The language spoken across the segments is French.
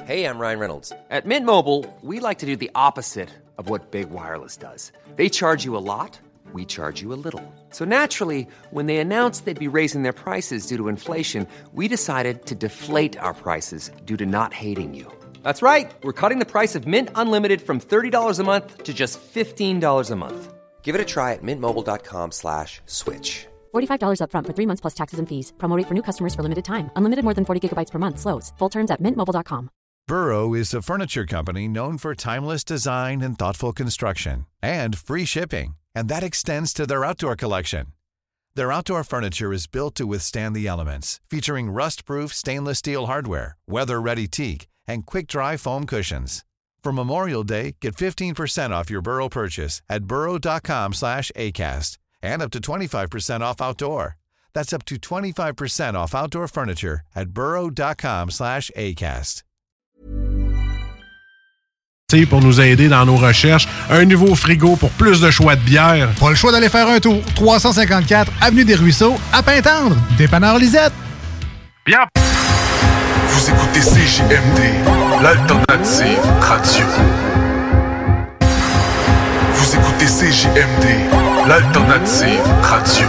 Hey, I'm Ryan Reynolds. At Mint Mobile, we like to do the opposite of what Big Wireless does. They charge you a lot, we charge you a little. So naturally, when they announced they'd be raising their prices due to inflation, we decided to deflate our prices due to not hating you. That's right. We're cutting the price of Mint Unlimited from $30 a month to just $15 a month. Give it a try at mintmobile.com/switch. $45 up front for 3 months plus taxes and fees. Promo rate for new customers for limited time. Unlimited more than 40 gigabytes per month. Slows full terms at mintmobile.com. Burrow is a furniture company known for timeless design and thoughtful construction and free shipping, and that extends to their outdoor collection. Their outdoor furniture is built to withstand the elements, featuring rust-proof stainless steel hardware, weather-ready teak, and quick-dry foam cushions. For Memorial Day, get 15% off your Burrow purchase at burrow.com/acast and up to 25% off outdoor. That's up to 25% off outdoor furniture at burrow.com/acast. Pour nous aider dans nos recherches, un nouveau frigo pour plus de choix de bière. Pas le choix d'aller faire un tour. 354 Avenue des Ruisseaux, à Pintendre. Dépanneur Lisette. Bien. Vous écoutez CJMD, l'alternative radio. Vous écoutez CJMD, l'alternative radio.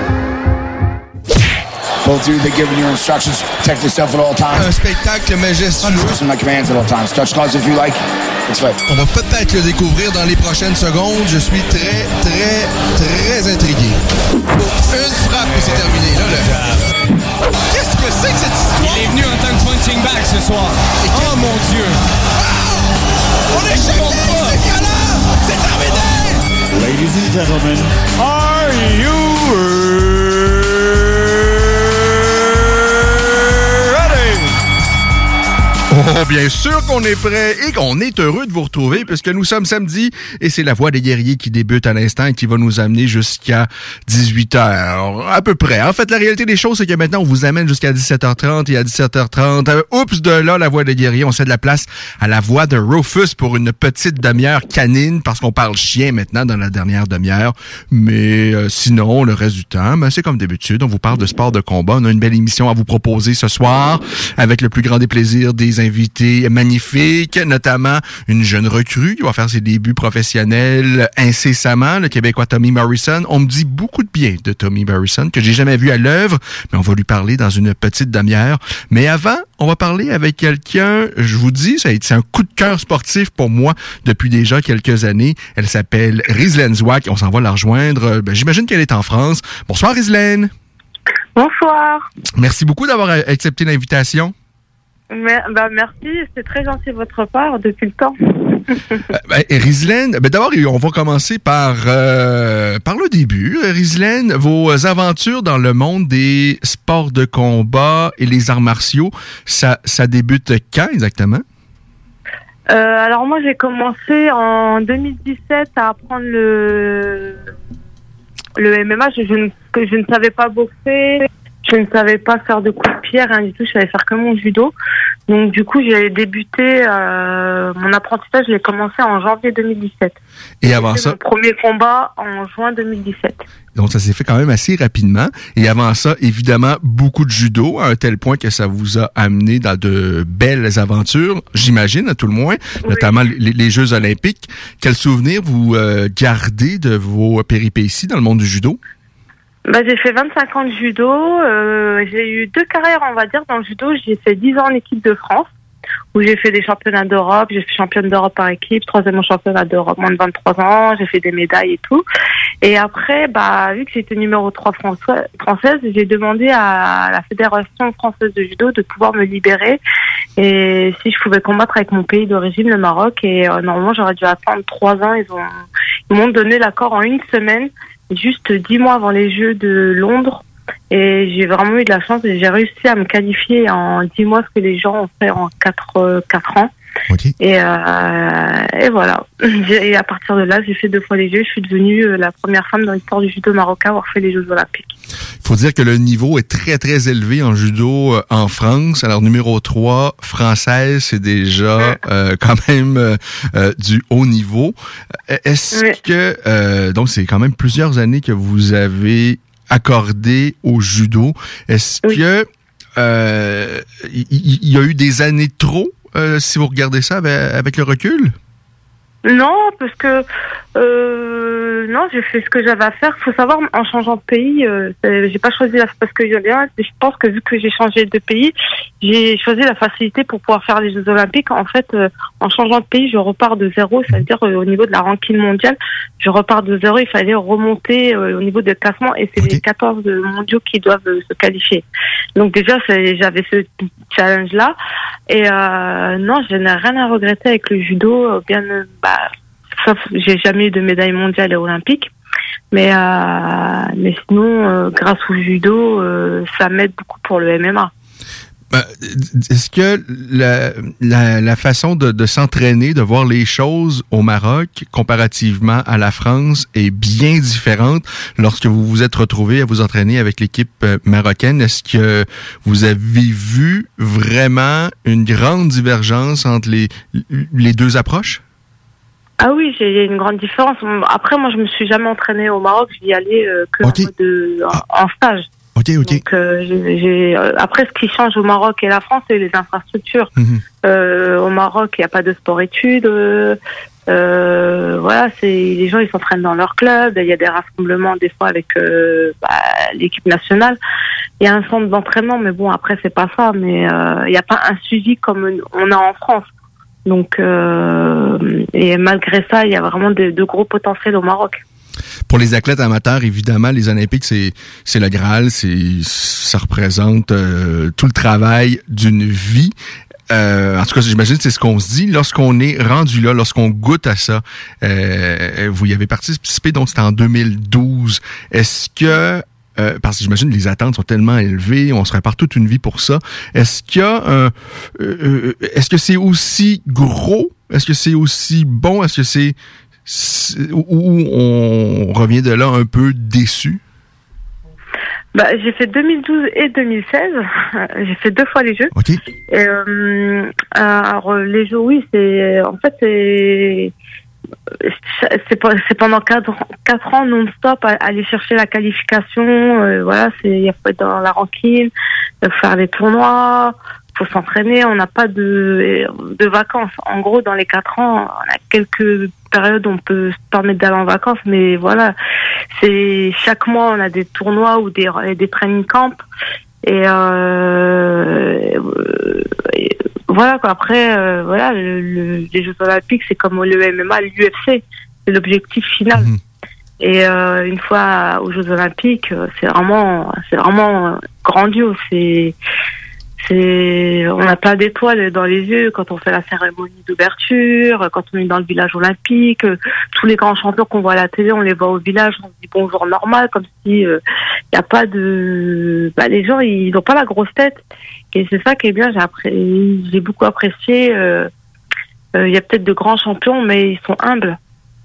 Both of you, they're giving you instructions. Protect yourself at all times. Un spectacle majestueux. Listen to my commands at all times. Touch gloves if you like. It's right. On va peut-être le découvrir dans les prochaines secondes. Je suis très, très, très intrigué. Oh, une frappe et c'est terminé. Là, qu'est-ce que c'est que cette histoire? Il est venu en tant que punching bag ce soir. Oh mon Dieu! Wow! On est champion! C'est violent! C'est terminé! Ladies and gentlemen, are you Oh, bien sûr qu'on est prêt et qu'on est heureux de vous retrouver puisque nous sommes samedi et c'est la Voix des guerriers qui débute à l'instant et qui va nous amener jusqu'à 18h à peu près. En fait, la réalité des choses, c'est que maintenant, on vous amène jusqu'à 17h30 et à 17h30, oups, de là, la Voix des guerriers, on cède la place à la voix de Rufus pour une petite demi-heure canine parce qu'on parle chien maintenant dans la dernière demi-heure. Mais sinon, le reste du temps, c'est comme d'habitude, on vous parle de sport de combat. On a une belle émission à vous proposer ce soir avec le plus grand des plaisirs des invités magnifiques, notamment une jeune recrue qui va faire ses débuts professionnels incessamment, le Québécois Tommy Morrison. On me dit beaucoup de bien de Tommy Morrison, que j'ai jamais vu à l'œuvre, mais on va lui parler dans une petite demi-heure. Mais avant, on va parler avec quelqu'un, je vous dis, c'est un coup de cœur sportif pour moi depuis déjà quelques années. Elle s'appelle Rhyselaine Zouak. On s'en va la rejoindre. J'imagine qu'elle est en France. Bonsoir Rhyselaine. Bonsoir. Merci beaucoup d'avoir accepté l'invitation. Merci, c'est très gentil de votre part depuis le temps. Rhyselaine, d'abord, on va commencer par le début. Rhyselaine, vos aventures dans le monde des sports de combat et les arts martiaux, ça débute quand exactement? Alors moi, j'ai commencé en 2017 à apprendre le MMA. Je ne savais pas boxer. Je ne savais pas faire de coups de pied, rien du tout. Je savais faire que mon judo. Donc, du coup, j'ai débuté mon apprentissage. Je l'ai commencé en janvier 2017. Et avant ça, mon premier combat en juin 2017. Donc, ça s'est fait quand même assez rapidement. Et avant ça, évidemment, beaucoup de judo, à un tel point que ça vous a amené dans de belles aventures, j'imagine, à tout le moins, oui. Notamment les Jeux olympiques. Quel souvenir vous gardez de vos péripéties dans le monde du judo? J'ai fait 25 ans de judo. J'ai eu 2 carrières, on va dire, dans le judo. J'ai fait 10 ans en équipe de France, où j'ai fait des championnats d'Europe. J'ai fait championne d'Europe par équipe, 3e championnat d'Europe, moins de 23 ans. J'ai fait des médailles et tout. Et après, vu que j'étais numéro 3 française, j'ai demandé à la Fédération française de judo de pouvoir me libérer. Et si je pouvais combattre avec mon pays d'origine, le Maroc. Et normalement, j'aurais dû attendre 3 ans. Ils m'ont donné l'accord en 1 semaine. Juste 10 mois avant les Jeux de Londres. Et j'ai vraiment eu de la chance et j'ai réussi à me qualifier en 10 mois, ce que les gens ont fait en 4 ans. Okay. Et voilà. Et à partir de là, j'ai fait 2 fois les Jeux. Je suis devenue la première femme dans l'histoire du judo marocain à avoir fait les Jeux olympiques. Il faut dire que le niveau est très, très élevé en judo en France. Alors, numéro 3, française, c'est déjà quand même du haut niveau. Est-ce que... donc, c'est quand même plusieurs années que vous avez accordé au judo. Est-ce que il y a eu des années trop si vous regardez ça avec le recul? Non, parce que non, j'ai fait ce que j'avais à faire. Faut savoir, en changeant de pays, j'ai pas choisi parce que je pense que vu que j'ai changé de pays, j'ai choisi la facilité pour pouvoir faire les Jeux Olympiques. En fait, en changeant de pays, je repars de zéro. Ça veut dire au niveau de la ranking mondiale, je repars de zéro. Il fallait remonter au niveau des classements et c'est les 14 mondiaux qui doivent se qualifier. Donc déjà, j'avais ce challenge-là et non, je n'ai rien à regretter avec le judo. Sauf j'ai jamais eu de médaille mondiale et olympique, mais sinon, grâce au judo, ça m'aide beaucoup pour le MMA. Est-ce que la façon de s'entraîner, de voir les choses au Maroc, comparativement à la France, est bien différente lorsque vous vous êtes retrouvé à vous entraîner avec l'équipe marocaine? Est-ce que vous avez vu vraiment une grande divergence entre les deux approches? Ah oui, il y a une grande différence. Après, moi, je me suis jamais entraînée au Maroc. J'y allais en stage. Ok. Donc, après, ce qui change au Maroc et la France, c'est les infrastructures. Au Maroc, il n'y a pas de sport-études. Voilà, les gens, ils s'entraînent dans leur club. Il y a des rassemblements des fois avec l'équipe nationale. Il y a un centre d'entraînement, mais bon, après, c'est pas ça. Mais il n'y a pas un suivi comme on a en France. Donc, et malgré ça, il y a vraiment de gros potentiels au Maroc. Pour les athlètes amateurs, évidemment, les Olympiques, c'est le Graal, ça représente tout le travail d'une vie. En tout cas, j'imagine que c'est ce qu'on se dit. Lorsqu'on est rendu là, lorsqu'on goûte à ça, vous y avez participé, donc c'était en 2012. Est-ce que parce que j'imagine que les attentes sont tellement élevées, on se prépare toute une vie pour ça. Est-ce que c'est aussi gros? Est-ce que c'est aussi bon? Est-ce que où on revient de là un peu déçu? J'ai fait 2012 et 2016. J'ai fait 2 fois les Jeux. OK. Et, alors les Jeux, oui, c'est pendant 4 ans non-stop à aller chercher la qualification. Voilà, il faut être dans la ranking, faire des tournois, faut s'entraîner. On n'a pas de vacances. En gros, dans les 4 ans, on a quelques périodes où on peut se permettre d'aller en vacances, mais voilà, c'est chaque mois on a des tournois ou des training camps et voilà quoi. Après voilà, les Jeux Olympiques, c'est comme le MMA, l'UFC, c'est l'objectif final. Et une fois aux Jeux Olympiques, c'est vraiment grandiose. On a plein d'étoiles dans les yeux quand on fait la cérémonie d'ouverture, quand on est dans le village olympique. Tous les grands champions qu'on voit à la télé, on les voit au village, on se dit bonjour normal, comme si y a pas de... les gens, ils n'ont pas la grosse tête. Et c'est ça qui est bien, j'ai beaucoup apprécié. Il y a peut-être de grands champions, mais ils sont humbles.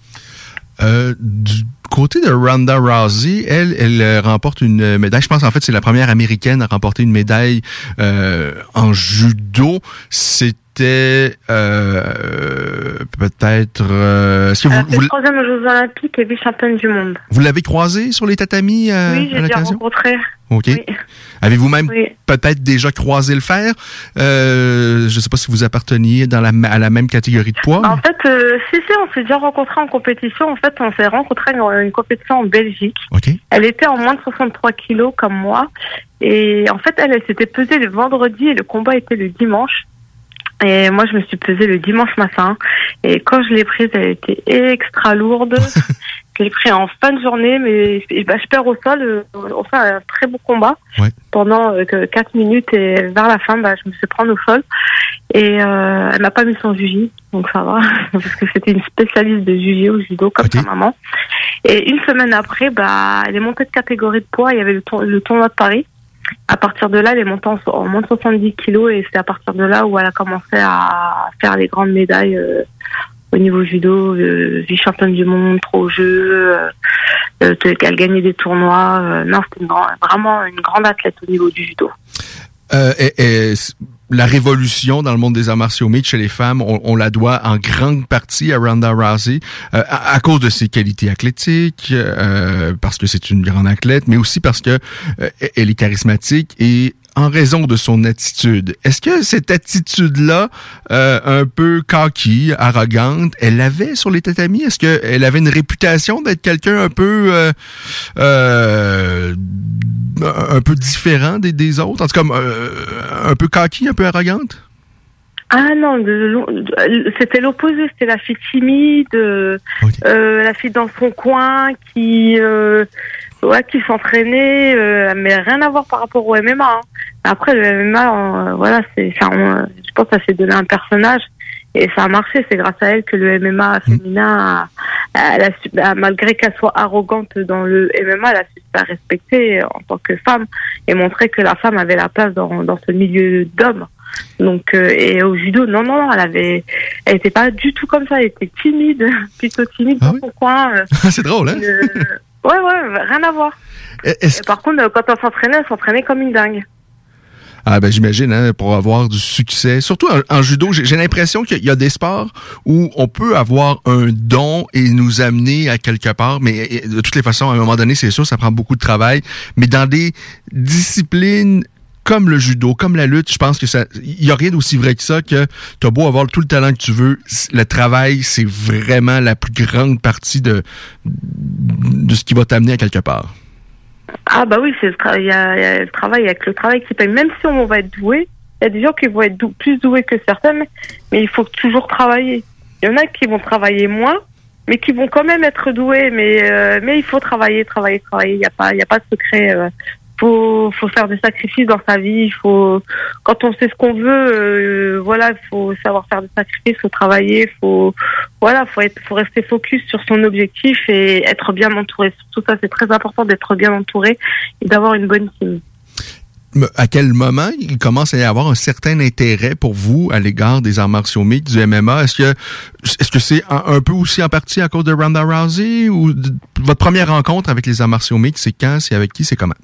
Du côté de Ronda Rousey, elle remporte une médaille. Je pense en fait c'est la première américaine à remporter une médaille en judo. C'était peut-être... est-ce que vous 3e aux Jeux Olympiques et vice-championne du monde. Vous l'avez croisée sur les tatamis oui, j'ai déjà rencontré. OK. Oui. Avez-vous même peut-être déjà croisé le fer? Je ne sais pas si vous apparteniez à la même catégorie de poids. En fait, si, on s'est déjà rencontrés en compétition. En fait, on s'est rencontrés dans une compétition en Belgique. Okay. Elle était en moins de 63 kilos comme moi. Et en fait, elle s'était pesée le vendredi et le combat était le dimanche. Et moi, je me suis pesée le dimanche matin. Et quand je l'ai prise, elle était extra lourde. Je l'ai pris en fin de journée, mais je perds au sol. On fait un très beau combat pendant 4 minutes. Et vers la fin, je me suis prendre au sol. Et elle m'a pas mis son juji, donc ça va. Parce que c'était une spécialiste de juji au judo, comme sa maman. Et une semaine après, elle est montée de catégorie de poids. Il y avait le tournoi de Paris. À partir de là, elle est montée en moins de 70 kilos et c'est à partir de là où elle a commencé à faire les grandes médailles au niveau judo, vice-championne du monde, pro jeu, elle gagnait des tournois. Non, c'était vraiment une grande athlète au niveau du judo. La révolution dans le monde des arts martiaux mixtes chez les femmes, on la doit en grande partie à Ronda Rousey, à cause de ses qualités athlétiques, parce que c'est une grande athlète, mais aussi parce que elle est charismatique et en raison de son attitude. Est-ce que cette attitude-là, un peu cocky, arrogante, elle l'avait sur les tatamis? Est-ce qu'elle avait une réputation d'être quelqu'un un peu différent des autres? En tout cas, un peu cocky, un peu arrogante? Ah non, c'était l'opposé, c'était la fille timide, la fille dans son coin qui s'entraînait, mais rien à voir par rapport au MMA. Hein. Après le MMA, je pense que ça s'est donné un personnage et ça a marché. C'est grâce à elle que le MMA féminin, malgré qu'elle soit arrogante dans le MMA, elle a su se respecter en tant que femme et montrer que la femme avait la place dans ce milieu d'hommes. Donc et au judo, non, elle était pas du tout comme ça. Elle était timide, plutôt timide dans son coin. C'est drôle, hein? Ouais, rien à voir. Et par contre, quand elle s'entraînait comme une dingue. Ah ben j'imagine, hein, pour avoir du succès. Surtout en judo, j'ai l'impression qu'il y a des sports où on peut avoir un don et nous amener à quelque part, mais de toutes les façons, à un moment donné, c'est sûr, ça prend beaucoup de travail. Mais dans des disciplines comme le judo, comme la lutte, je pense que il y a rien d'aussi vrai que ça, que t'as beau avoir tout le talent que tu veux, le travail, c'est vraiment la plus grande partie de ce qui va t'amener à quelque part. Ah bah oui, il y a le travail, avec le travail qui paye. Même si on va être doué, il y a des gens qui vont être plus doués que certaines, mais il faut toujours travailler. Il y en a qui vont travailler moins, mais qui vont quand même être doués, mais il faut travailler. Il y a pas de secret. Faut faire des sacrifices dans sa vie. Quand on sait ce qu'on veut, il faut savoir faire des sacrifices, faut travailler, faut rester focus sur son objectif et être bien entouré. Surtout ça, c'est très important d'être bien entouré et d'avoir une bonne team. À quel moment il commence à y avoir un certain intérêt pour vous à l'égard des arts martiaux mixtes, du MMA? Est-ce que c'est un peu aussi en partie à cause de Ronda Rousey ou votre première rencontre avec les arts martiaux mixtes, c'est quand? C'est avec qui? C'est comment?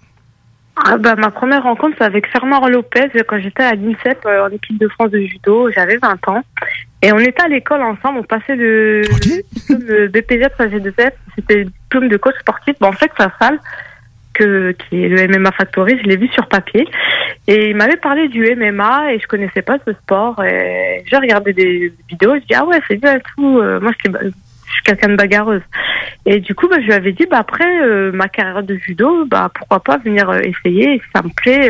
Ma première rencontre, c'est avec Fernand Lopez, quand j'étais à l'INSEP, en équipe de France de judo. J'avais 20 ans. Et on était à l'école ensemble, on passait le diplôme BPJ 3G2F, c'était le diplôme de coach sportif. En fait, sa salle, qui est le MMA Factory, je l'ai vu sur papier. Et il m'avait parlé du MMA et je connaissais pas ce sport. Et j'ai regardé des vidéos, je dis, ah ouais, c'est bien et tout. Moi, je suis quelqu'un de bagarreuse. Et du coup, je lui avais dit, après ma carrière de judo, pourquoi pas venir essayer. Et si ça me plaît,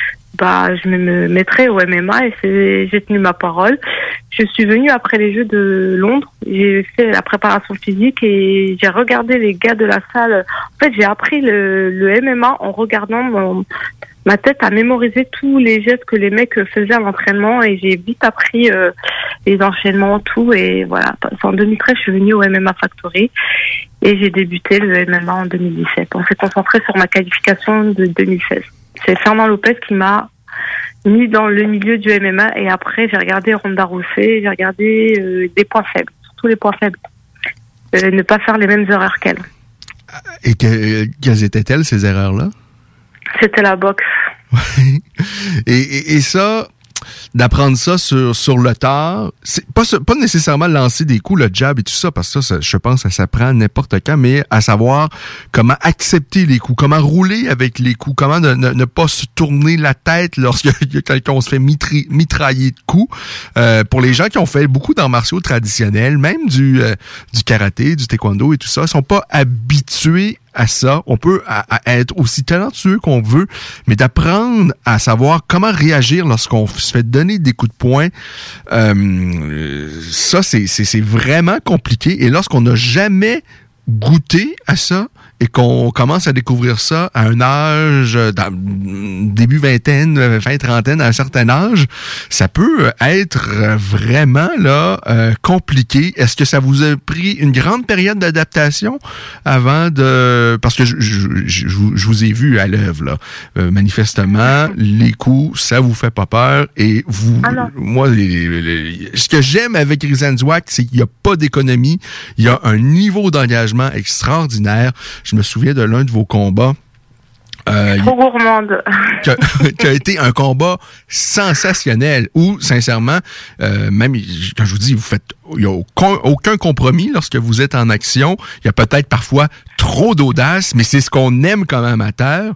je me mettrai au MMA. Et j'ai tenu ma parole. Je suis venue après les Jeux de Londres. J'ai fait la préparation physique et j'ai regardé les gars de la salle. En fait, j'ai appris le MMA en regardant ma tête à mémoriser tous les gestes que les mecs faisaient à l'entraînement et j'ai vite appris les enchaînements, tout. Et voilà, en 2013, je suis venue au MMA Factory et j'ai débuté le MMA en 2017. On s'est concentré sur ma qualification de 2016. C'est Fernand Lopez qui m'a mis dans le milieu du MMA et après, j'ai regardé Ronda Rousey, j'ai regardé des points faibles, surtout les points faibles. Ne pas faire les mêmes erreurs qu'elle. Et quelles étaient-elles, ces erreurs-là? C'était la boxe. Et ça, d'apprendre ça sur le tard, c'est pas nécessairement lancer des coups, le jab et tout ça, parce que ça, je pense que ça s'apprend n'importe quand, mais à savoir comment accepter les coups, comment rouler avec les coups, comment ne pas se tourner la tête lorsqu'il y a quelqu'un se fait mitrailler de coups. Pour les gens qui ont fait beaucoup d'arts martiaux traditionnels, même du karaté, du taekwondo et tout ça, sont pas habitués à ça. On peut être aussi talentueux qu'on veut, mais d'apprendre à savoir comment réagir lorsqu'on se fait donner des coups de poing, ça, c'est vraiment compliqué. Et lorsqu'on n'a jamais goûté à ça et qu'on commence à découvrir ça à un âge, début vingtaine, fin trentaine, à un certain âge, ça peut être vraiment compliqué. Est-ce que ça vous a pris une grande période d'adaptation avant de... Parce que je vous ai vu à l'œuvre, là. Manifestement, les coups, ça vous fait pas peur. Et vous... Moi, ce que j'aime avec Rizan Zouak, c'est qu'il n'y a pas d'économie. Il y a un niveau d'engagement extraordinaire. Je me souviens de l'un de vos combats Trop gourmande. qui a été un combat sensationnel où, sincèrement, même quand je vous dis, il n'y a aucun compromis lorsque vous êtes en action. Il y a peut-être parfois trop d'audace, mais c'est ce qu'on aime comme amateur.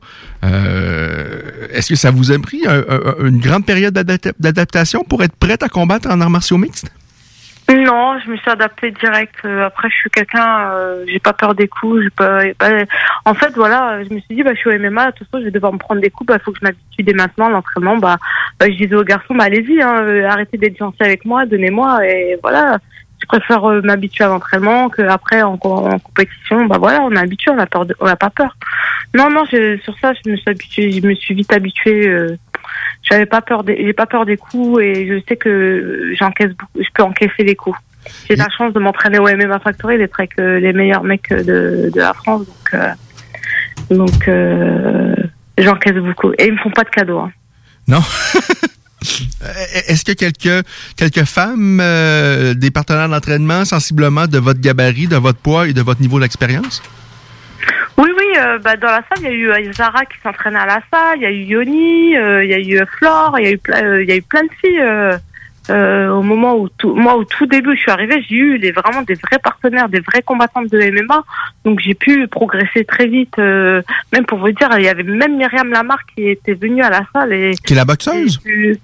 Est-ce que ça vous a pris une grande période d'adaptation pour être prête à combattre en arts martiaux mixtes? Non, je me suis adaptée direct. Après, je suis quelqu'un, j'ai pas peur des coups. En fait, voilà, je me suis dit, je suis au MMA, de toute façon, je vais devoir me prendre des coups. Il faut que je m'habitue dès maintenant. L'entraînement, je disais aux garçons, allez-y, arrêtez d'être gentils avec moi, donnez-moi. Et voilà, je préfère m'habituer à l'entraînement qu'après en compétition. Voilà, on est habitué, on n'a pas peur. Non, sur ça, je me suis vite habituée. J'ai pas peur des coups et je sais que je peux encaisser les coups. J'ai la chance de m'entraîner au MMA Factory, d'être avec les meilleurs mecs de la France, donc j'encaisse beaucoup et ils me font pas de cadeaux. Hein. Non. Est-ce que quelques femmes, des partenaires d'entraînement sensiblement de votre gabarit, de votre poids et de votre niveau d'expérience? Oui, dans la salle, il y a eu Zara qui s'entraînait à la salle, il y a eu Yoni, il y a eu Flore, il y a eu plein de filles. Au moment où au tout début je suis arrivée, j'ai eu vraiment des vrais partenaires, des vrais combattantes de MMA, donc j'ai pu progresser très vite. Même pour vous dire, il y avait même Myriam Lamar qui était venue à la salle qui est la boxeuse.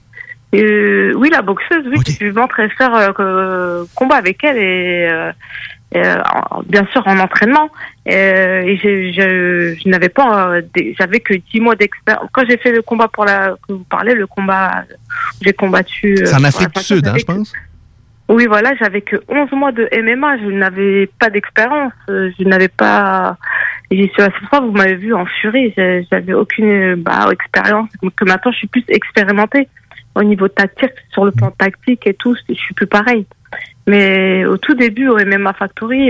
Oui, la boxeuse, oui, okay. J'ai pu faire combat avec elle et bien sûr en entraînement. Et je n'avais pas, j'avais que 10 mois d'expérience. Quand j'ai fait le combat que vous parlez, le combat, j'ai combattu. C'est en Afrique du Sud, je pense. Oui, voilà, j'avais que 11 mois de MMA, je n'avais pas d'expérience, je n'avais pas. J'y suis assez fort, vous m'avez vu en furie, j'avais aucune expérience. Que maintenant, je suis plus expérimentée au niveau tactique, sur le plan tactique et tout, je suis plus pareil. Mais au tout début, au MMA Factory,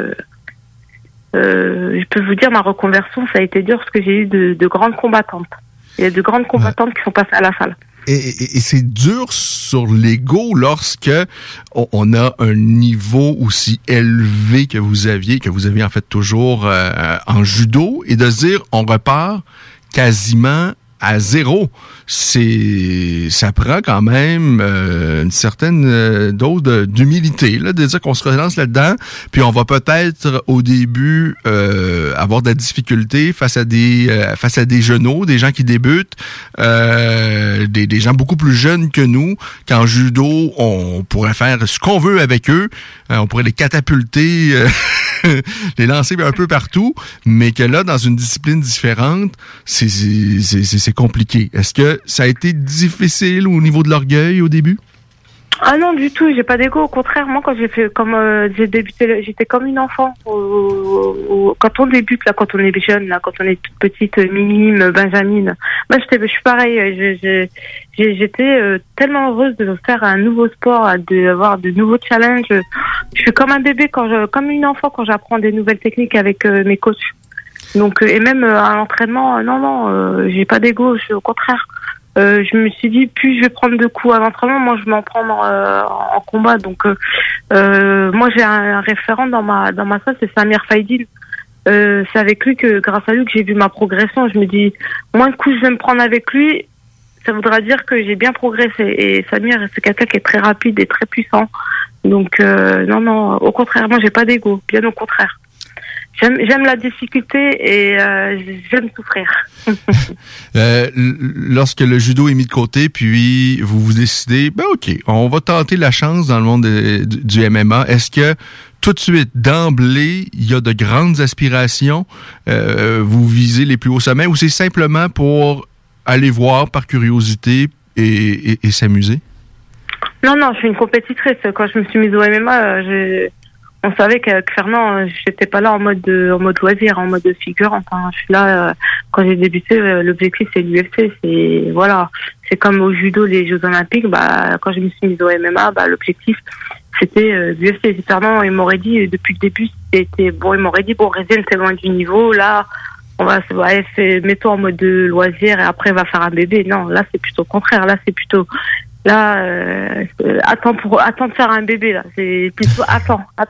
je peux vous dire, ma reconversion, ça a été dur parce que j'ai eu de grandes combattantes. Il y a de grandes combattantes qui sont passées à la salle. Et c'est dur sur l'ego lorsque on a un niveau aussi élevé que vous aviez en fait toujours en judo, et de se dire, on repart quasiment à zéro. Ça prend quand même une certaine dose d'humilité, là, de dire qu'on se relance là-dedans, puis on va peut-être au début avoir de la difficulté face à des genoux, des gens qui débutent, des gens beaucoup plus jeunes que nous. Qu'en judo, on pourrait faire ce qu'on veut avec eux, on pourrait les catapulter, les lancer un peu partout, mais que là, dans une discipline différente, c'est compliqué. Est-ce que ça a été difficile au niveau de l'orgueil au début? Ah non, du tout, j'ai pas d'ego. Au contraire, moi, quand j'ai débuté, j'étais comme une enfant. Quand on débute, là, quand on est jeune, là, quand on est toute petite, minime, Benjamine. Moi, je suis pareil. J'étais tellement heureuse de faire un nouveau sport, d'avoir de nouveaux challenges. Je suis comme un bébé comme une enfant quand j'apprends des nouvelles techniques avec mes coachs. Donc, et même à l'entraînement, non, j'ai pas d'ego, au contraire. Je me suis dit, plus je vais prendre de coups à l'entraînement, moi je vais m'en prendre en combat. Donc, moi j'ai un référent dans ma salle, c'est Samir Faidine. C'est avec lui grâce à lui, que j'ai vu ma progression. Je me dis, moins de coups je vais me prendre avec lui, ça voudra dire que j'ai bien progressé. Et Samir, c'est quelqu'un qui est très rapide et très puissant. Donc, non, au contraire, moi j'ai pas d'ego, bien au contraire. J'aime la difficulté et j'aime souffrir. Lorsque le judo est mis de côté, puis vous décidez, OK, on va tenter la chance dans le monde du MMA. Est-ce que tout de suite, d'emblée, il y a de grandes aspirations? Vous visez les plus hauts sommets, ou c'est simplement pour aller voir par curiosité et s'amuser? Non, je suis une compétitrice. Quand je me suis mise au MMA, on savait qu'avec Fernand, j'étais pas là en mode loisir, en mode figurant. Enfin, je suis là, quand j'ai débuté, l'objectif c'est l'UFC, c'est comme au judo, les Jeux Olympiques, quand je me suis mise au MMA, l'objectif c'était l'UFC. Fernand, il m'aurait dit, depuis le début, il m'aurait dit, Rézine, c'est loin du niveau, là, mets-toi en mode de loisir et après, va faire un bébé. Non, là, c'est plutôt le contraire, là, c'est plutôt, attends de faire un bébé, là. C'est plutôt, attends.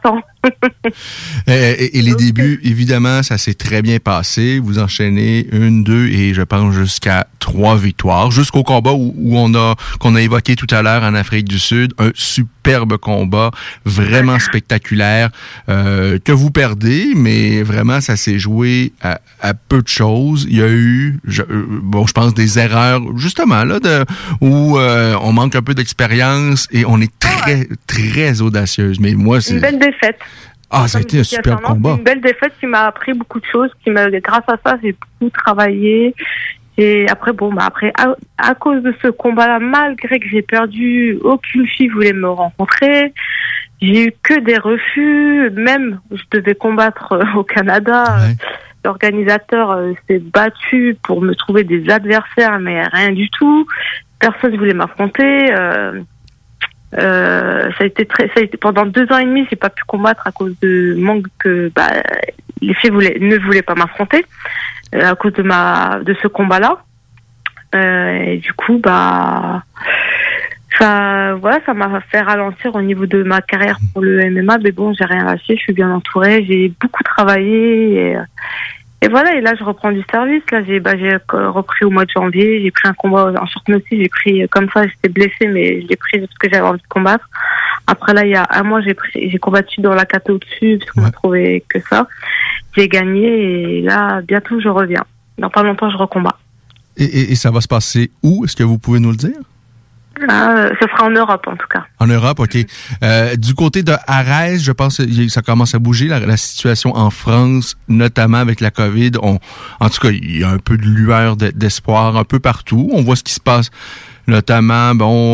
Et les débuts, évidemment, ça s'est très bien passé. Vous enchaînez 1, 2 et je pense jusqu'à 3 victoires. Jusqu'au combat qu'on a évoqué tout à l'heure en Afrique du Sud. Un superbe combat, vraiment spectaculaire, que vous perdez, mais vraiment, ça s'est joué à peu de choses. Il y a eu, je pense, des erreurs, justement, là, où on manque un peu d'expérience et on est très, très audacieuse. Mais moi, c'est... Une belle défaite. Ah, ça a été un super combat. Une belle défaite qui m'a appris beaucoup de choses. Grâce à ça, j'ai beaucoup travaillé. Et après, à cause de ce combat-là, malgré que j'ai perdu, aucune fille voulait me rencontrer. J'ai eu que des refus. Même, je devais combattre au Canada. Ouais. L'organisateur s'est battu pour me trouver des adversaires, mais rien du tout. Personne ne voulait m'affronter. Ça a été pendant 2 ans et demi, j'ai pas pu combattre à cause de manque que les filles ne voulaient pas m'affronter à cause de ce combat-là. Et du coup, ça m'a fait ralentir au niveau de ma carrière pour le MMA. Mais bon, j'ai rien lâché, je suis bien entourée, j'ai beaucoup travaillé et voilà. Et là, je reprends du service. Là, j'ai repris au mois de janvier. J'ai pris un combat en short notice. J'ai pris comme ça. J'étais blessée, mais je l'ai pris parce que j'avais envie de combattre. Après là, il y a 1 mois, j'ai combattu dans la caté au-dessus parce qu'on m'a trouvé que ça. J'ai gagné et là, bientôt, je reviens. Dans pas longtemps, je recombats. Et ça va se passer où? Est-ce que vous pouvez nous le dire? Ce sera en Europe, en tout cas. En Europe, OK. Du côté de Arès, je pense que ça commence à bouger, la situation en France, notamment avec la COVID. En tout cas, il y a un peu de lueur d'espoir un peu partout. On voit ce qui se passe, notamment,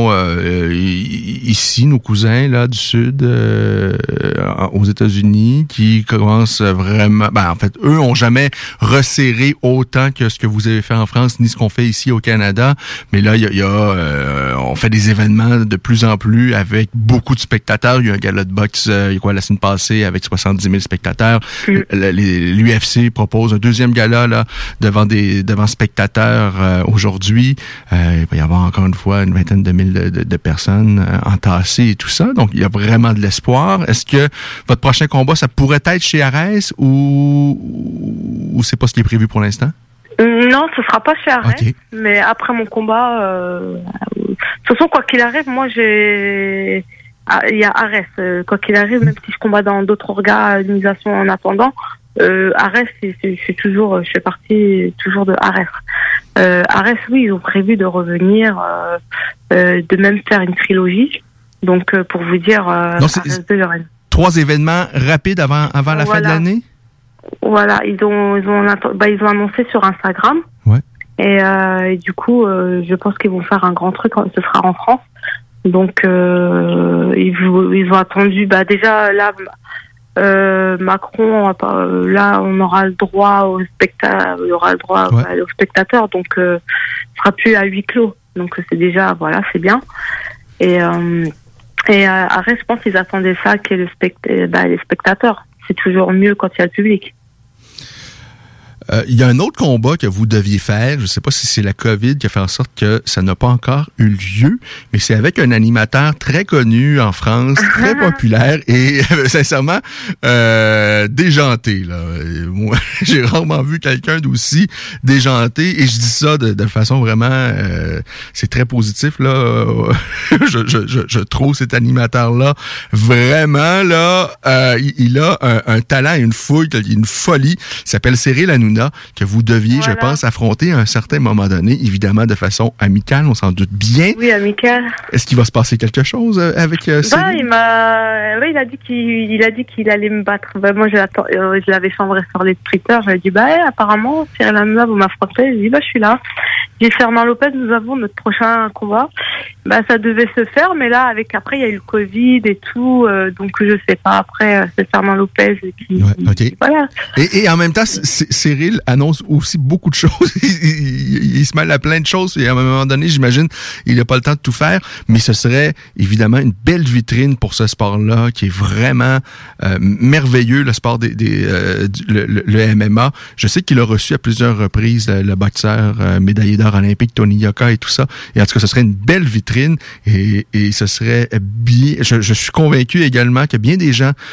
ici, nos cousins là du Sud, aux États-Unis, qui commencent vraiment... en fait, eux ont jamais resserré autant que ce que vous avez fait en France, ni ce qu'on fait ici au Canada. Mais là, on fait des événements de plus en plus avec beaucoup de spectateurs. Il y a un gala de boxe, la semaine passée, avec 70 000 spectateurs. L'UFC propose un 2e gala là devant spectateurs aujourd'hui. Il va y avoir encore une fois une vingtaine de mille de personnes entassées et tout ça. Donc, il y a vraiment de l'espoir. Est-ce que votre prochain combat, ça pourrait être chez Arès ou c'est pas ce qui est prévu pour l'instant? Non, ce sera pas chez Arès. Okay. Mais après mon combat, de toute façon, quoi qu'il arrive, moi, il y a Arès. Quoi qu'il arrive, même si je combats dans d'autres organisations en attendant, Arès, je fais partie toujours de Arès. Arès, oui, ils ont prévu de revenir, de même faire une trilogie. Donc, pour vous dire, Arès de Lorraine. 3 événements rapides avant la fin de l'année? Voilà, ils ont annoncé sur Instagram. Ouais. Et du coup, je pense qu'ils vont faire un grand truc. Ce sera en France. Donc, ils ont attendu. Déjà là. Macron, là, on aura le droit au spectateur, aux spectateurs, donc ce sera plus à huis clos. Donc c'est déjà, c'est bien. Et Arès, je pense qu'ils attendaient ça que les spectateurs. C'est toujours mieux quand il y a le public. Il y a un autre combat que vous deviez faire. Je ne sais pas si c'est la COVID qui a fait en sorte que ça n'a pas encore eu lieu, mais c'est avec un animateur très connu en France, très populaire et sincèrement déjanté. Là. Moi, j'ai rarement vu quelqu'un d'aussi déjanté et je dis ça de façon vraiment... c'est très positif. Là. je trouve cet animateur-là vraiment, là, il a un talent et une fouille, une folie. Il s'appelle Cyril Hanouna, que vous deviez, je pense, affronter à un certain moment donné, évidemment de façon amicale, on s'en doute bien. Oui, amicale. Est-ce qu'il va se passer quelque chose avec Cyril? Il a dit qu'il allait me battre. Moi, je l'avais chambré sur les Twitter. J'avais dit, apparemment, Cyril Hanouna, vous m'affrontez. J'ai dit, je suis là. J'ai dit, Fernand Lopez, nous avons notre prochain combat. Ça devait se faire, mais là, après, il y a eu le Covid et tout, donc je sais pas. Après, c'est Fernand Lopez qui... Ouais, OK. Voilà. Et en même temps, Cyril Cyril annonce aussi beaucoup de choses. Il se mêle à plein de choses et à un moment donné, j'imagine, il n'a pas le temps de tout faire, mais ce serait évidemment une belle vitrine pour ce sport-là qui est vraiment merveilleux, le sport le MMA. Je sais qu'il a reçu à plusieurs reprises le boxeur médaillé d'or olympique Tony Yoka et tout ça. Et en tout cas, ce serait une belle vitrine et ce serait bien... Je suis convaincu également que bien des gens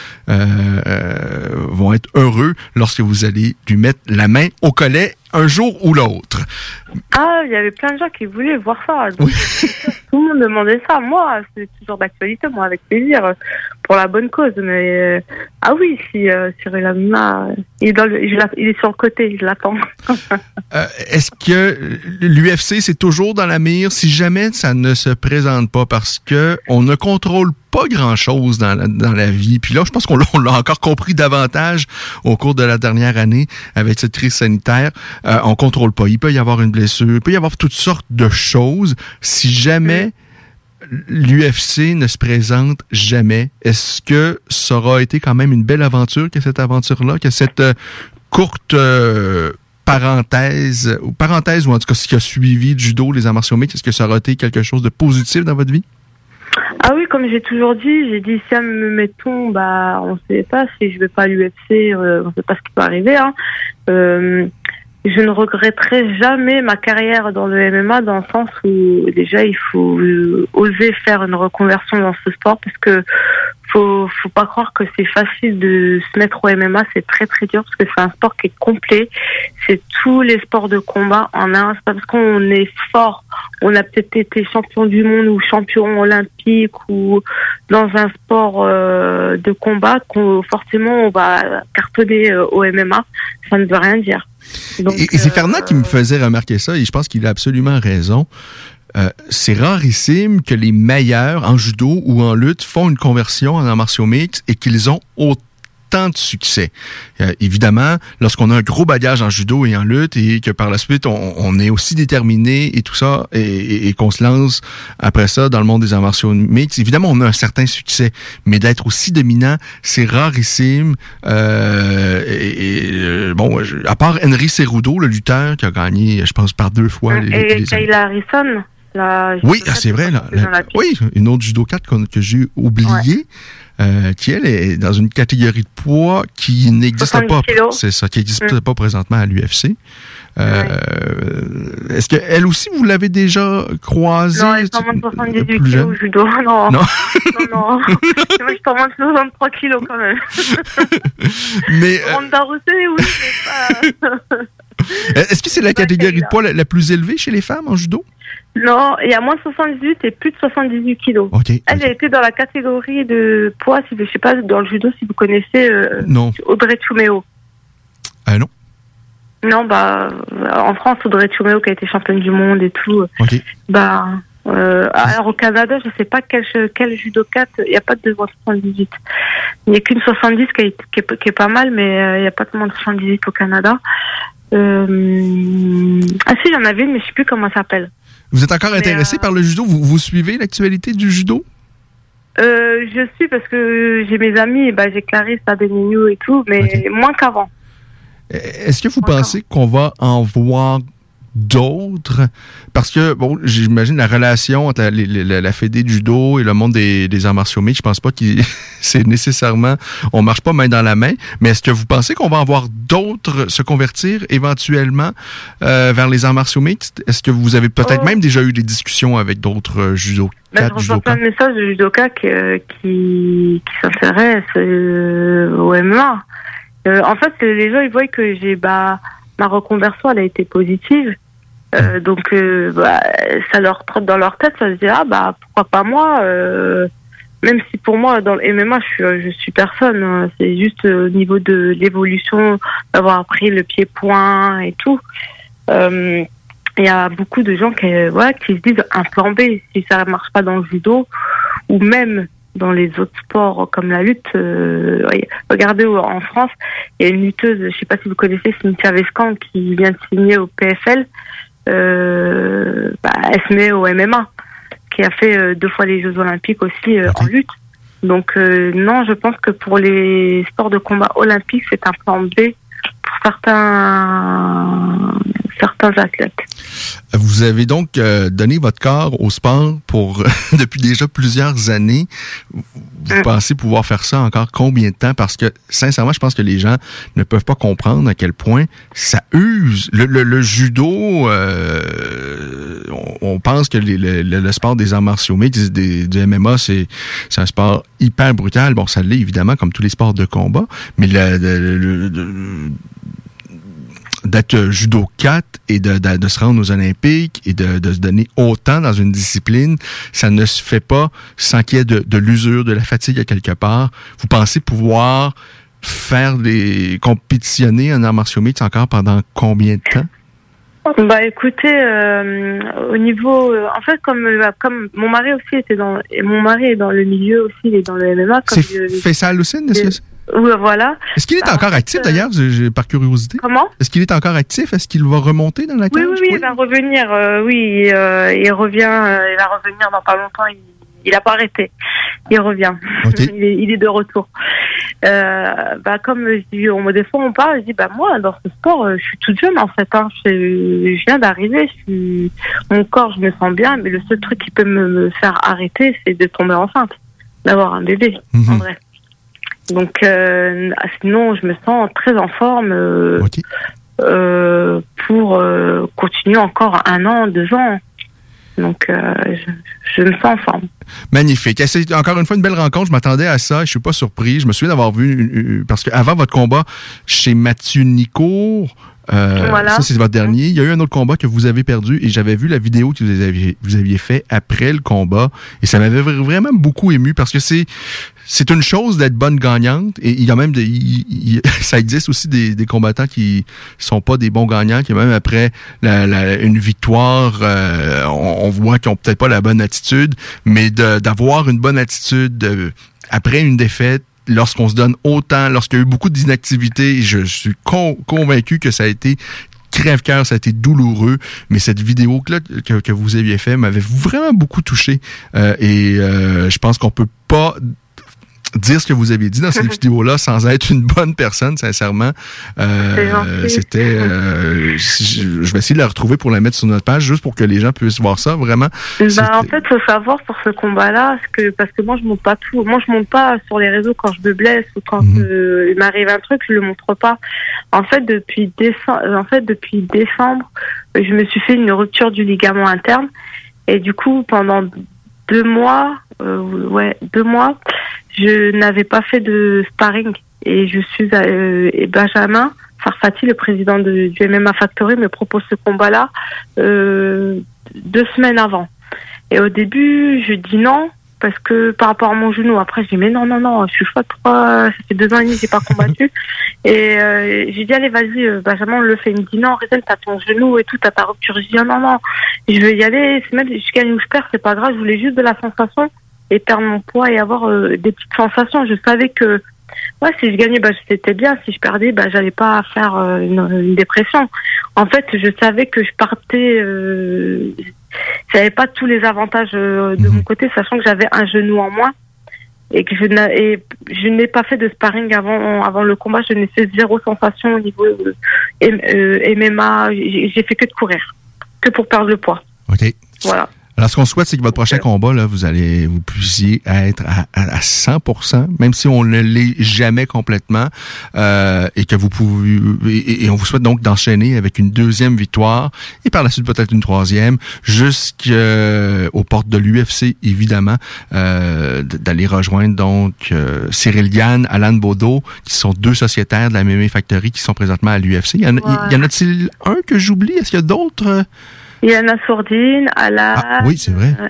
vont être heureux lorsque vous allez lui mettre la main au collet un jour ou l'autre. Ah, il y avait plein de gens qui voulaient voir ça. Donc, tout le monde demandait ça. Moi, c'est toujours d'actualité, moi, avec plaisir, pour la bonne cause. Mais, ah oui, si Cyril Hanouna, il est sur le côté, je l'attends. Est-ce que l'UFC, c'est toujours dans la mire si jamais ça ne se présente pas parce que on ne contrôle pas grand-chose dans la vie. Puis là, je pense qu'on l'a encore compris davantage au cours de la dernière année avec cette crise sanitaire. On contrôle pas. Il peut y avoir une blessure, il peut y avoir toutes sortes de choses. Si jamais l'UFC ne se présente jamais, est-ce que ça aura été quand même une belle aventure que cette aventure-là, que cette courte parenthèse ou en tout cas ce qui a suivi le judo, les arts martiaux mixtes, est-ce que ça aura été quelque chose de positif dans votre vie? Ah oui, comme j'ai toujours dit, si mettons, on sait pas si je vais pas à l'UFC, on sait pas ce qui peut arriver, hein. Je ne regretterai jamais ma carrière dans le MMA dans le sens où déjà il faut oser faire une reconversion dans ce sport parce que faut pas croire que c'est facile de se mettre au MMA, c'est très très dur parce que c'est un sport qui est complet, c'est tous les sports de combat en un, c'est pas parce qu'on est fort, on a peut-être été champion du monde ou champion olympique ou dans un sport de combat qu'on forcément on va cartonner au MMA, ça ne veut rien dire. Donc, et c'est Fernand qui me faisait remarquer ça et je pense qu'il a absolument raison. C'est rarissime que les meilleurs en judo ou en lutte font une conversion en arts martiaux mixtes et qu'ils ont autant de succès. Évidemment, lorsqu'on a un gros bagage en judo et en lutte et que par la suite, on est aussi déterminé et tout ça et qu'on se lance après ça dans le monde des arts martiaux mixtes, évidemment, on a un certain succès. Mais d'être aussi dominant, c'est rarissime. Bon, à part Henry Cerudo, le lutteur qui a gagné, je pense, par 2 fois. Et Kayla Harrison. Oui, c'est vrai. Oui, une autre judokate que j'ai oubliée, qui, elle, est dans une catégorie de poids qui n'existe pas. C'est ça, qui n'existe pas présentement à l'UFC. Est-ce qu'elle aussi, vous l'avez déjà croisée? Non, elle est en moins de 78 kilos au judo. Non. Non. Moi, je suis en moins de 63 kilos quand même. Mais. Ronda Rousey, oui, mais pas. Est-ce que c'est la catégorie de poids la plus élevée chez les femmes en judo? Non, il y a moins de 78 et plus de 78 kilos. Okay. Elle a été dans la catégorie de poids, je sais pas, dans le judo, si vous connaissez non. Audrey Tchouméo. Non. Non, en France, Audrey Tchouméo qui a été championne du monde et tout. Okay. Alors au Canada, je sais pas quel judokate, il n'y a pas de moins de 78. Il n'y a qu'une 70 qui est pas mal, mais il n'y a pas de moins de 78 au Canada. Ah si, il y en avait une, mais je sais plus comment ça s'appelle. Vous êtes encore intéressé par le judo? Vous suivez l'actualité du judo? Je suis parce que j'ai mes amis, j'ai Clarisse, Adeninho et tout, mais moins qu'avant. Est-ce que vous pensez qu'on va en voir d'autres? Parce que, bon, j'imagine la relation entre la fédé de judo et le monde des arts martiaux mixtes, je pense pas que c'est nécessairement, on marche pas main dans la main, mais est-ce que vous pensez qu'on va en voir d'autres se convertir éventuellement vers les arts martiaux mixtes? Est-ce que vous avez peut-être même déjà eu des discussions avec d'autres judokas? Je reçois plein de messages de judokas qui s'intéressent au MMA. En fait, les gens, ils voient que ma reconversion, elle a été positive. Donc, ça leur trotte dans leur tête, ça se dit, pourquoi pas moi même si pour moi, dans le MMA, je suis personne. Hein. C'est juste au niveau de l'évolution, d'avoir appris le pied-point et tout. Il y a beaucoup de gens qui se disent un plan B, si ça ne marche pas dans le judo, ou même dans les autres sports comme la lutte. Regardez, en France, il y a une lutteuse, je ne sais pas si vous connaissez, Cynthia Vescan, qui vient de signer au PFL. Elle se met au MMA, qui a fait 2 fois les Jeux Olympiques aussi en lutte. Donc non, je pense que pour les sports de combat olympiques, c'est un plan B pour certains athlètes. Vous avez donc donné votre corps au sport pour depuis déjà plusieurs années. Vous pensez pouvoir faire ça encore combien de temps? Parce que, sincèrement, je pense que les gens ne peuvent pas comprendre à quel point ça use. Le judo, on pense que le sport des arts martiaux mixtes, du MMA, c'est un sport hyper brutal. Bon, ça l'est évidemment, comme tous les sports de combat, mais d'être judokate et de se rendre aux Olympiques et de se donner autant dans une discipline, ça ne se fait pas sans qu'il y ait de l'usure, de la fatigue à quelque part. Vous pensez pouvoir compétitionner en arts martiaux mixtes encore pendant combien de temps? Bah écoutez, au niveau, en fait, comme mon mari aussi mon mari est dans le milieu aussi, il est dans le MMA. C'est Faisal Hussein, est-ce que c'est? Oui, voilà. Est-ce qu'il est encore actif d'ailleurs, par curiosité? Comment? Est-ce qu'il est encore actif? Est-ce qu'il va remonter dans la cage? Oui, il va revenir. Il revient. Il va revenir dans pas longtemps. Il a pas arrêté. Il revient. Okay. il est de retour. Comme je dis, des fois on parle, je dis moi dans ce sport, je suis toute jeune en fait. Je viens d'arriver. Mon corps, je me sens bien, mais le seul truc qui peut me faire arrêter, c'est de tomber enceinte, d'avoir un bébé. En vrai. Donc, sinon, je me sens très en forme pour continuer encore 1 an, 2 ans. Donc, je me sens en forme. Magnifique. C'est encore une fois une belle rencontre. Je m'attendais à ça. Je suis pas surpris. Je me souviens d'avoir vu, parce qu'avant votre combat chez Mathieu Nicourt, voilà. Ça, c'est votre dernier. Il y a eu un autre combat que vous avez perdu et j'avais vu la vidéo que vous aviez fait après le combat et ça m'avait vraiment beaucoup ému parce que c'est une chose d'être bonne gagnante et il y a même ça existe aussi des combattants qui sont pas des bons gagnants, qui même après une victoire, on voit qu'ils ont peut-être pas la bonne attitude, mais d'avoir une bonne attitude après une défaite, lorsqu'on se donne autant, lorsqu'il y a eu beaucoup d'inactivité, je suis convaincu que ça a été crève-cœur, ça a été douloureux, mais cette vidéo-là que vous aviez fait m'avait vraiment beaucoup touché je pense qu'on peut pas dire ce que vous aviez dit dans cette vidéo-là sans être une bonne personne, sincèrement. C'était... je vais essayer de la retrouver pour la mettre sur notre page, juste pour que les gens puissent voir ça, vraiment. En fait, il faut savoir pour ce combat-là, parce que moi, je monte pas tout. Moi, je monte pas sur les réseaux quand je me blesse ou quand il m'arrive un truc, je le montre pas. En fait, depuis décembre, je me suis fait une rupture du ligament interne. Et du coup, pendant 2 mois, je n'avais pas fait de sparring et je suis et Benjamin Sarfati, le président du MMA Factory, me propose ce combat-là 2 semaines avant. Et au début, je dis non parce que par rapport à mon genou. Après, je dis mais non, je suis faute. Ça fait 2 ans et demi, j'ai pas combattu. Et j'ai dit allez, vas-y, Benjamin, on le fait. Il me dit non, Rizel, t'as ton genou et tout, t'as ta rupture. Je dis non, je vais y aller. Même si je gagne ou je perds, c'est pas grave. Je voulais juste de la sensation et perdre mon poids et avoir des petites sensations. Je savais que si je gagnais, c'était bien. Si je perdais, j'allais pas faire une dépression. En fait, je savais que je partais. J'avais pas tous les avantages de mon côté, sachant que j'avais un genou en moins et que je n'ai pas fait de sparring avant le combat. Je n'ai fait 0 sensation au niveau MMA. J'ai fait que de courir, que pour perdre le poids. Ok. Voilà. Alors, ce qu'on souhaite, c'est que votre prochain combat, là, vous puissiez être à 100%, même si on ne l'est jamais complètement, et que vous pouvez, et on vous souhaite donc d'enchaîner avec une 2e victoire, et par la suite peut-être une 3e, jusqu'aux portes de l'UFC, évidemment, d'aller rejoindre donc Cyril Gann, Alan Baudot, qui sont 2 sociétaires de la MMA Factory qui sont présentement à l'UFC. Il y en a-t-il un que j'oublie? Est-ce qu'il y a d'autres? Il y en a Sourdine, Alan. Ah, oui, c'est vrai.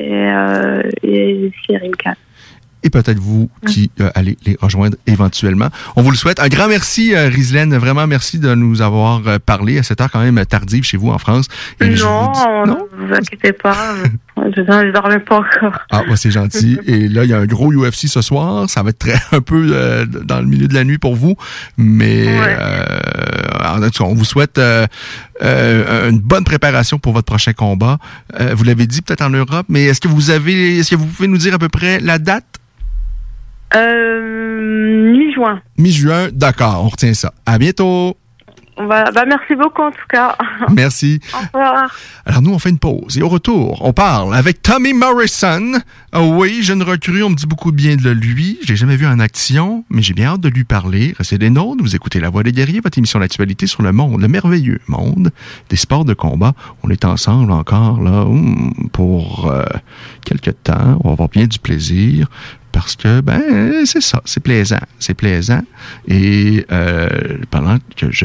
Et Cyril Gann. Et peut-être vous qui allez les rejoindre éventuellement. On vous le souhaite. Un grand merci, Rizlaine. Vraiment, merci de nous avoir parlé à cette heure quand même tardive chez vous en France. Et ne vous inquiétez pas. Je dormais pas encore. Ah, c'est gentil. Et là, il y a un gros UFC ce soir. Ça va être un peu dans le milieu de la nuit pour vous. Mais en tout cas, on vous souhaite une bonne préparation pour votre prochain combat. Vous l'avez dit peut-être en Europe, mais est-ce que vous pouvez nous dire à peu près la date? Mi-juin. Mi-juin, d'accord, on retient ça. À bientôt. Merci beaucoup en tout cas. Merci. Au revoir. Alors nous, on fait une pause et au retour, on parle avec Tommy Morrison. Oui, jeune recrue, on me dit beaucoup de bien de lui. Je l'ai jamais vu en action, mais j'ai bien hâte de lui parler. Restez des nôtres, vous écoutez La Voix des guerriers, votre émission d'actualité sur le monde, le merveilleux monde des sports de combat. On est ensemble encore là pour quelques temps. On va avoir bien du plaisir. Parce que, c'est ça, c'est plaisant. Et pendant que je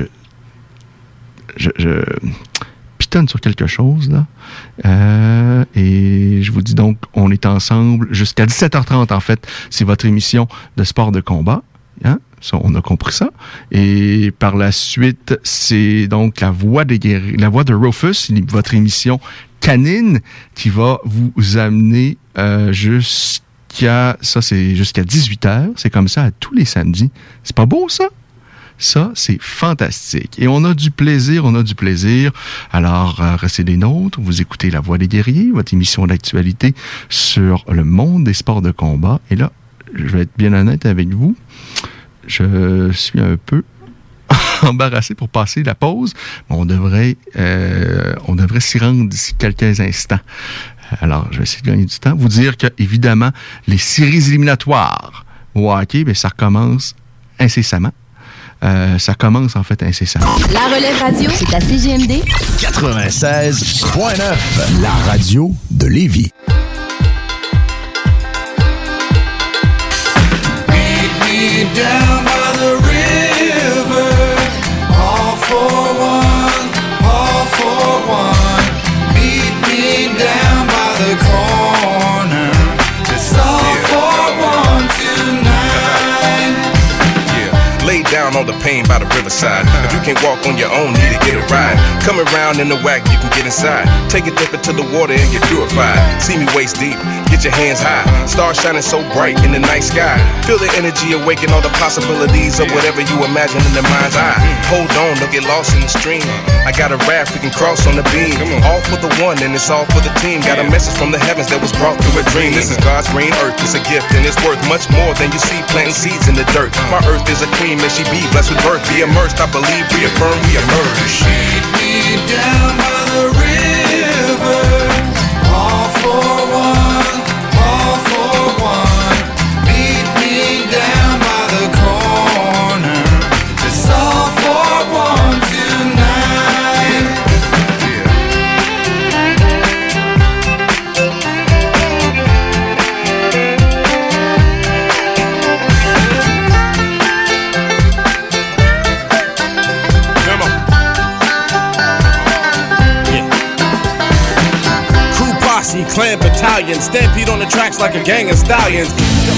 pitonne sur quelque chose, là, et je vous dis donc, on est ensemble jusqu'à 17h30, en fait. C'est votre émission de sport de combat. Hein? Ça, on a compris ça. Et par la suite, c'est donc la voix de Rufus, votre émission canine, qui va vous amener jusqu'à 18h. C'est comme ça à tous les samedis. C'est pas beau, ça? Ça, c'est fantastique. Et on a du plaisir. Alors, restez des nôtres. Vous écoutez La Voix des guerriers, votre émission d'actualité sur le monde des sports de combat. Et là, je vais être bien honnête avec vous. Je suis un peu embarrassé pour passer la pause. Mais on devrait s'y rendre d'ici quelques instants. Alors, je vais essayer de gagner du temps. Vous dire que, évidemment, les séries éliminatoires au hockey, ça recommence incessamment. Ça commence en fait incessamment. La Relève Radio, c'est à CGMD 96.9, la radio de Lévis. Meet me down by the river, all for one, all for one. Meet me down by the corner, it's all for one tonight. Lay down all the pain by the riverside. If you can't walk on your own, need to get a ride. Come around in the whack, you can get inside. Take a dip into the water and get purified. See me waist deep, get your hands high. Stars shining so bright in the night sky. Feel the energy awaken all the possibilities of whatever you imagine in the mind's eye. Hold on, don't get lost in the stream. I got a raft we can cross on the beam. All for the one and it's all for the team. Got a message from the heavens that was brought through a dream. This is God's green earth, it's a gift and it's worth much more than you see planting seeds in the dirt. My earth is a queen, may she be blessed with birth. Be immersed, I believe, reaffirm, we emerge. Meet me down by the river, all for one, all for one. Meet me down by the corner, it's all for one tonight. Clan battalion, stampede on the tracks like a gang of stallions.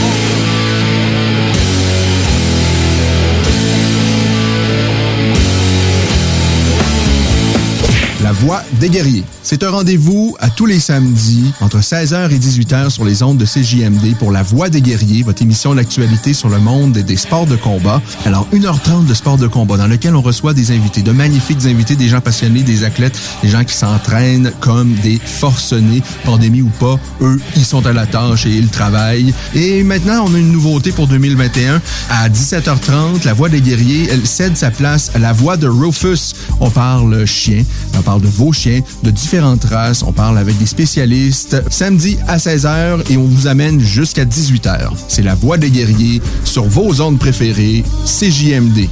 La Voix des guerriers. C'est un rendez-vous à tous les samedis entre 16h et 18h sur les ondes de CJMD pour La Voix des guerriers, votre émission d'actualité sur le monde des sports de combat. Alors, 1h30 de sport de combat dans lequel on reçoit des invités, de magnifiques invités, des gens passionnés, des athlètes, des gens qui s'entraînent comme des forcenés, pandémie ou pas. Eux, ils sont à la tâche et ils travaillent. Et maintenant, on a une nouveauté pour 2021. À 17h30, La Voix des guerriers, elle cède sa place à La Voix de Rufus. On parle chien, on parle de vos chiens, de différentes races. On parle avec des spécialistes. Samedi à 16h et on vous amène jusqu'à 18h. C'est La Voix des guerriers sur vos ondes préférées, CJMD.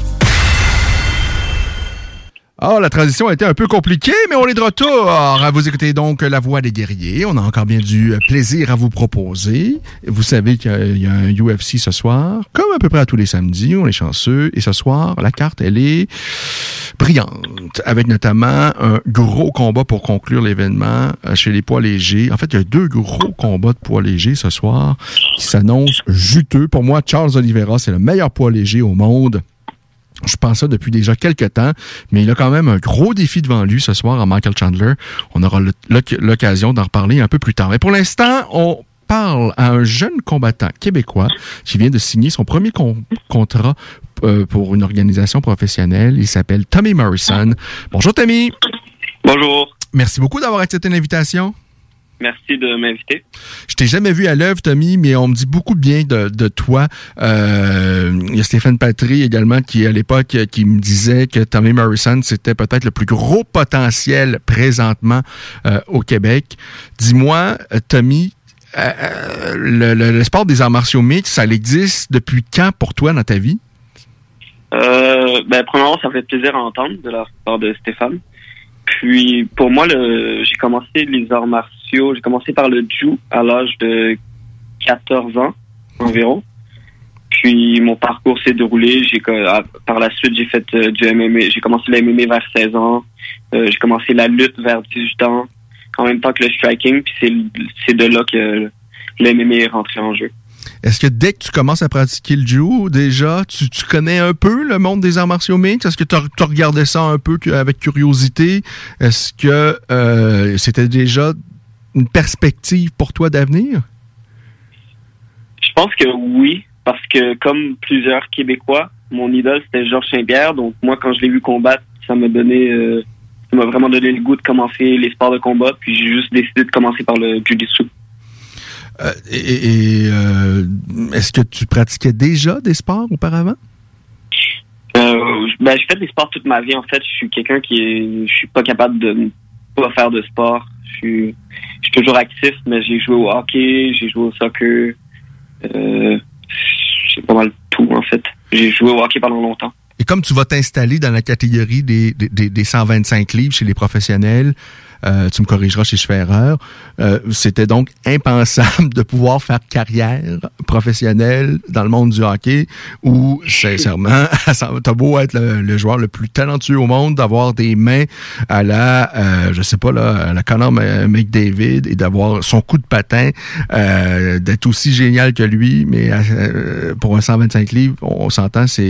Oh, la transition a été un peu compliquée, mais on est de retour. Vous écoutez donc La Voix des guerriers. On a encore bien du plaisir à vous proposer. Vous savez qu'il y a un UFC ce soir, comme à peu près à tous les samedis. On est chanceux. Et ce soir, la carte, elle est brillante, avec notamment un gros combat pour conclure l'événement chez les poids légers. En fait, il y a 2 gros combats de poids légers ce soir qui s'annoncent juteux. Pour moi, Charles Oliveira, c'est le meilleur poids léger au monde. Je pense ça depuis déjà quelques temps, mais il a quand même un gros défi devant lui ce soir à Michael Chandler. On aura l'occasion d'en reparler un peu plus tard. Mais pour l'instant, on parle à un jeune combattant québécois qui vient de signer son premier contrat pour une organisation professionnelle. Il s'appelle Tommy Morrison. Bonjour Tommy. Bonjour. Merci beaucoup d'avoir accepté l'invitation. Merci de m'inviter. Je t'ai jamais vu à l'œuvre, Tommy, mais on me dit beaucoup de bien de toi. Il y a Stéphane Patry également qui, à l'époque, qui me disait que Tommy Morrison, c'était peut-être le plus gros potentiel présentement au Québec. Dis-moi, Tommy, le sport des arts martiaux mixtes, ça existe depuis quand pour toi dans ta vie? Premièrement, ça fait plaisir à entendre de la part de Stéphane. Puis, pour moi, j'ai commencé les arts martiaux, j'ai commencé par le Jiu à l'âge de 14 ans environ. Puis, mon parcours s'est déroulé. Par la suite, j'ai fait du MMA. J'ai commencé le MMA vers 16 ans. J'ai commencé la lutte vers 18 ans, en même temps que le striking. Puis, c'est de là que le MMA est rentré en jeu. Est-ce que dès que tu commences à pratiquer le Jiu, déjà, tu connais un peu le monde des arts martiaux mixtes? Est-ce que tu regardais ça un peu avec curiosité? Est-ce que c'était déjà une perspective pour toi d'avenir? Je pense que oui, parce que comme plusieurs Québécois, mon idole, c'était Georges Saint-Pierre. Donc moi, quand je l'ai vu combattre, ça m'a vraiment donné le goût de commencer les sports de combat. Puis j'ai juste décidé de commencer par le Jiu-Jitsu. Est-ce que tu pratiquais déjà des sports auparavant? J'ai fait des sports toute ma vie. En fait, je suis quelqu'un je suis pas capable de ne pas faire de sport. Je suis toujours actif, mais j'ai joué au hockey, j'ai joué au soccer. C'est pas mal tout, en fait. J'ai joué au hockey pendant longtemps. Et comme tu vas t'installer dans la catégorie des 125 livres chez les professionnels, tu me corrigeras si je fais erreur, c'était donc impensable de pouvoir faire carrière professionnelle dans le monde du hockey où, sincèrement, t'as beau être le joueur le plus talentueux au monde, d'avoir des mains à la, je sais pas, là, à la Connor McDavid et d'avoir son coup de patin, d'être aussi génial que lui, mais pour un 125 livres, on s'entend, c'est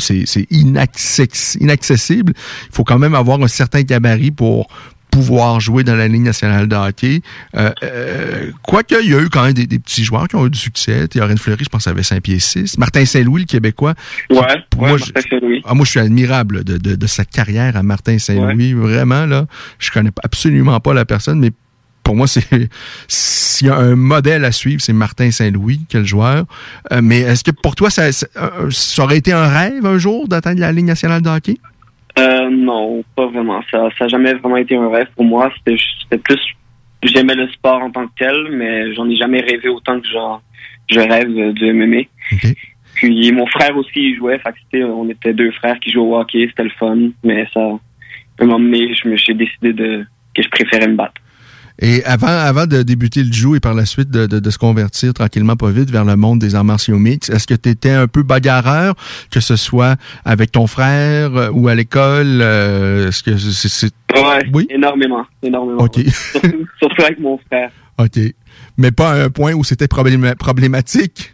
inaccessible. Il faut quand même avoir un certain gabarit pour pouvoir jouer dans la Ligue nationale de hockey. Quoique, il y a eu quand même des petits joueurs qui ont eu du succès. Théorène Fleury, je pense, avait 5 pieds 6. Martin Saint-Louis, le Québécois. Martin Saint-Louis. Moi, je suis admirable de sa carrière à Martin Saint-Louis. Ouais. Vraiment, là, je connais absolument pas la personne, mais pour moi, s'il y a un modèle à suivre, c'est Martin Saint-Louis, quel joueur. Mais est-ce que pour toi, ça aurait été un rêve un jour d'atteindre la Ligue nationale de hockey? Non, pas vraiment. Ça n'a jamais vraiment été un rêve pour moi. C'était plus... J'aimais le sport en tant que tel, mais j'en ai jamais rêvé autant que je rêve du MMA. Okay. Puis mon frère aussi, il jouait. Fait que on était 2 frères qui jouaient au hockey. C'était le fun. Mais ça... À un moment donné, j'ai décidé que je préférais me battre. Et avant de débuter le Jiu et par la suite de se convertir tranquillement pas vite vers le monde des arts martiaux mixtes, est-ce que tu étais un peu bagarreur, que ce soit avec ton frère ou à l'école? Est-ce que c'est... Ouais, oui? Énormément. OK. Surtout avec mon frère. OK. Mais pas à un point où c'était problématique?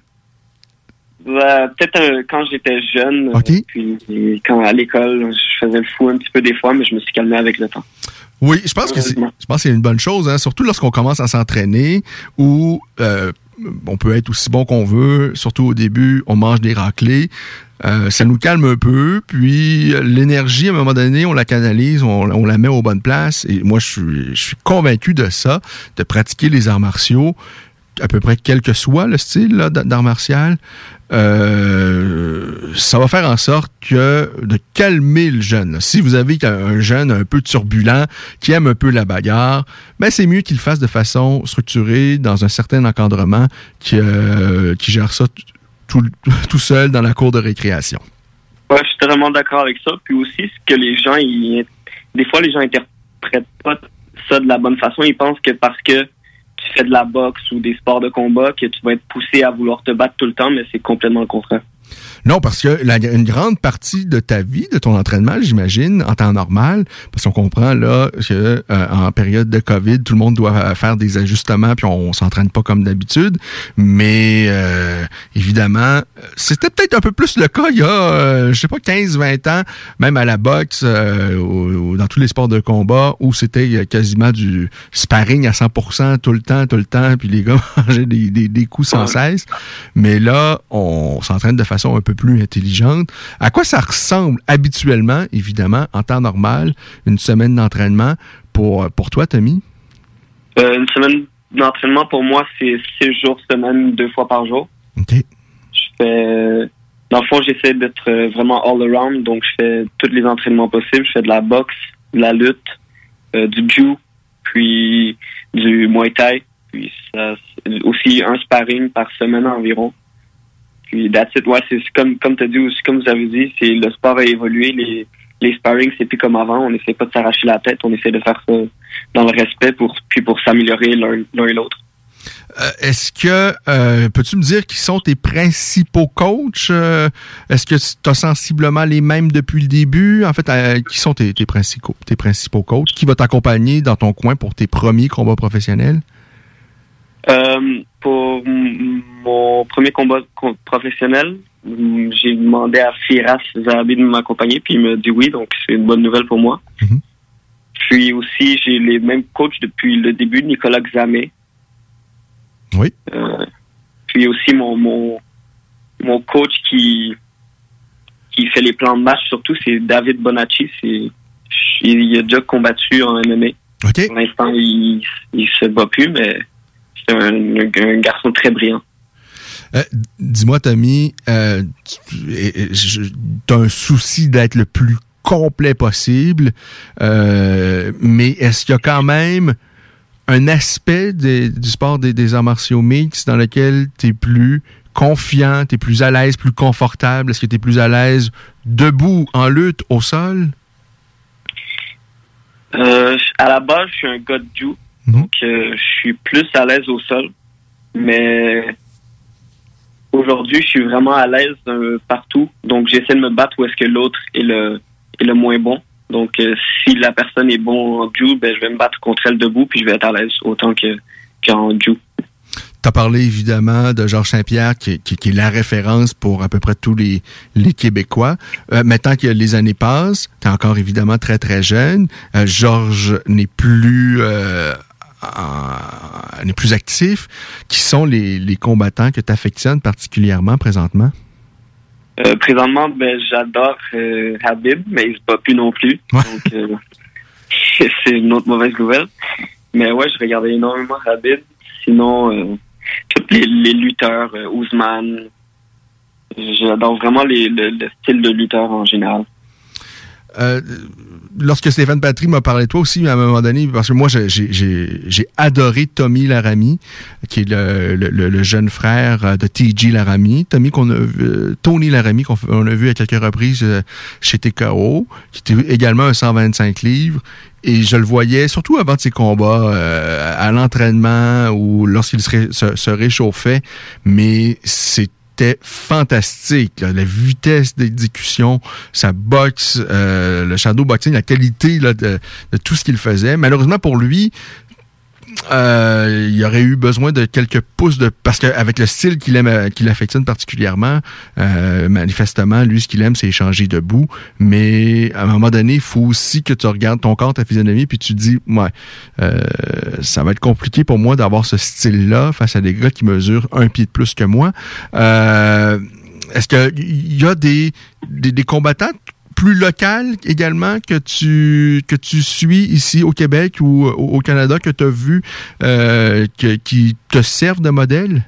Peut-être quand j'étais jeune. Okay. Puis quand à l'école, je faisais le fou un petit peu des fois, mais je me suis calmé avec le temps. Oui, je pense que c'est une bonne chose, hein, surtout lorsqu'on commence à s'entraîner où on peut être aussi bon qu'on veut, surtout au début, on mange des raclés. Ça nous calme un peu, puis l'énergie, à un moment donné, on la canalise, on la met aux bonnes places. Et moi, je suis convaincu de ça, de pratiquer les arts martiaux, à peu près quel que soit le style là, d'art martial. Ça va faire en sorte de calmer le jeune. Là. Si vous avez un jeune un peu turbulent, qui aime un peu la bagarre, ben c'est mieux qu'il le fasse de façon structurée, dans un certain encadrement, qui gère ça tout seul dans la cour de récréation. Ouais, je suis vraiment d'accord avec ça. Puis aussi, ce que les gens, des fois, les gens interprètent pas ça de la bonne façon. Ils pensent que parce que tu fais de la boxe ou des sports de combat, que tu vas être poussé à vouloir te battre tout le temps, mais c'est complètement le contraire. Non, parce que une grande partie de ta vie, de ton entraînement, j'imagine, en temps normal, parce qu'on comprend là que en période de COVID, tout le monde doit faire des ajustements, puis on s'entraîne pas comme d'habitude. Mais évidemment, c'était peut-être un peu plus le cas il y a, je sais pas, 15-20 ans, même à la boxe ou dans tous les sports de combat, où c'était quasiment du sparring à 100% tout le temps, puis les gars mangeaient des coups sans cesse. Mais là, on s'entraîne de façon un peu plus intelligente. À quoi ça ressemble habituellement, évidemment, en temps normal, une semaine d'entraînement pour toi, Tommy? Une semaine l'entraînement pour moi, c'est 6 jours semaine, 2 fois par jour. OK. Dans le fond, j'essaie d'être vraiment all-around, donc je fais tous les entraînements possibles. Je fais de la boxe, de la lutte, du jiu, puis du muay thai, puis ça, aussi un sparring par semaine environ. Puis that's it. Ouais, c'est comme tu as dit, aussi comme vous avez dit, c'est le sport a évolué. Les sparring, c'est plus comme avant. On n'essaie pas de s'arracher la tête, on essaie de faire ça dans le respect pour s'améliorer l'un et l'autre. Est-ce que, peux-tu me dire qui sont tes principaux coachs? Est-ce que tu as sensiblement les mêmes depuis le début? En fait, qui sont tes principaux coachs? Qui va t'accompagner dans ton coin pour tes premiers combats professionnels? Pour mon premier combat professionnel, j'ai demandé à Firas Zahabi de m'accompagner, puis il m'a dit oui, donc c'est une bonne nouvelle pour moi. Mm-hmm. Puis aussi, j'ai les mêmes coachs depuis le début, Nicolas Xamé. Oui. Puis aussi mon coach qui fait les plans de match, surtout, c'est David Bonacci. Il a déjà combattu en MMA. Okay. Pour l'instant, il se bat plus, mais c'est un garçon très brillant. Dis-moi, Tommy, t'as un souci d'être le plus complet possible, mais est-ce qu'il y a quand même un aspect du sport des arts martiaux mixtes dans lequel tu es plus confiant, tu es plus à l'aise, plus confortable? Est-ce que tu es plus à l'aise debout, en lutte, au sol? À la base, je suis un gars de jiu, donc je suis plus à l'aise au sol. Mais aujourd'hui, je suis vraiment à l'aise partout. Donc, j'essaie de me battre où est-ce que l'autre est le moins bon. Donc, si la personne est bon en jiu, je vais me battre contre elle debout, puis je vais être à l'aise autant qu'en jiu. Tu as parlé évidemment de Georges Saint-Pierre, qui est la référence pour à peu près tous les Québécois. Maintenant que les années passent, tu es encore évidemment très, très jeune. Georges n'est plus actif. Qui sont les combattants que tu affectionnes particulièrement présentement? Présentement, j'adore Habib, mais il se bat plus non plus. Ouais. Donc, c'est une autre mauvaise nouvelle. Mais ouais, je regardais énormément Habib. Sinon, tous les lutteurs, Ousmane. J'adore vraiment le style de lutteur en général. Lorsque Stéphane Patry m'a parlé de toi aussi, à un moment donné, parce que moi, j'ai adoré Tommy Laramie, qui est le jeune frère de TJ Laramie. Tony Laramie, qu'on a vu à quelques reprises chez TKO, qui était également un 125 livres. Et je le voyais, surtout avant de ses combats, à l'entraînement ou lorsqu'il se réchauffait, mais c'était fantastique, là. La vitesse d'exécution, sa boxe, le shadow boxing, la qualité là, de tout ce qu'il faisait. Malheureusement pour lui, il aurait eu besoin de quelques pouces parce qu'avec le style qu'il affectionne particulièrement, manifestement, lui, ce qu'il aime, c'est échanger debout. Mais à un moment donné, il faut aussi que tu regardes ton corps, ta physionomie, puis tu te dis, ça va être compliqué pour moi d'avoir ce style-là face à des gars qui mesurent 1 pied de plus que moi. Est-ce qu'il y a des combattants plus local également que tu suis ici au Québec ou au Canada, que tu as vu qui te servent de modèle?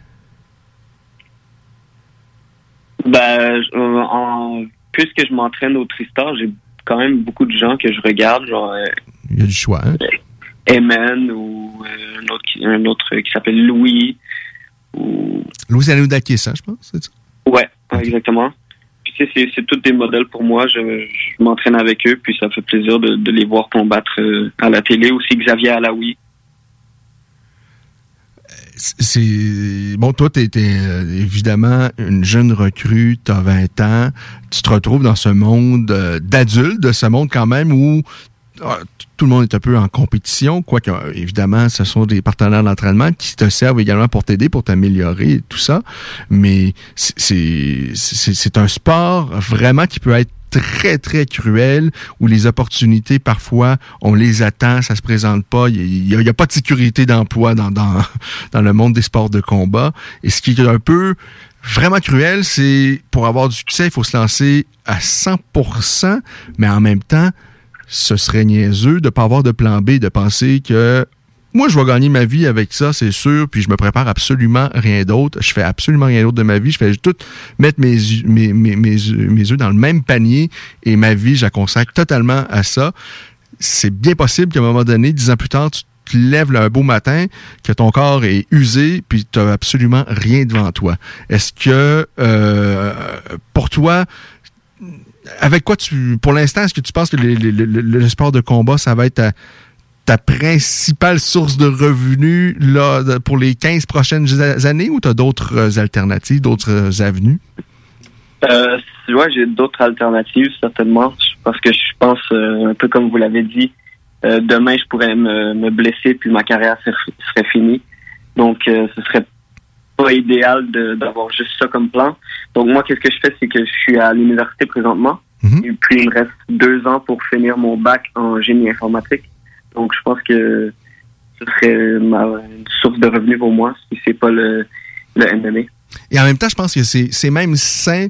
Puisque je m'entraîne au Tristar, j'ai quand même beaucoup de gens que je regarde, genre il y a du choix, hein? Emen ou un autre qui s'appelle Louis ou Louis Anoudakis, hein, je pense, c'est ça? Ouais, exactement. Puis, c'est tous des modèles pour moi. Je m'entraîne avec eux, puis ça fait plaisir de les voir combattre à la télé. Aussi Xavier Alaoui. Bon, toi, t'es évidemment une jeune recrue, t'as 20 ans, tu te retrouves dans ce monde d'adultes, de ce monde quand même où tout le monde est un peu en compétition, quoique évidemment ce sont des partenaires d'entraînement qui te servent également pour t'aider, pour t'améliorer et tout ça, mais c'est un sport vraiment qui peut être très, très cruel, où les opportunités, parfois, on les attend, ça se présente pas, il y a pas de sécurité d'emploi dans le monde des sports de combat. Et ce qui est un peu vraiment cruel, c'est pour avoir du succès, il faut se lancer à 100%, mais en même temps, ce serait niaiseux de pas avoir de plan B, de penser que moi, je vais gagner ma vie avec ça, c'est sûr, puis je me prépare absolument rien d'autre. Je fais absolument rien d'autre de ma vie. Je fais tout mettre mes œufs dans le même panier et ma vie, je la consacre totalement à ça. C'est bien possible qu'à un moment donné, 10 ans plus tard, tu te lèves là, un beau matin, que ton corps est usé, puis tu n'as absolument rien devant toi. Est-ce que, pour toi, avec quoi pour l'instant, est-ce que tu penses que le sport de combat, ça va être ta principale source de revenus là, pour les 15 prochaines années, ou tu as d'autres alternatives, d'autres avenues? Ouais, j'ai d'autres alternatives, certainement, parce que je pense, un peu comme vous l'avez dit, demain, je pourrais me blesser, puis ma carrière serait finie. Donc, ce serait pas idéal d'avoir juste ça comme plan. Donc, moi, qu'est-ce que je fais, c'est que je suis à l'université présentement, et puis il me reste 2 ans pour finir mon bac en génie informatique. Donc, je pense que ce serait une source de revenus pour moi si c'est pas le MMA. Et en même temps, je pense que c'est même sain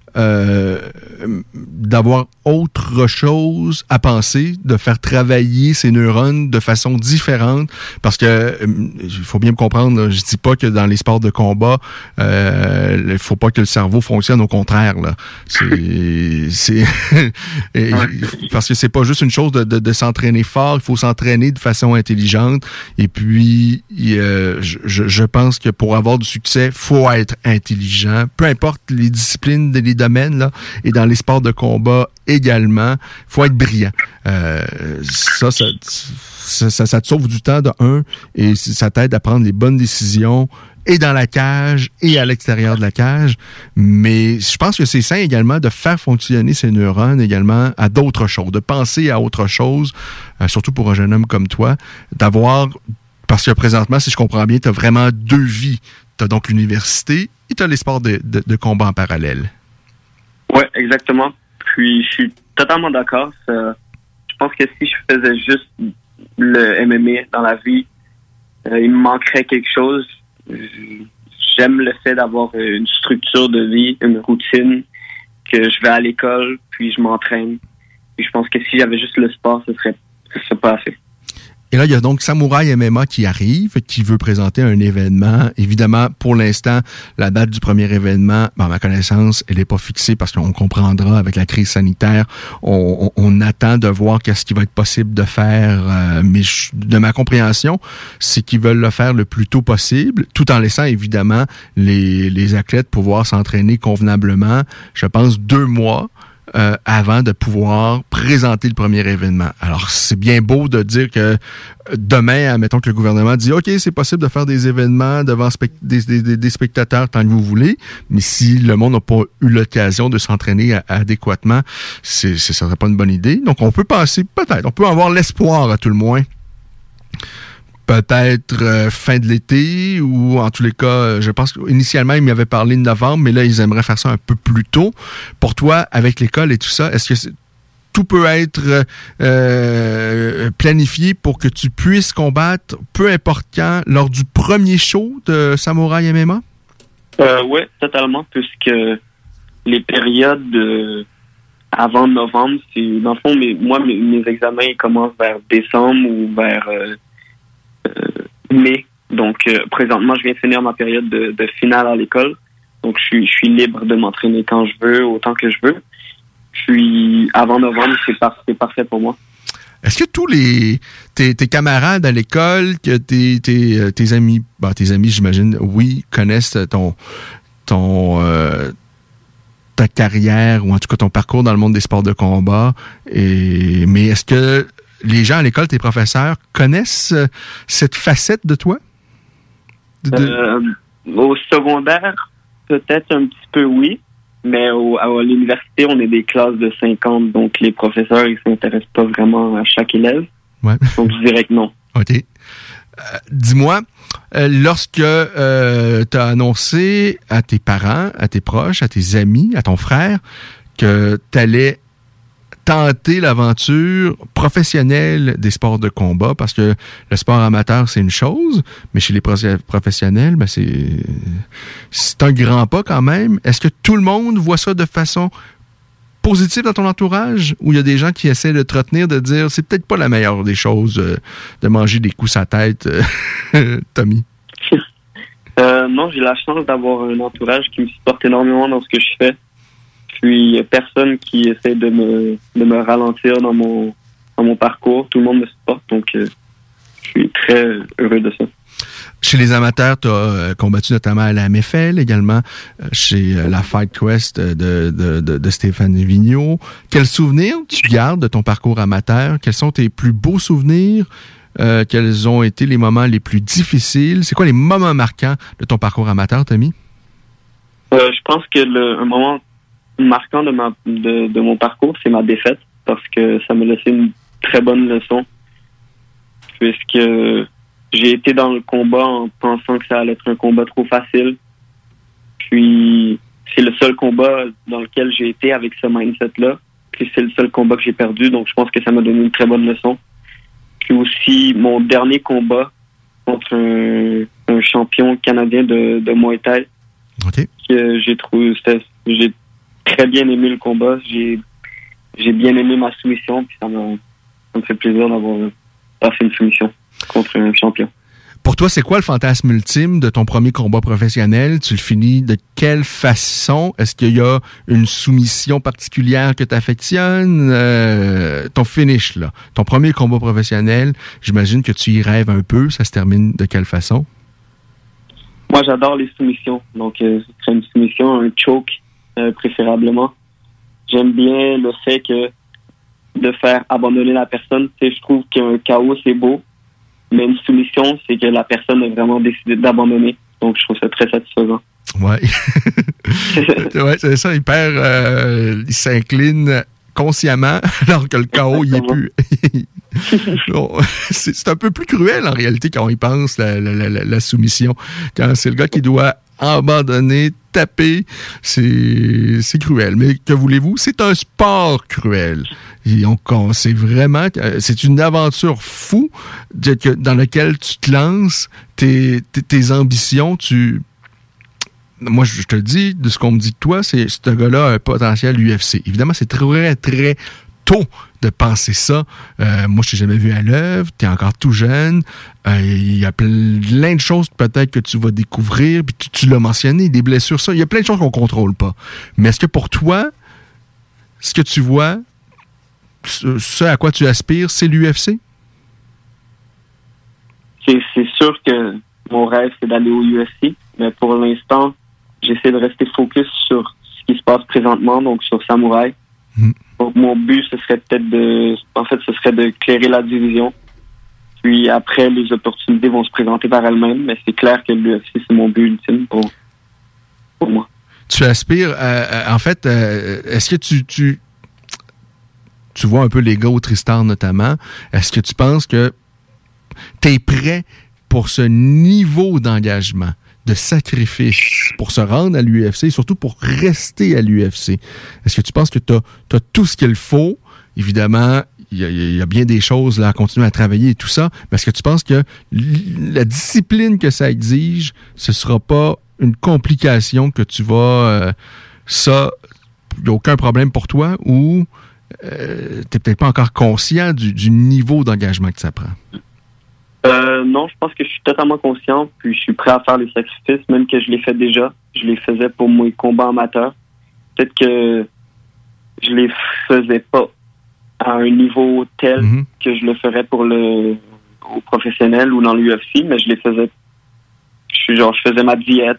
d'avoir autre chose à penser, de faire travailler ses neurones de façon différente, parce que il faut bien me comprendre, là, je dis pas que dans les sports de combat il faut pas que le cerveau fonctionne, au contraire là. C'est parce que c'est pas juste une chose de s'entraîner fort, il faut s'entraîner de façon intelligente, et puis je pense que pour avoir du succès, faut être intelligent, peu importe les disciplines, les domaines là, et dans les sports de combat également, faut être brillant. Ça te sauve du temps de un, et ça t'aide à prendre les bonnes décisions et dans la cage et à l'extérieur de la cage. Mais je pense que c'est sain également de faire fonctionner ses neurones également à d'autres choses, de penser à autre chose, surtout pour un jeune homme comme toi, parce que présentement, si je comprends bien, tu as vraiment 2 vies. Tu as donc l'université et tu as les sports de combat en parallèle. Oui, exactement. Puis, je suis totalement d'accord. Je pense que si je faisais juste le MMA dans la vie, il me manquerait quelque chose. J'aime le fait d'avoir une structure de vie, une routine, que je vais à l'école, puis je m'entraîne. Puis je pense que si j'avais juste le sport, ce serait pas assez. Et là, il y a donc Samouraï MMA qui arrive, qui veut présenter un événement. Évidemment, pour l'instant, la date du premier événement, à ma connaissance, elle n'est pas fixée, parce qu'on comprendra avec la crise sanitaire. On attend de voir qu'est-ce qui va être possible de faire. Mais de ma compréhension, c'est qu'ils veulent le faire le plus tôt possible, tout en laissant évidemment les athlètes pouvoir s'entraîner convenablement. Je pense 2 mois. Avant de pouvoir présenter le premier événement. Alors, c'est bien beau de dire que demain, admettons que le gouvernement dit « OK, c'est possible de faire des événements devant des spectateurs tant que vous voulez », mais si le monde n'a pas eu l'occasion de s'entraîner adéquatement, ça serait pas une bonne idée. Donc, on peut penser, peut-être, on peut avoir l'espoir à tout le moins. Peut-être fin de l'été, ou en tous les cas, je pense qu'initialement, ils m'avaient parlé de novembre, mais là, ils aimeraient faire ça un peu plus tôt. Pour toi, avec l'école et tout ça, est-ce que tout peut être planifié pour que tu puisses combattre, peu importe quand, lors du premier show de Samouraï MMA? Oui, totalement, puisque les périodes avant novembre, c'est, dans le fond, mes examens ils commencent vers décembre ou vers mai. Donc, présentement, je viens de finir ma période de finale à l'école. Donc, je suis libre de m'entraîner quand je veux, autant que je veux. Puis, avant novembre, c'est parfait pour moi. Est-ce que tous tes camarades à l'école, que tes amis, j'imagine, oui, connaissent ta carrière, ou en tout cas ton parcours dans le monde des sports de combat, mais est-ce que les gens à l'école, tes professeurs, connaissent cette facette de toi? Au secondaire, peut-être un petit peu oui, mais à l'université, on est des classes de 50, donc les professeurs, ils s'intéressent pas vraiment à chaque élève. Ouais. Donc, je dirais que non. OK. Dis-moi, lorsque tu as annoncé à tes parents, à tes proches, à tes amis, à ton frère, que tu allais tenter l'aventure professionnelle des sports de combat, parce que le sport amateur, c'est une chose, mais chez les professionnels, c'est un grand pas quand même. Est-ce que tout le monde voit ça de façon positif dans ton entourage, ou il y a des gens qui essaient de te retenir, de dire c'est peut-être pas la meilleure des choses de manger des coups à tête, Tommy? Non, j'ai la chance d'avoir un entourage qui me supporte énormément dans ce que je fais. Puis il n'y a personne qui essaie de me ralentir dans mon parcours. Tout le monde me supporte, donc je suis très heureux de ça. Chez les amateurs, tu as combattu notamment à la MFL, également chez la Fight Quest de Stéphane Vigneault. Quels souvenirs tu gardes de ton parcours amateur? Quels sont tes plus beaux souvenirs? Quels ont été les moments les plus difficiles? C'est quoi les moments marquants de ton parcours amateur, Tommy? Je pense que un moment marquant de mon parcours, c'est ma défaite, parce que ça m'a laissé une très bonne leçon, puisque j'ai été dans le combat en pensant que ça allait être un combat trop facile. Puis c'est le seul combat dans lequel j'ai été avec ce mindset-là. Puis c'est le seul combat que j'ai perdu, donc je pense que ça m'a donné une très bonne leçon. Puis aussi, mon dernier combat contre un champion canadien de Muay Thai. Okay. Que j'ai très bien aimé le combat. J'ai bien aimé ma soumission, puis ça me fait plaisir d'avoir passé une soumission contre un champion. Pour toi, c'est quoi le fantasme ultime de ton premier combat professionnel? Tu le finis de quelle façon? Est-ce qu'il y a une soumission particulière que tu affectionnes? Ton finish, là, ton premier combat professionnel, j'imagine que tu y rêves un peu. Ça se termine de quelle façon? Moi, j'adore les soumissions. Donc, ce serait une soumission, un choke, préférablement. J'aime bien le fait que de faire abandonner la personne. Tu sais, je trouve qu'un KO, c'est beau. Mais une soumission, c'est que la personne a vraiment décidé d'abandonner. Donc, je trouve ça très satisfaisant. Ouais. Ouais, c'est ça. Il s'incline consciemment alors que le KO, il est plus... c'est un peu plus cruel, en réalité, quand on y pense, la soumission. Quand c'est le gars qui doit abandonner, taper, c'est cruel. Mais que voulez-vous? C'est un sport cruel. Et c'est vraiment... C'est une aventure fou dans laquelle tu te lances, tes ambitions, Moi, je te le dis, de ce qu'on me dit de toi, c'est ce gars-là a un potentiel UFC. Évidemment, c'est très, très tôt de penser ça. Moi, je t'ai jamais vu à l'œuvre, t'es encore tout jeune. Il y a plein de choses peut-être que tu vas découvrir, puis tu l'as mentionné, des blessures, ça. Il y a plein de choses qu'on contrôle pas. Mais est-ce que pour toi, ce que tu vois, ce à quoi tu aspires, c'est l'UFC? C'est sûr que mon rêve, c'est d'aller au UFC, mais pour l'instant, j'essaie de rester focus sur ce qui se passe présentement, donc sur Samouraï. Donc, mon but, ce serait peut-être de clairer la division. Puis après, les opportunités vont se présenter par elles-mêmes, mais c'est clair que l'UFC, c'est mon but ultime pour moi. Tu aspires, en fait, est-ce que tu vois un peu les gars au Tristar notamment, est-ce que tu penses que tu es prêt pour ce niveau d'engagement, de sacrifice, pour se rendre à l'UFC et surtout pour rester à l'UFC? Est-ce que tu penses que tu as tout ce qu'il faut? Évidemment, il y a bien des choses là, à continuer à travailler et tout ça, mais est-ce que tu penses que la discipline que ça exige, ce sera pas une complication que tu vas... il n'y a aucun problème pour toi ou tu n'es peut-être pas encore conscient du niveau d'engagement que ça prend? Non, je pense que je suis totalement conscient, puis je suis prêt à faire les sacrifices, même que je les fais déjà. Je les faisais pour mes combats amateurs. Peut-être que je les faisais pas à un niveau tel que je le ferais au professionnel ou dans l'UFC, mais je les faisais. Je faisais ma diète,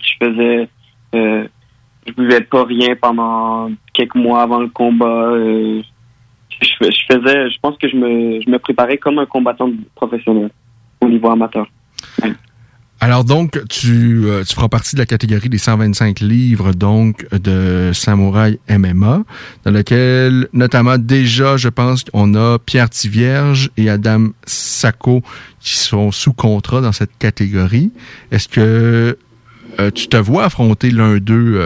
je buvais pas rien pendant quelques mois avant le combat. Je pense que je me préparais comme un combattant professionnel au niveau amateur. Ouais. Alors donc, tu feras partie de la catégorie des 125 livres donc de Samouraï MMA, dans laquelle notamment déjà, je pense qu'on a Pierre Thivierge et Adam Sacco qui sont sous contrat dans cette catégorie. Est-ce que tu te vois affronter l'un d'eux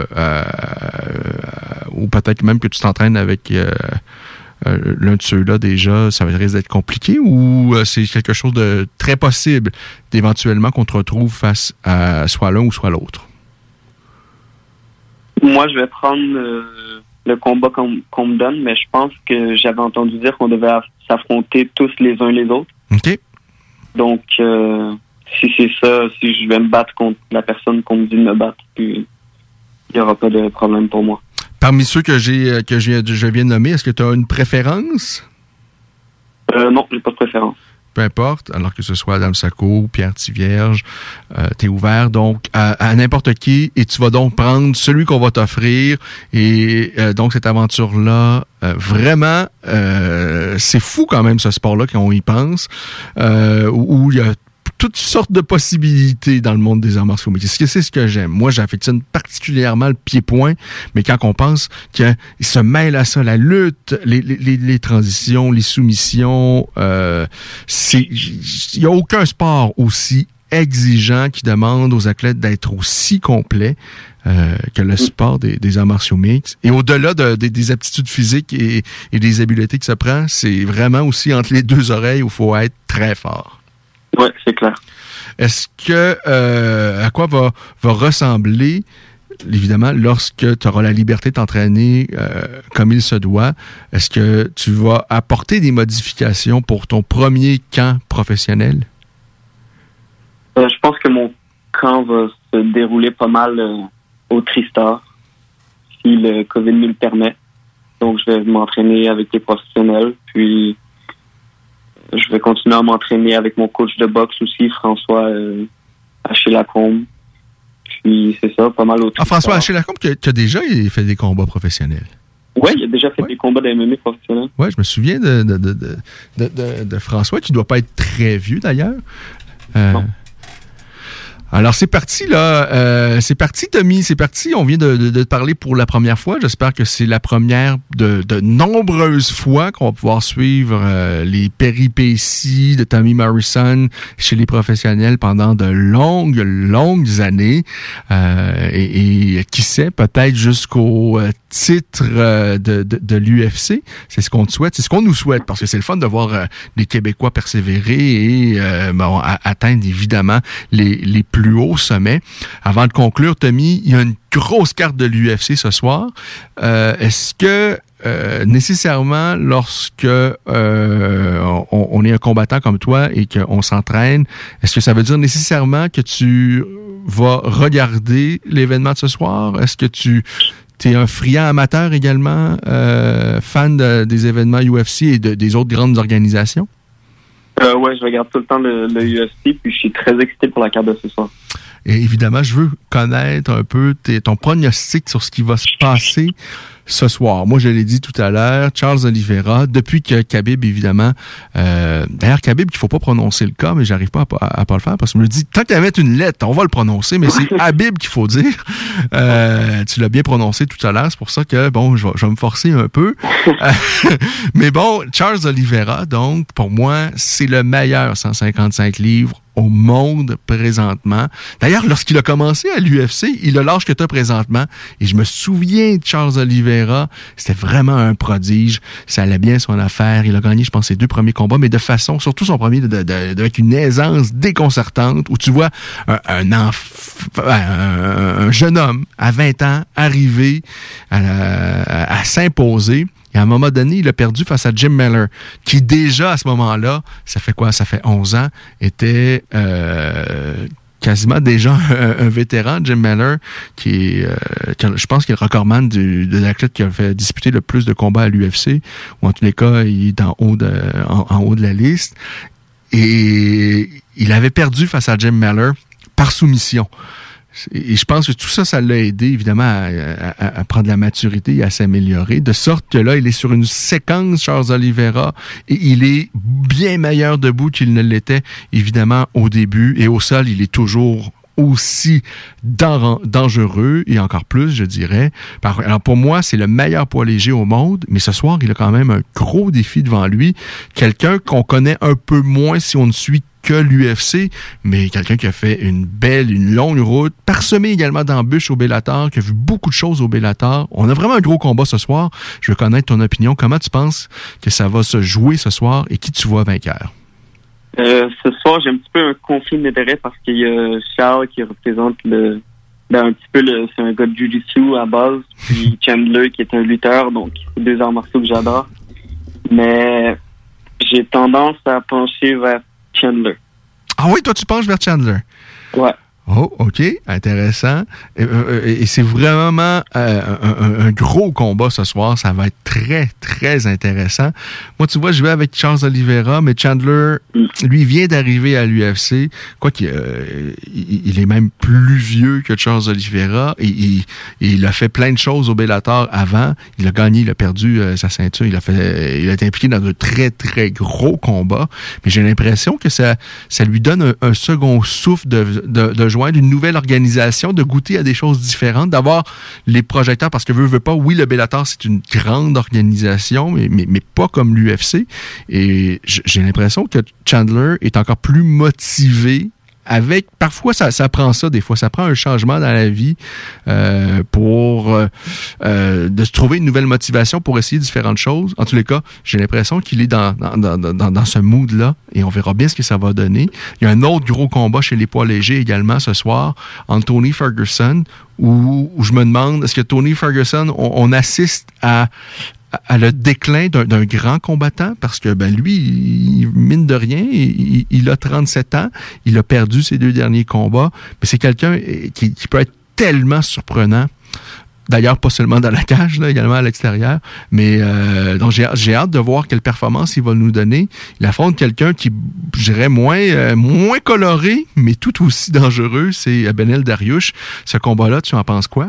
ou peut-être même que tu t'entraînes avec l'un de ceux-là déjà, ça risque d'être compliqué ou c'est quelque chose de très possible d'éventuellement qu'on te retrouve face à soit l'un ou soit l'autre? Moi, je vais prendre le combat qu'on me donne, mais je pense que j'avais entendu dire qu'on devait s'affronter tous les uns les autres. OK. Donc, si c'est ça, si je vais me battre contre la personne qu'on me dit de me battre, puis il n'y aura pas de problème pour moi. Parmi ceux que je viens de nommer, est-ce que tu as une préférence? Non, j'ai pas de préférence. Peu importe, alors que ce soit Adam Sacco, Pierre Thivierge, t'es ouvert donc à n'importe qui et tu vas donc prendre celui qu'on va t'offrir et donc cette aventure-là, vraiment, c'est fou quand même ce sport-là quand on y pense, où il y a toutes sortes de possibilités dans le monde des arts martiaux mixtes. C'est ce que j'aime. Moi, j'affectionne particulièrement le pied-point, mais quand on pense qu'il se mêle à ça, la lutte, les transitions, les soumissions, il y a aucun sport aussi exigeant qui demande aux athlètes d'être aussi complets que le sport des arts martiaux mixtes. Et au-delà des aptitudes physiques et des habiletés que ça prend, c'est vraiment aussi entre les deux oreilles où il faut être très fort. Oui, c'est clair. Est-ce que à quoi va ressembler, évidemment, lorsque tu auras la liberté de t'entraîner comme il se doit, est-ce que tu vas apporter des modifications pour ton premier camp professionnel? Je pense que mon camp va se dérouler pas mal au Tristar, si le COVID me le permet. Donc, je vais m'entraîner avec les professionnels, puis je vais continuer à m'entraîner avec mon coach de boxe aussi, François Haché-Lacombe. Puis c'est ça, pas mal autre. Ah, François Haché-Lacombe qui a déjà fait des combats professionnels. Oui, il a déjà fait des combats d'MMA professionnels. Oui, je me souviens de François, qui ne doit pas être très vieux d'ailleurs. Non. Alors, c'est parti, là. C'est parti, Tommy. C'est parti. On vient de te parler pour la première fois. J'espère que c'est la première de nombreuses fois qu'on va pouvoir suivre les péripéties de Tommy Morrison chez les professionnels pendant de longues années. Et qui sait, peut-être jusqu'au titre de l'UFC. C'est ce qu'on te souhaite. C'est ce qu'on nous souhaite, parce que c'est le fun de voir les Québécois persévérer et atteindre, évidemment, les plus hauts sommets. Avant de conclure, Tommy, il y a une grosse carte de l'UFC ce soir. Est-ce que nécessairement, lorsque on est un combattant comme toi et qu'on s'entraîne, est-ce que ça veut dire nécessairement que tu vas regarder l'événement de ce soir? Est-ce que tu es un friand amateur également, fan des événements UFC et des autres grandes organisations? Ouais, je regarde tout le temps le UFC, puis je suis très excité pour la carte de ce soir. Et évidemment, je veux connaître un peu ton pronostic sur ce qui va se passer ce soir. Moi, je l'ai dit tout à l'heure, Charles Oliveira, depuis que Khabib, évidemment, d'ailleurs, Khabib, qu'il faut pas prononcer le cas, mais j'arrive pas à pas le faire, parce que je me dis, tant qu'à mettre une lettre, on va le prononcer, mais c'est Habib qu'il faut dire. Tu l'as bien prononcé tout à l'heure, c'est pour ça que, bon, je vais me forcer un peu. Mais bon, Charles Oliveira, donc, pour moi, c'est le meilleur 155 livres au monde présentement. D'ailleurs, lorsqu'il a commencé à l'UFC, il a l'âge que tu as présentement. Et je me souviens de Charles Oliveira. C'était vraiment un prodige. Ça allait bien son affaire. Il a gagné, je pense, ses 2 premiers combats, mais de façon, surtout son premier, avec une aisance déconcertante, où tu vois un jeune homme à 20 ans arriver à s'imposer. Et à un moment donné, il a perdu face à Jim Miller, qui déjà, à ce moment-là, ça fait quoi? Ça fait 11 ans, était quasiment déjà un vétéran, Jim Miller, qui est, je pense qu'il est le recordman de l'athlète qui a fait disputer le plus de combats à l'UFC, ou en tous les cas, il est en haut de la liste. Et il avait perdu face à Jim Miller par soumission. Et je pense que tout ça, ça l'a aidé, évidemment, à prendre la maturité et à s'améliorer, de sorte que là, il est sur une séquence, Charles Oliveira, et il est bien meilleur debout qu'il ne l'était, évidemment, au début. Et au sol, il est toujours aussi dangereux, et encore plus, je dirais. Alors, pour moi, c'est le meilleur poids léger au monde, mais ce soir, il a quand même un gros défi devant lui. Quelqu'un qu'on connaît un peu moins si on ne suit que l'UFC, mais quelqu'un qui a fait une longue route, parsemé également d'embûches au Bellator, qui a vu beaucoup de choses au Bellator. On a vraiment un gros combat ce soir. Je veux connaître ton opinion. Comment tu penses que ça va se jouer ce soir et qui tu vois vainqueur? Ce soir, j'ai un petit peu un conflit d'intérêt parce qu'il y a Charles qui représente le un petit peu, c'est un gars de Jiu-Jitsu à base. Puis Chandler, qui est un lutteur, donc c'est 2 arts martiaux que j'adore. Mais j'ai tendance à pencher vers Chandler. Ah oui, toi, tu penches vers Chandler? Ouais. Oh, OK. Intéressant. Et c'est vraiment un gros combat ce soir. Ça va être très, très intéressant. Moi, tu vois, je vais avec Charles Oliveira, mais Chandler, lui, vient d'arriver à l'UFC. Quoi qu'il il est même plus vieux que Charles Oliveira. Et il a fait plein de choses au Bellator avant. Il a gagné, il a perdu sa ceinture. Il a été impliqué dans de très, très gros combats. Mais j'ai l'impression que ça lui donne un second souffle de joindre une nouvelle organisation, de goûter à des choses différentes, d'avoir les projecteurs, parce que veut pas, oui, le Bellator, c'est une grande organisation, mais pas comme l'UFC. Et j'ai l'impression que Chandler est encore plus motivé avec, parfois, ça prend ça, des fois, ça prend un changement dans la vie pour de se trouver une nouvelle motivation pour essayer différentes choses. En tous les cas, j'ai l'impression qu'il est dans ce mood-là et on verra bien ce que ça va donner. Il y a un autre gros combat chez les poids légers également ce soir, entre Tony Ferguson, où je me demande, est-ce que Tony Ferguson, on assiste à le déclin d'un grand combattant, parce que lui, mine de rien, il a 37 ans, il a perdu ses 2 derniers combats, mais c'est quelqu'un qui peut être tellement surprenant. D'ailleurs, pas seulement dans la cage, là, également à l'extérieur. Mais donc j'ai hâte de voir quelle performance il va nous donner. Il affronte quelqu'un qui, je dirais, moins coloré, mais tout aussi dangereux, c'est Benel Dariush. Ce combat-là, tu en penses quoi?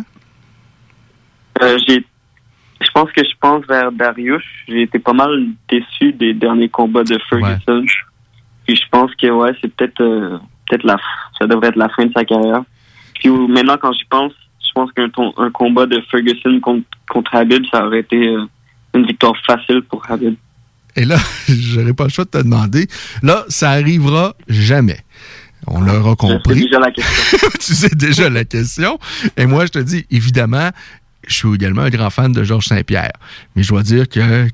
Je pense vers Dariush. J'ai été pas mal déçu des derniers combats de Ferguson. Ouais. Puis je pense que c'est peut-être ça devrait être la fin de sa carrière. Puis maintenant, quand j'y pense, je pense qu'un combat de Ferguson contre Habib, ça aurait été une victoire facile pour Habib. Et là, j'aurais pas le choix de te demander. Là, ça arrivera jamais. On l'aura compris. C'est déjà la question. Tu sais déjà la question. Et moi, je te dis, évidemment, je suis également un grand fan de Georges Saint-Pierre. Mais je dois dire que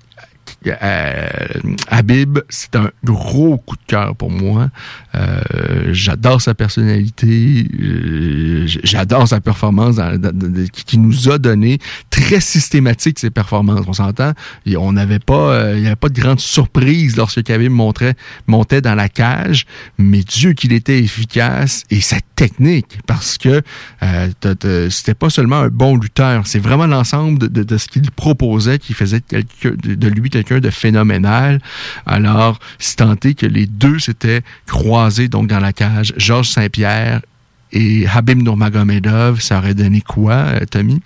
Habib, c'est un gros coup de cœur pour moi. J'adore sa personnalité, j'adore sa performance qui nous a donné, très systématique ses performances, on s'entend. Et on n'avait pas, il n'y avait pas de grande surprise lorsque Habib montait dans la cage, mais Dieu qu'il était efficace, et sa technique, parce que c'était pas seulement un bon lutteur, c'est vraiment l'ensemble de ce qu'il proposait qui faisait de lui quelqu'un de phénoménal. Alors, c'est tenté que les deux s'étaient croisés donc dans la cage, Georges Saint-Pierre et Habib Nurmagomedov, ça aurait donné quoi, Tommy?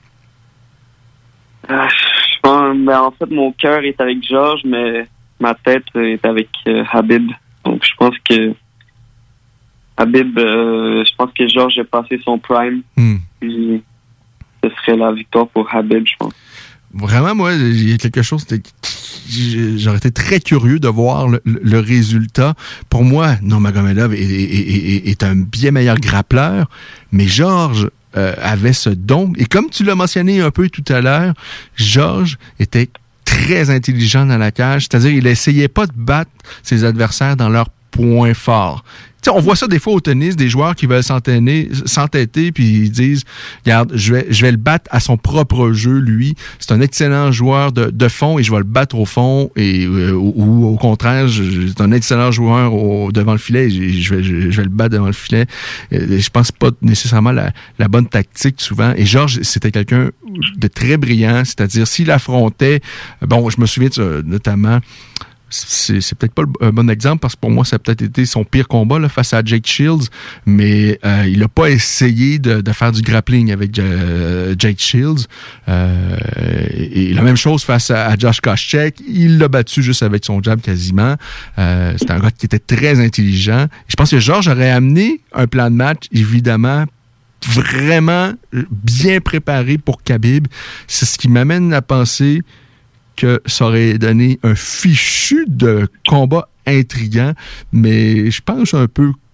Je pense, en fait, mon cœur est avec Georges, mais ma tête est avec Habib. Donc, je pense que Habib, je pense que Georges a passé son prime. Puis, ce serait la victoire pour Habib, je pense. Vraiment, moi, il y a quelque chose j'aurais été très curieux de voir le résultat. Pour moi, Nurmagomedov est un bien meilleur grappleur, mais Georges avait ce don. Et comme tu l'as mentionné un peu tout à l'heure, Georges était très intelligent dans la cage, c'est-à-dire il essayait pas de battre ses adversaires dans leurs points forts. T'sais, on voit ça des fois au tennis, des joueurs qui veulent s'entêter puis ils disent, regarde, je vais le battre à son propre jeu, lui. C'est un excellent joueur de fond et je vais le battre au fond, et ou au contraire, c'est un excellent joueur devant le filet et je vais le battre devant le filet. Je pense pas nécessairement la bonne tactique souvent. Et Georges, c'était quelqu'un de très brillant, c'est-à-dire s'il affrontait, bon, je me souviens notamment, c'est peut-être pas un bon exemple parce que pour moi, ça a peut-être été son pire combat là, face à Jake Shields, mais il n'a pas essayé de faire du grappling avec Jake Shields. Et la même chose face à Josh Koscheck. Il l'a battu juste avec son jab quasiment. C'était un gars qui était très intelligent. Je pense que Georges aurait amené un plan de match, évidemment, vraiment bien préparé pour Khabib. C'est ce qui m'amène à penser que ça aurait donné un fichu de combat intriguant, mais je pense un peu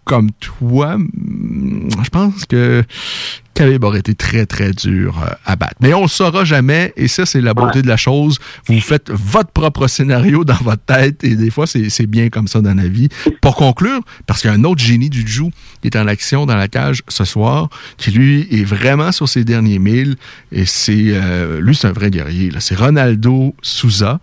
comme toi, je pense que Khabib aurait été très, très dur à battre. Mais on ne le saura jamais, et ça, c'est la beauté de la chose. Vous faites votre propre scénario dans votre tête, et des fois, c'est bien comme ça dans la vie. Pour conclure, parce qu'il y a un autre génie du jiu qui est en action dans la cage ce soir, qui, lui, est vraiment sur ses derniers milles, et lui, c'est un vrai guerrier, là. C'est Ronaldo Souza.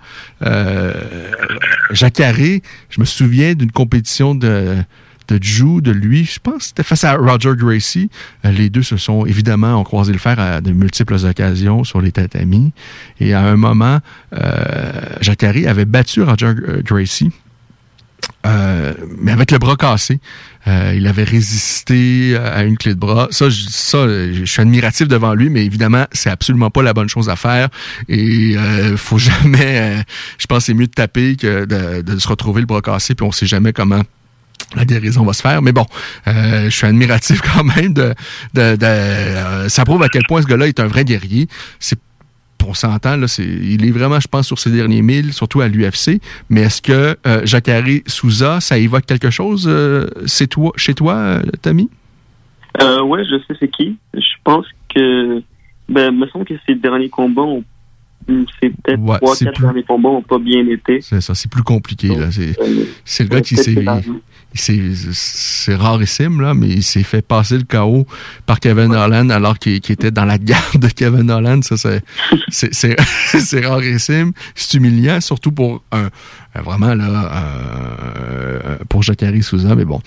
Jacare, je me souviens d'une compétition de jiu de lui, je pense que c'était face à Roger Gracie. Les deux ont croisé le fer à de multiples occasions sur les tatamis. Et à un moment, Jacare avait battu Roger Gracie, mais avec le bras cassé. Il avait résisté à une clé de bras. Je suis admiratif devant lui, mais évidemment, c'est absolument pas la bonne chose à faire. Et faut jamais... je pense que c'est mieux de taper que de se retrouver le bras cassé, puis on sait jamais comment la guérison va se faire. Mais bon, je suis admiratif quand même ça prouve à quel point ce gars-là est un vrai guerrier. On s'entend, là, il est vraiment, je pense, sur ses derniers milles, surtout à l'UFC. Mais est-ce que Jacare Souza, ça évoque quelque chose chez toi, Tommy? Ouais, je sais c'est qui. Je pense que... il me semble que ses derniers combats c'est peut-être 3-4 derniers combats n'ont pas bien été. C'est ça, c'est plus compliqué. Donc, là. C'est le gars qui c'est rarissime, là, mais il s'est fait passer le KO par Kevin Holland alors qu'il était dans la garde de Kevin Holland. Ça, c'est rarissime. C'est humiliant, surtout pour vraiment là pour Jacare Souza, mais bon.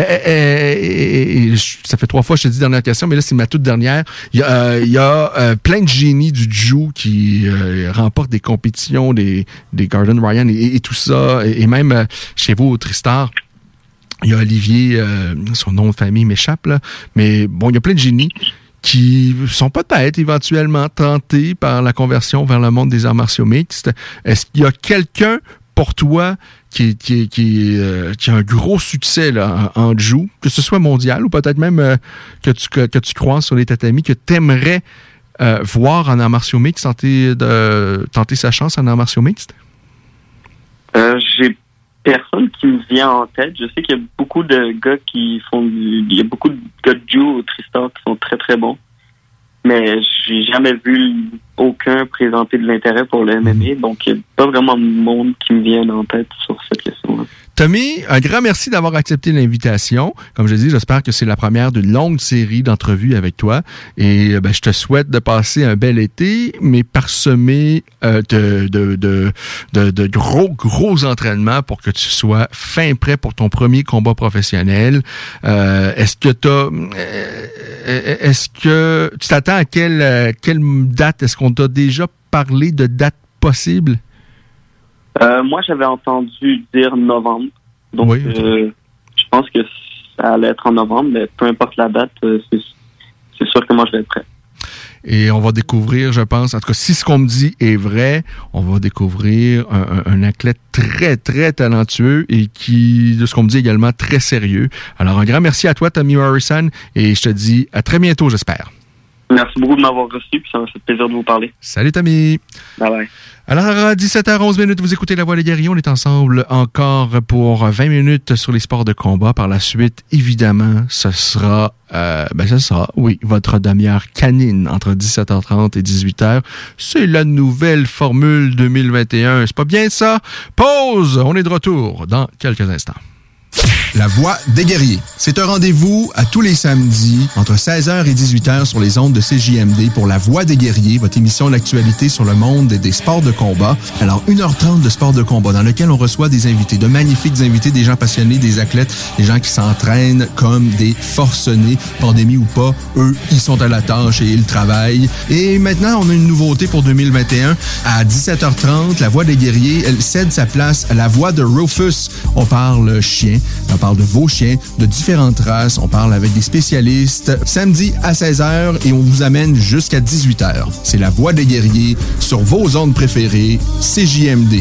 Ça fait 3 fois que je te dis dernière question, mais là c'est ma toute dernière. Il y a plein de génies du jiu qui remportent des compétitions, des Gordon Ryan et tout ça, et même chez vous au Tristar. Il y a Olivier, son nom de famille m'échappe, là, mais bon, il y a plein de génies qui sont peut-être éventuellement tentés par la conversion vers le monde des arts martiaux mixtes. Est-ce qu'il y a quelqu'un pour toi qui a un gros succès là, en jiu, que ce soit mondial ou peut-être même que tu croises sur les tatamis, que tu aimerais voir en arts martiaux mixtes, tenter sa chance en arts martiaux mixtes? J'ai personne qui me vient en tête. Je sais qu'il y a beaucoup de gars il y a beaucoup de gars de jiu au Tristar qui sont très très bons, mais j'ai jamais vu aucun présenter de l'intérêt pour le MMA, donc il n'y a pas vraiment de monde qui me vient en tête sur cette question-là. Tommy, un grand merci d'avoir accepté l'invitation. Comme je dis, j'espère que c'est la première d'une longue série d'entrevues avec toi. Et je te souhaite de passer un bel été, mais parsemé de gros entraînements pour que tu sois fin prêt pour ton premier combat professionnel. Est-ce que tu t'attends à quelle date? Est-ce qu'on t'a déjà parlé de date possible? Moi, j'avais entendu dire novembre. Donc, oui, je pense que ça allait être en novembre, mais peu importe la date, c'est sûr que moi, je vais être prêt. Et on va découvrir, je pense, en tout cas, si ce qu'on me dit est vrai, on va découvrir un athlète très, très talentueux et qui, de ce qu'on me dit également, très sérieux. Alors, un grand merci à toi, Tommy Morrison, et je te dis à très bientôt, j'espère. Merci beaucoup de m'avoir reçu, puis ça m'a fait plaisir de vous parler. Salut, Tommy. Bye bye. Alors, à 17h11, vous écoutez La Voix des Guerriers. On est ensemble encore pour 20 minutes sur les sports de combat. Par la suite, évidemment, ce sera, votre demi-heure canine entre 17h30 et 18h. C'est la nouvelle formule 2021. C'est pas bien ça? Pause! On est de retour dans quelques instants. La Voix des Guerriers. C'est un rendez-vous à tous les samedis entre 16h et 18h sur les ondes de CJMD pour La Voix des Guerriers, votre émission d'actualité sur le monde des sports de combat. Alors, 1h30 de sport de combat dans lequel on reçoit des invités, de magnifiques invités, des gens passionnés, des athlètes, des gens qui s'entraînent comme des forcenés, pandémie ou pas. Eux, ils sont à la tâche et ils travaillent. Et maintenant, on a une nouveauté pour 2021. À 17h30, La Voix des Guerriers, elle cède sa place à La Voix de Rufus. On parle chien. On parle de vos chiens, de différentes races. On parle avec des spécialistes. Samedi à 16h et on vous amène jusqu'à 18h. C'est La Voix des Guerriers sur vos ondes préférées, CJMD.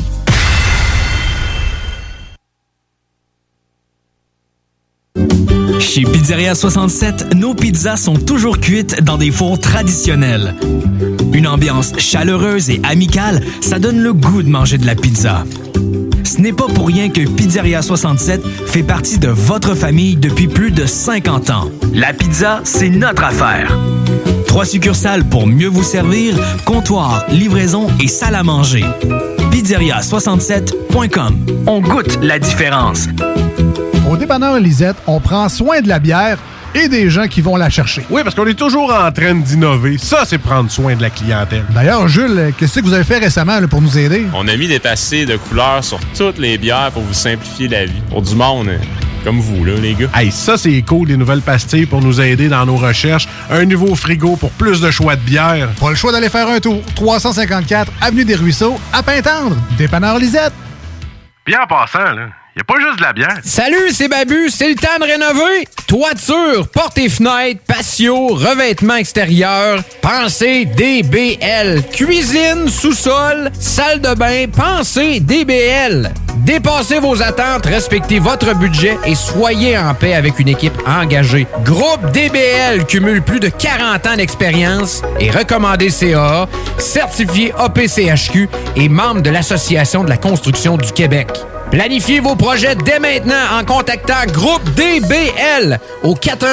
Chez Pizzeria 67, nos pizzas sont toujours cuites dans des fours traditionnels. Une ambiance chaleureuse et amicale, ça donne le goût de manger de la pizza. Ce n'est pas pour rien que Pizzeria 67 fait partie de votre famille depuis plus de 50 ans. La pizza, c'est notre affaire. 3 succursales pour mieux vous servir, comptoir, livraison et salle à manger. Pizzeria67.com. On goûte la différence. Au dépanneur Lisette, on prend soin de la bière et des gens qui vont la chercher. Oui, parce qu'on est toujours en train d'innover. Ça, c'est prendre soin de la clientèle. D'ailleurs, Jules, qu'est-ce que vous avez fait récemment là, pour nous aider? On a mis des passés de couleurs sur toutes les bières pour vous simplifier la vie. Pour du monde comme vous, là, les gars. Hey, ça, c'est cool, des nouvelles pastilles pour nous aider dans nos recherches. Un nouveau frigo pour plus de choix de bière. Pas le choix d'aller faire un tour. 354 Avenue des Ruisseaux, à Pintendre. Dépanneur Lisette. Bien en passant, là, y a pas juste de la bière. Salut, c'est Babu, c'est le temps de rénover. Toiture, portes et fenêtres, patio, revêtement extérieur. Pensez DBL. Cuisine, sous-sol, salle de bain, pensez DBL. Dépassez vos attentes, respectez votre budget et soyez en paix avec une équipe engagée. Groupe DBL cumule plus de 40 ans d'expérience et recommandé CAA, certifié APCHQ et membre de l'Association de la construction du Québec. Planifiez vos projets dès maintenant en contactant Groupe DBL au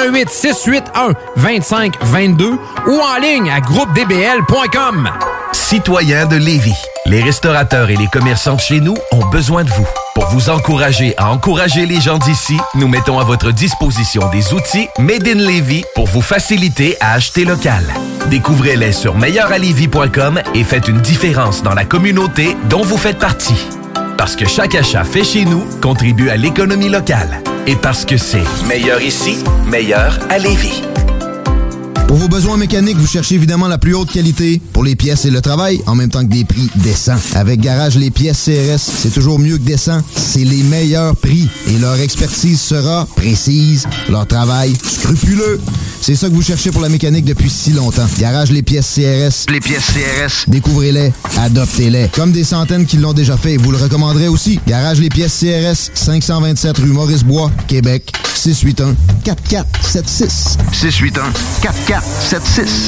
418-681-2522 ou en ligne à groupedbl.com. Citoyens de Lévis, les restaurateurs et les commerçants de chez nous ont besoin de vous. Pour vous encourager à encourager les gens d'ici, nous mettons à votre disposition des outils Made in Lévis pour vous faciliter à acheter local. Découvrez-les sur meilleuralevis.com et faites une différence dans la communauté dont vous faites partie. Parce que chaque achat fait chez nous contribue à l'économie locale. Et parce que c'est meilleur ici, meilleur à Lévis. Pour vos besoins mécaniques, vous cherchez évidemment la plus haute qualité pour les pièces et le travail, en même temps que des prix décents. Avec Garage Les Pièces CRS, c'est toujours mieux que décent. C'est les meilleurs prix et leur expertise sera précise, leur travail scrupuleux. C'est ça que vous cherchez pour la mécanique depuis si longtemps. Garage Les Pièces CRS. Les pièces CRS. Découvrez-les, adoptez-les. Comme des centaines qui l'ont déjà fait et vous le recommanderez aussi. Garage Les Pièces CRS, 527 rue Maurice-Bois, Québec, 681-4476. 681-4476.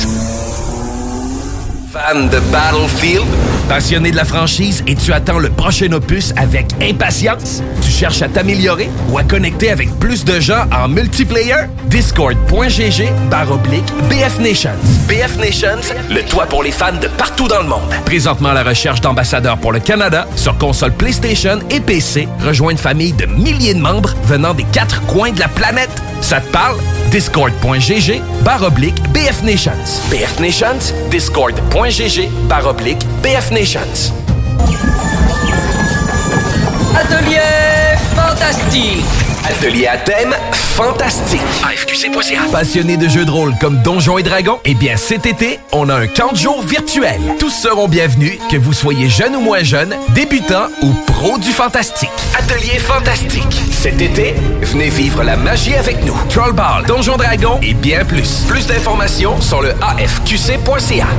Fan de Battlefield? Passionné de la franchise et tu attends le prochain opus avec impatience? Tu cherches à t'améliorer ou à connecter avec plus de gens en multiplayer? Discord.gg/BF Nations. BF Nations, le toit pour les fans de partout dans le monde. Présentement à la recherche d'ambassadeurs pour le Canada sur console PlayStation et PC. Rejoins une famille de milliers de membres venant des 4 coins de la planète. Ça te parle? Discord.gg/BF Nations. BF Nations, Discord.gg/BF Nations. Atelier fantastique. Atelier à thème fantastique. AFQC.ca. Passionné de jeux de rôle comme Donjons et Dragons? Eh bien, cet été, on a un camp de jour virtuel. Tous seront bienvenus, que vous soyez jeune ou moins jeune, débutant ou pro du fantastique. Atelier fantastique. Cet été, venez vivre la magie avec nous. Trollball, Donjons Dragons et bien plus. Plus d'informations sur le AFQC.ca.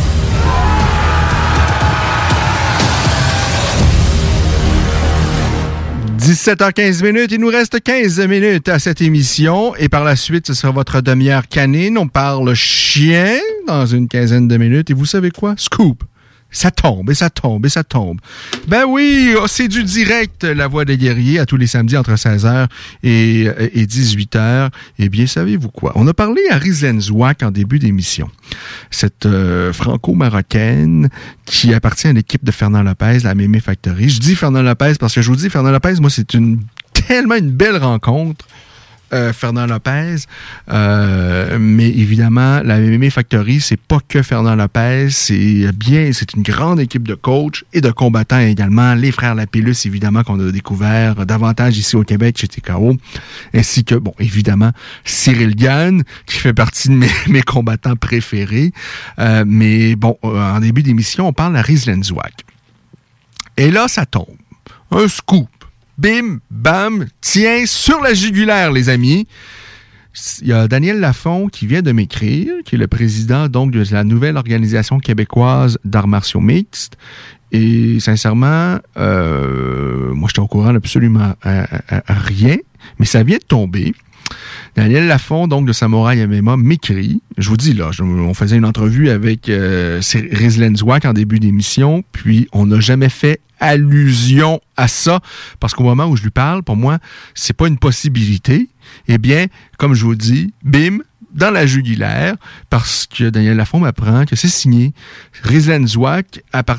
17h15, il nous reste 15 minutes à cette émission et par la suite, ce sera votre demi-heure canine. On parle chien dans une quinzaine de minutes et vous savez quoi? Scoop! Ça tombe, et ça tombe, et ça tombe. Ben oui, c'est du direct, La Voix des guerriers, à tous les samedis entre 16h et 18h. Eh bien, savez-vous quoi? On a parlé à Rhysène Zouak en début d'émission. Cette franco-marocaine qui appartient à l'équipe de Fernand Lopez, la Mémé Factory. Je dis Fernand Lopez parce que je vous dis, Fernand Lopez, moi, c'est tellement une belle rencontre. Fernand Lopez, mais évidemment, la MMA Factory, c'est pas que Fernand Lopez, c'est une grande équipe de coachs et de combattants également, les frères Lapillus, évidemment, qu'on a découvert davantage ici au Québec chez TKO, ainsi que, bon, évidemment, Cyril Gann, qui fait partie de mes combattants préférés, mais bon, en début d'émission, on parle à Rhysène Zouak. Et là, ça tombe. Un scoop. Bim, bam, tiens, sur la jugulaire, les amis. Il y a Daniel Lafont qui vient de m'écrire, qui est le président donc de la nouvelle organisation québécoise d'arts martiaux mixtes. Et sincèrement, moi, j'étais au courant d'absolument à rien, mais ça vient de tomber. Daniel Lafont, donc de Samouraï MMA, m'écrit. Je vous dis, là, on faisait une entrevue avec Rizlen Zouak en début d'émission, puis on n'a jamais fait allusion à ça, parce qu'au moment où je lui parle, pour moi, c'est pas une possibilité. Eh bien, comme je vous dis, bim, dans la jugulaire, parce que Daniel Lafont m'apprend que c'est signé. Rizlen Zouak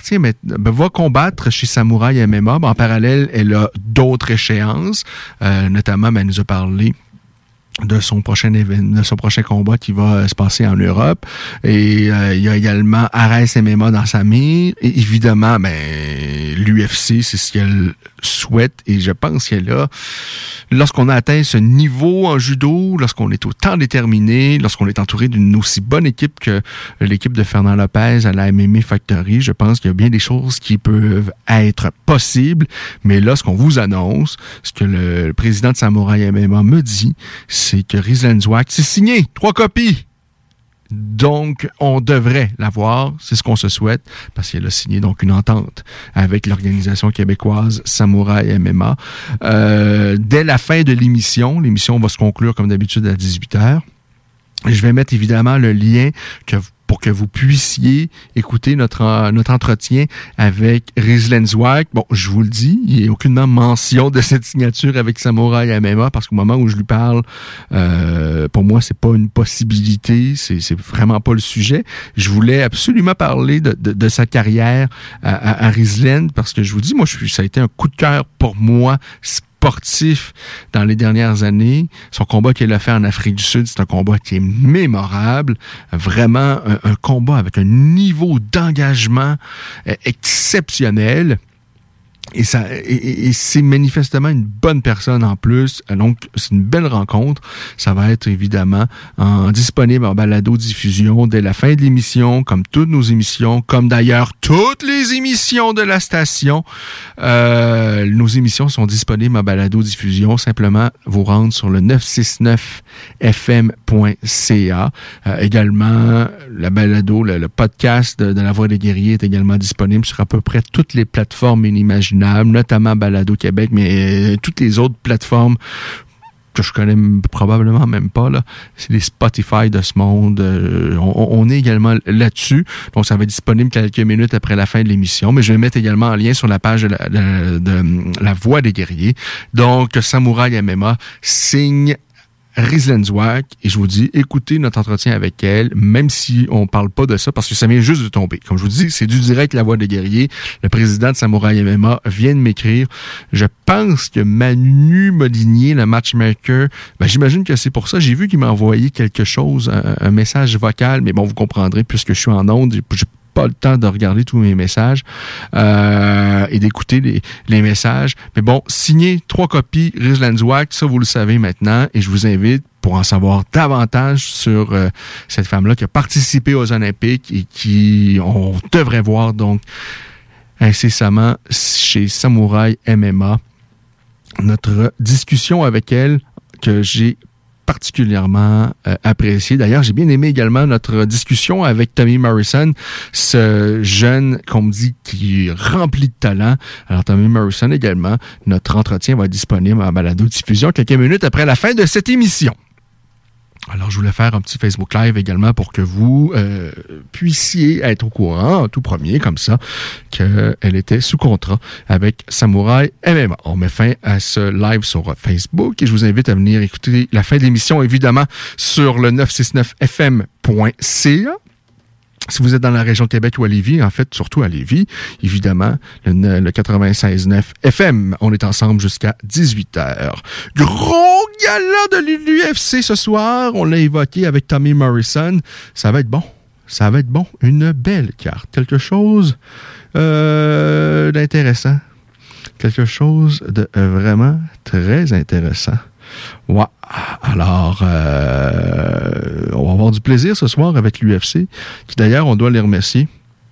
va combattre chez Samouraï MMA. En parallèle, elle a d'autres échéances. Notamment, elle nous a parlé de son prochain événement, de son prochain combat qui va se passer en Europe. Et il y a également Ares MMA dans sa mire. Et évidemment, l'UFC, c'est ce qu'elle souhaite. Et je pense qu'elle a, lorsqu'on a atteint ce niveau en judo, lorsqu'on est autant déterminé, lorsqu'on est entouré d'une aussi bonne équipe que l'équipe de Fernand Lopez à la MMA Factory, je pense qu'il y a bien des choses qui peuvent être possibles. Mais là, ce qu'on vous annonce, ce que le président de Samouraï MMA me dit, c'est que Rizlen Zouak, c'est signé, 3 copies. Donc, on devrait l'avoir, c'est ce qu'on se souhaite, parce qu'elle a signé donc une entente avec l'organisation québécoise Samouraï MMA. Dès la fin de l'émission va se conclure comme d'habitude à 18h. Je vais mettre évidemment le lien pour que vous puissiez écouter notre entretien avec Rizlen Zouak. Bon, je vous le dis, il n'y a aucunement mention de cette signature avec Samouraï MMA, parce qu'au moment où je lui parle, pour moi, c'est pas une possibilité, c'est vraiment pas le sujet. Je voulais absolument parler de sa carrière à Rizlen, parce que je vous dis, moi, ça a été un coup de cœur pour moi, sportif dans les dernières années. Son combat qu'elle a fait en Afrique du Sud, c'est un combat qui est mémorable. Vraiment un combat avec un niveau d'engagement exceptionnel. Et c'est manifestement une bonne personne en plus. Donc, c'est une belle rencontre. Ça va être évidemment disponible en balado-diffusion dès la fin de l'émission, comme toutes nos émissions, comme d'ailleurs toutes les émissions de la station. Nos émissions sont disponibles en balado-diffusion. Simplement, vous rendre sur le 969fm.ca. Également, la balado, le podcast de La Voix des Guerriers est également disponible sur à peu près toutes les plateformes inimaginables, notamment Balado Québec, mais toutes les autres plateformes que je connais probablement même pas, là, c'est les Spotify de ce monde. On est également là-dessus. Donc, ça va être disponible quelques minutes après la fin de l'émission, mais je vais mettre également en lien sur la page de La Voix des Guerriers. Donc, Samouraï MMA signe Rizlen Zouak, et je vous dis, écoutez notre entretien avec elle, même si on parle pas de ça, parce que ça vient juste de tomber. Comme je vous dis, c'est du direct La Voix des Guerriers. Le président de Samouraï MMA vient de m'écrire. Je pense que Manu Molinier, le matchmaker, j'imagine que c'est pour ça. J'ai vu qu'il m'a envoyé quelque chose, un message vocal, mais bon, vous comprendrez, puisque je suis en onde, j'ai pas le temps de regarder tous mes messages et d'écouter les messages. Mais bon, signez 3 copies Rizlen Zouak, ça vous le savez maintenant, et je vous invite pour en savoir davantage sur cette femme-là qui a participé aux Olympiques et qui on devrait voir donc incessamment chez Samouraï MMA. Notre discussion avec elle que j'ai particulièrement apprécié. D'ailleurs, j'ai bien aimé également notre discussion avec Tommy Morrison, ce jeune qu'on me dit qui est rempli de talent. Alors, Tommy Morrison également, notre entretien va être disponible en balado-diffusion quelques minutes après la fin de cette émission. Alors, je voulais faire un petit Facebook Live également pour que vous puissiez être au courant, tout premier, comme ça, qu'elle était sous contrat avec Samouraï MMA. On met fin à ce live sur Facebook et je vous invite à venir écouter la fin de l'émission, évidemment, sur le 969fm.ca. Si vous êtes dans la région de Québec ou à Lévis, en fait, surtout à Lévis, évidemment, le 96.9 FM. On est ensemble jusqu'à 18h. Gros gala de l'UFC ce soir. On l'a évoqué avec Tommy Morrison. Ça va être bon. Ça va être bon. Une belle carte. Quelque chose d'intéressant. Quelque chose de vraiment très intéressant. Ouais. Alors, on va avoir du plaisir ce soir avec l'UFC, qui d'ailleurs, on doit les remercier.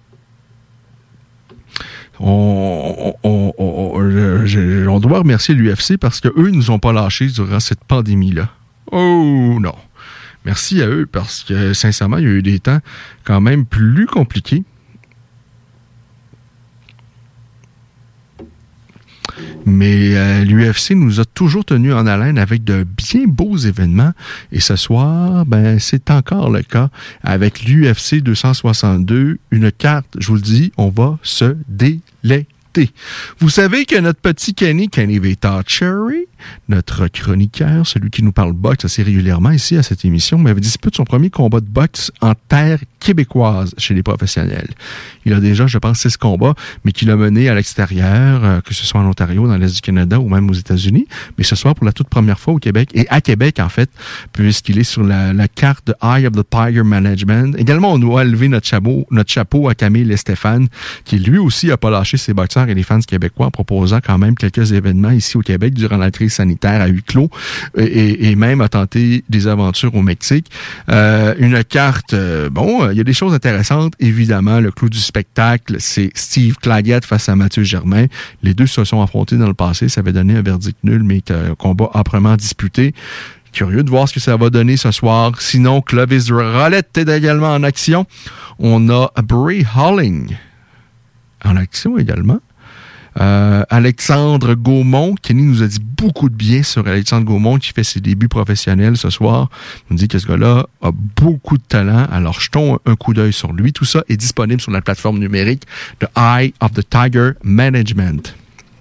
On doit remercier l'UFC parce qu'eux nous ont pas lâchés durant cette pandémie-là. Oh non! Merci à eux parce que, sincèrement, il y a eu des temps quand même plus compliqués. Mais l'UFC nous a toujours tenus en haleine avec de bien beaux événements. Et ce soir, ben c'est encore le cas avec l'UFC 262. Une carte, je vous le dis, on va se délecter. Vous savez que notre petit Kenny Vetar-Cherry, notre chroniqueur, celui qui nous parle boxe assez régulièrement ici à cette émission, m'avait disputé de son premier combat de boxe en terre québécoise chez les professionnels. Il a déjà, je pense, 6 combats, mais qu'il a mené à l'extérieur, que ce soit en Ontario, dans l'Est du Canada ou même aux États-Unis. Mais ce soir, pour la toute première fois au Québec, et à Québec, en fait, puisqu'il est sur la carte de Eye of the Tiger Management. Également, on doit lever notre chapeau à Camille et Stéphane, qui lui aussi a pas lâché ses boxeurs et les fans québécois en proposant quand même quelques événements ici au Québec durant la crise sanitaire à huis clos et même a tenté des aventures au Mexique. Une carte, il y a des choses intéressantes. Évidemment, le clou du spectacle, c'est Steve Claggett face à Mathieu Germain. Les deux se sont affrontés dans le passé. Ça avait donné un verdict nul, mais un combat âprement disputé. Curieux de voir ce que ça va donner ce soir. Sinon, Clovis Rolette est également en action. On a Bray Holling en action également. Alexandre Gaumont, Kenny nous a dit beaucoup de bien sur Alexandre Gaumont qui fait ses débuts professionnels ce soir. Il nous dit que ce gars-là a beaucoup de talent, alors jetons un coup d'œil sur lui. Tout ça est disponible sur la plateforme numérique de Eye of the Tiger Management.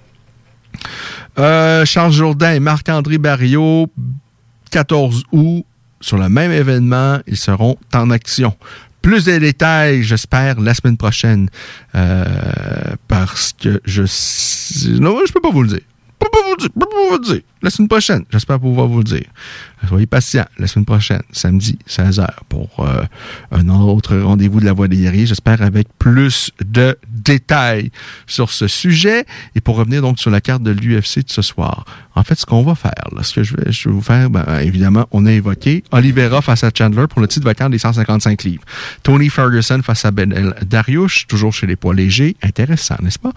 Charles Jourdain et Marc-André Barriot, 14 août, sur le même événement, ils seront en action. Plus de détails, j'espère, la semaine prochaine. Parce que non, je peux pas vous le dire. Je peux pas vous le dire. La semaine prochaine, j'espère pouvoir vous le dire. Soyez patients. La semaine prochaine, samedi, 16h, pour un autre rendez-vous de la Voix des guerriers. J'espère avec plus de détails sur ce sujet. Et pour revenir donc sur la carte de l'UFC de ce soir. En fait, ce qu'on va faire, là, ce que je vais vous faire, évidemment, on a évoqué Oliveira face à Chandler pour le titre vacant des 155 livres. Tony Ferguson face à Benel Dariush, toujours chez les poids légers. Intéressant, n'est-ce pas?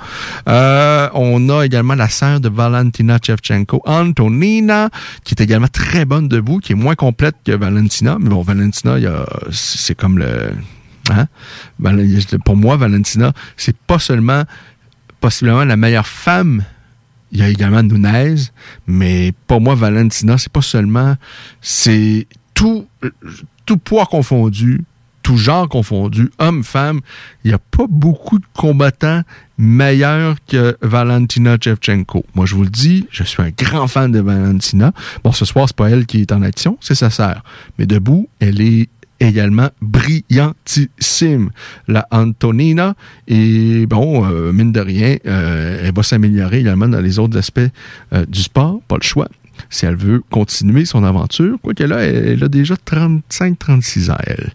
On a également la sœur de Valentina Shevchenko, Antonina, qui est également très bonne debout, qui est moins complète que Valentina. Mais bon, Valentina, c'est comme le... Hein? Pour moi, Valentina, c'est pas seulement possiblement la meilleure femme. Il y a également Nunez, mais pour moi, Valentina, c'est pas seulement... C'est tout poids confondu, tout genre confondu, homme, femme. Il n'y a pas beaucoup de combattants meilleurs que Valentina Shevchenko. Moi, je vous le dis, je suis un grand fan de Valentina. Bon, ce soir, c'est pas elle qui est en action, c'est sa sœur. Mais debout, elle est également brillantissime, la Antonina. Et bon, mine de rien, elle va s'améliorer également dans les autres aspects du sport, pas le choix. Si elle veut continuer son aventure, quoique là, elle a déjà 35-36 ans, elle.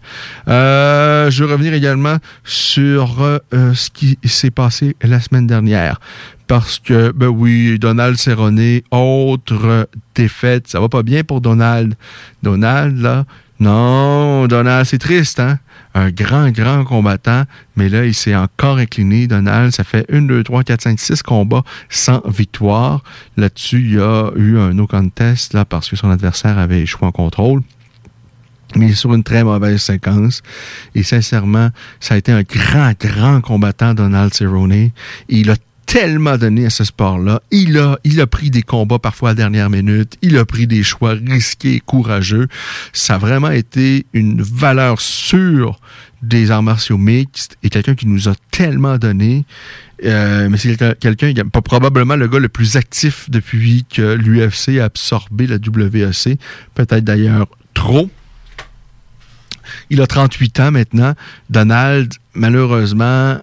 Je vais revenir également sur ce qui s'est passé la semaine dernière. Parce que, ben oui, Donald Cerrone, autre défaite. Ça va pas bien pour Donald. Donald, là, non, Donald, c'est triste, hein? Un grand combattant, mais là, il s'est encore incliné, Donald. Ça fait 1, 2, 3, 4, 5, 6 combats sans victoire. Là-dessus, il y a eu un no contest, là, parce que son adversaire avait échoué en contrôle. Mais il est sur une très mauvaise séquence. Et sincèrement, ça a été un grand combattant, Donald Cerrone. Et il a tellement donné à ce sport-là. Il a pris des combats parfois à la dernière minute. Il a pris des choix risqués et courageux. Ça a vraiment été une valeur sûre des arts martiaux mixtes et quelqu'un qui nous a tellement donné. Mais c'est quelqu'un, pas probablement le gars le plus actif depuis que l'UFC a absorbé la WEC. Peut-être d'ailleurs trop. Il a 38 ans maintenant. Donald, malheureusement...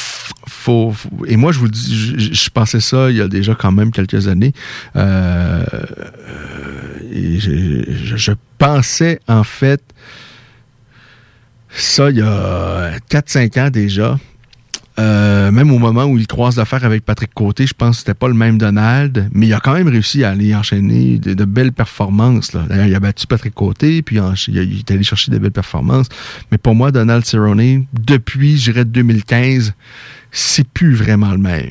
Et moi, je vous le dis, je pensais ça il y a déjà quand même quelques années. Et je pensais, en fait, ça il y a 4-5 ans déjà. Même au moment où il croise l'affaire avec Patrick Côté, je pense que c'était pas le même Donald, mais il a quand même réussi à aller enchaîner de belles performances, là. D'ailleurs, il a battu Patrick Côté, puis il est allé chercher de belles performances. Mais pour moi, Donald Cerrone, depuis, je dirais, 2015, c'est plus vraiment le même.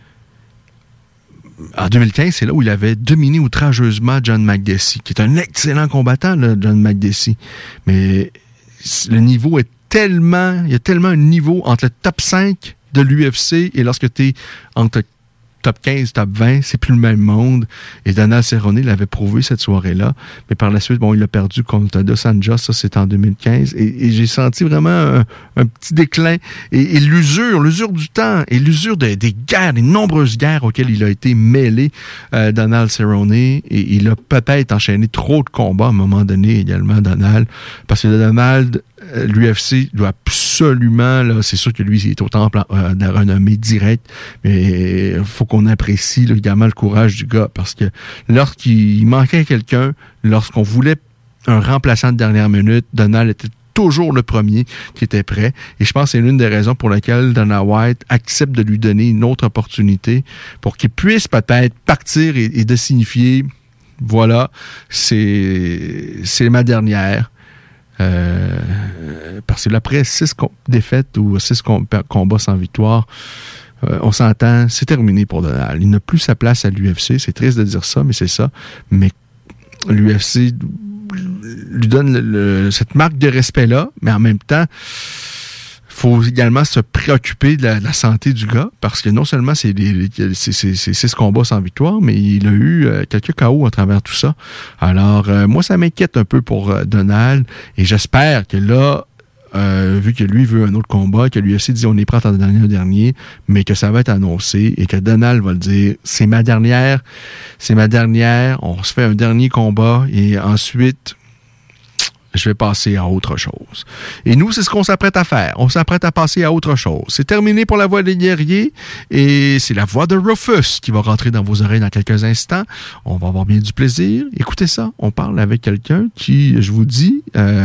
En 2015, c'est là où il avait dominé outrageusement John Makdessi, qui est un excellent combattant, là, John Makdessi. Mais le niveau est il y a tellement un niveau entre le top 5 de l'UFC et lorsque tu es entre top 15, top 20, c'est plus le même monde. Et Donald Cerrone l'avait prouvé cette soirée-là. Mais par la suite, bon, il a perdu contre Dos Anjos, ça c'est en 2015. Et j'ai senti vraiment un petit déclin. Et l'usure du temps, et l'usure des guerres, des nombreuses guerres auxquelles il a été mêlé, Donald Cerrone. Et il a peut-être enchaîné trop de combats à un moment donné également, Donald. Parce que Donald, l'UFC doit absolument, là, c'est sûr que lui, il est au temple de renommée direct, mais il faut qu'on apprécie là, également le courage du gars, parce que lorsqu'il manquait quelqu'un, lorsqu'on voulait un remplaçant de dernière minute, Donald était toujours le premier qui était prêt. Et je pense que c'est l'une des raisons pour lesquelles Dana White accepte de lui donner une autre opportunité pour qu'il puisse peut-être partir et de signifier, voilà, c'est ma dernière. Parce que après 6 défaites ou 6 combats sans victoire, on s'entend, c'est terminé pour Donald. Il n'a plus sa place à l'UFC. C'est triste de dire ça, mais c'est ça. Mais l'UFC lui donne cette marque de respect-là, mais en même temps, il faut également se préoccuper de la santé du gars, parce que non seulement c'est 6 combats sans victoire, mais il a eu quelques KO à travers tout ça. Alors, moi, ça m'inquiète un peu pour Donald, et j'espère que là, vu que lui veut un autre combat, que l'UFC dit on est prêt à dernier, mais que ça va être annoncé, et que Donald va le dire, c'est ma dernière, on se fait un dernier combat, et ensuite, je vais passer à autre chose. Et nous, c'est ce qu'on s'apprête à faire. On s'apprête à passer à autre chose. C'est terminé pour la voix des guerriers, et c'est la voix de Rufus qui va rentrer dans vos oreilles dans quelques instants. On va avoir bien du plaisir. Écoutez ça, on parle avec quelqu'un qui, je vous dis,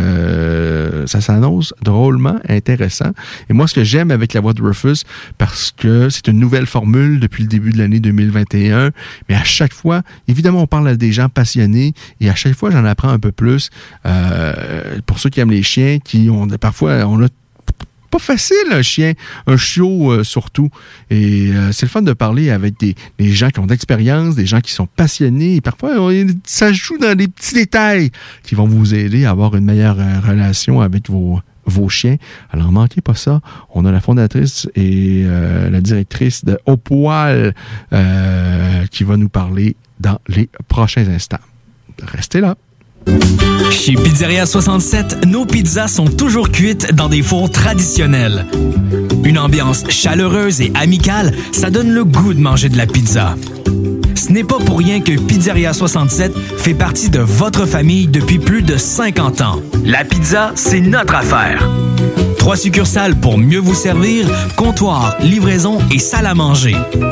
ça s'annonce drôlement intéressant. Et moi, ce que j'aime avec la voix de Rufus, parce que c'est une nouvelle formule depuis le début de l'année 2021, mais à chaque fois, évidemment, on parle à des gens passionnés, et à chaque fois, j'en apprends un peu plus. Pour ceux qui aiment les chiens, parfois, on a pas facile, un chien, un chiot surtout. Et c'est le fun de parler avec des gens qui ont d'expérience, des gens qui sont passionnés. Et parfois, ça joue dans des petits détails qui vont vous aider à avoir une meilleure relation avec vos chiens. Alors, manquez pas ça. On a la fondatrice et la directrice de Au Poil qui va nous parler dans les prochains instants. Restez là. Chez Pizzeria 67, nos pizzas sont toujours cuites dans des fours traditionnels. Une ambiance chaleureuse et amicale, ça donne le goût de manger de la pizza. Ce n'est pas pour rien que Pizzeria 67 fait partie de votre famille depuis plus de 50 ans. La pizza, c'est notre affaire. 3 succursales pour mieux vous servir, comptoir, livraison et salle à manger.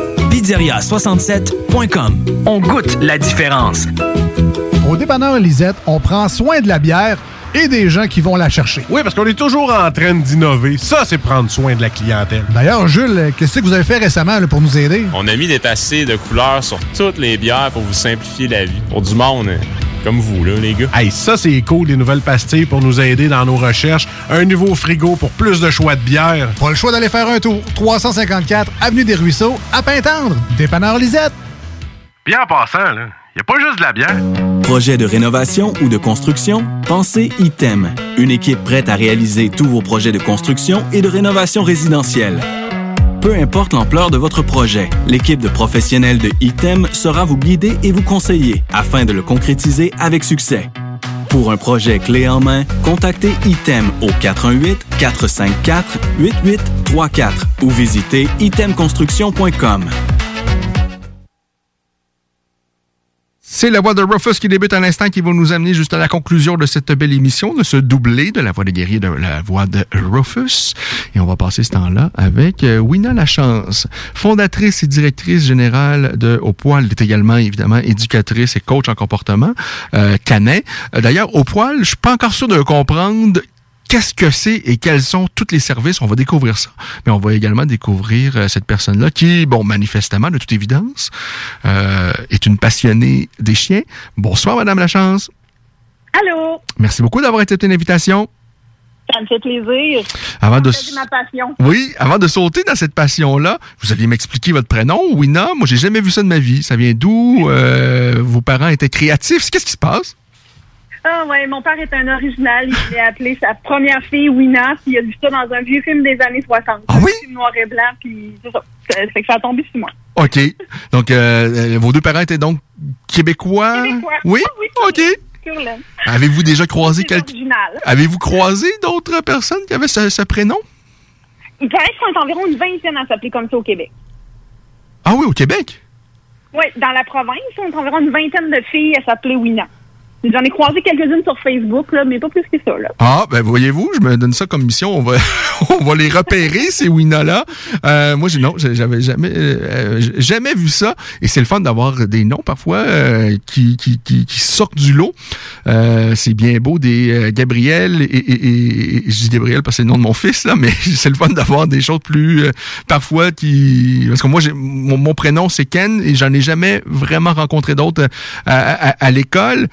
Pizzeria67.com. On goûte la différence. Au dépanneur Lisette, on prend soin de la bière et des gens qui vont la chercher. Oui, parce qu'on est toujours en train d'innover. Ça, c'est prendre soin de la clientèle. D'ailleurs, Jules, qu'est-ce que vous avez fait récemment là, pour nous aider? On a mis des tassés de couleurs sur toutes les bières pour vous simplifier la vie. Pour du monde comme vous, là, les gars. Hey, ça, c'est cool, des nouvelles pastilles pour nous aider dans nos recherches. Un nouveau frigo pour plus de choix de bière. Pas le choix d'aller faire un tour. 354 Avenue des Ruisseaux, à Pintendre. Dépanneur Lisette. Bien en passant, là, y a pas juste de la bière. Projet de rénovation ou de construction? Pensez ITEM. Une équipe prête à réaliser tous vos projets de construction et de rénovation résidentielle. Peu importe l'ampleur de votre projet, l'équipe de professionnels de ITEM sera vous guider et vous conseiller afin de le concrétiser avec succès. Pour un projet clé en main, contactez ITEM au 418-454-8834 ou visitez itemconstruction.com. C'est la voix de Rufus qui débute à l'instant, qui va nous amener juste à la conclusion de cette belle émission, de ce doublé de la voix des guerriers, de la voix de Rufus. Et on va passer ce temps-là avec Wina Lachance, fondatrice et directrice générale de Au Poil. Elle est également, évidemment, éducatrice et coach en comportement canin. D'ailleurs, Au Poil, je suis pas encore sûr de comprendre qu'est-ce que c'est et quels sont tous les services. On va découvrir ça. Mais on va également découvrir cette personne-là qui, bon, manifestement, de toute évidence, est une passionnée des chiens. Bonsoir, Madame Lachance. Allô. Merci beaucoup d'avoir accepté l'invitation. Ça me fait plaisir. C'est ma passion. Oui, avant de sauter dans cette passion-là, vous alliez m'expliquer votre prénom, Wina. Moi, j'ai jamais vu ça de ma vie. Ça vient d'où? Vos parents étaient créatifs. Qu'est-ce qui se passe? Ah ouais, mon père est un original. Il a appelé sa première fille Wina, puis il a vu ça dans un vieux film des années 60. Ah oui? Un film noir et blanc, puis c'est ça. Ça fait que ça a tombé sur moi. OK. Donc, vos deux parents étaient donc québécois? Oui? OK. Avez-vous déjà croisé Avez-vous croisé d'autres personnes qui avaient ce prénom? Il paraît qu'on est environ une vingtaine à s'appeler comme ça au Québec. Ah oui, au Québec? Oui, dans la province, on est environ une vingtaine de filles à s'appeler Wina. J'en ai croisé quelques-unes sur Facebook, là, mais pas plus que ça. Là. Ah, ben voyez-vous, je me donne ça comme mission. On va les repérer, ces Wina-là. Moi, j'avais jamais vu ça. Et c'est le fun d'avoir des noms, parfois, qui sortent du lot. C'est bien beau, des Gabriel et je dis Gabriel parce que c'est le nom de mon fils, là, mais c'est le fun d'avoir des choses plus, parfois, parce que moi, mon prénom, c'est Ken, et j'en ai jamais vraiment rencontré d'autres à l'école.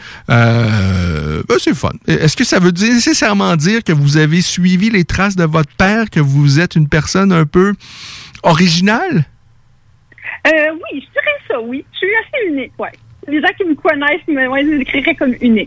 C'est fun. Est-ce que ça veut nécessairement dire que vous avez suivi les traces de votre père, que vous êtes une personne un peu originale? Oui, je dirais ça, oui. Je suis assez unique, ouais. Les gens qui me connaissent, ils me décriraient comme unique.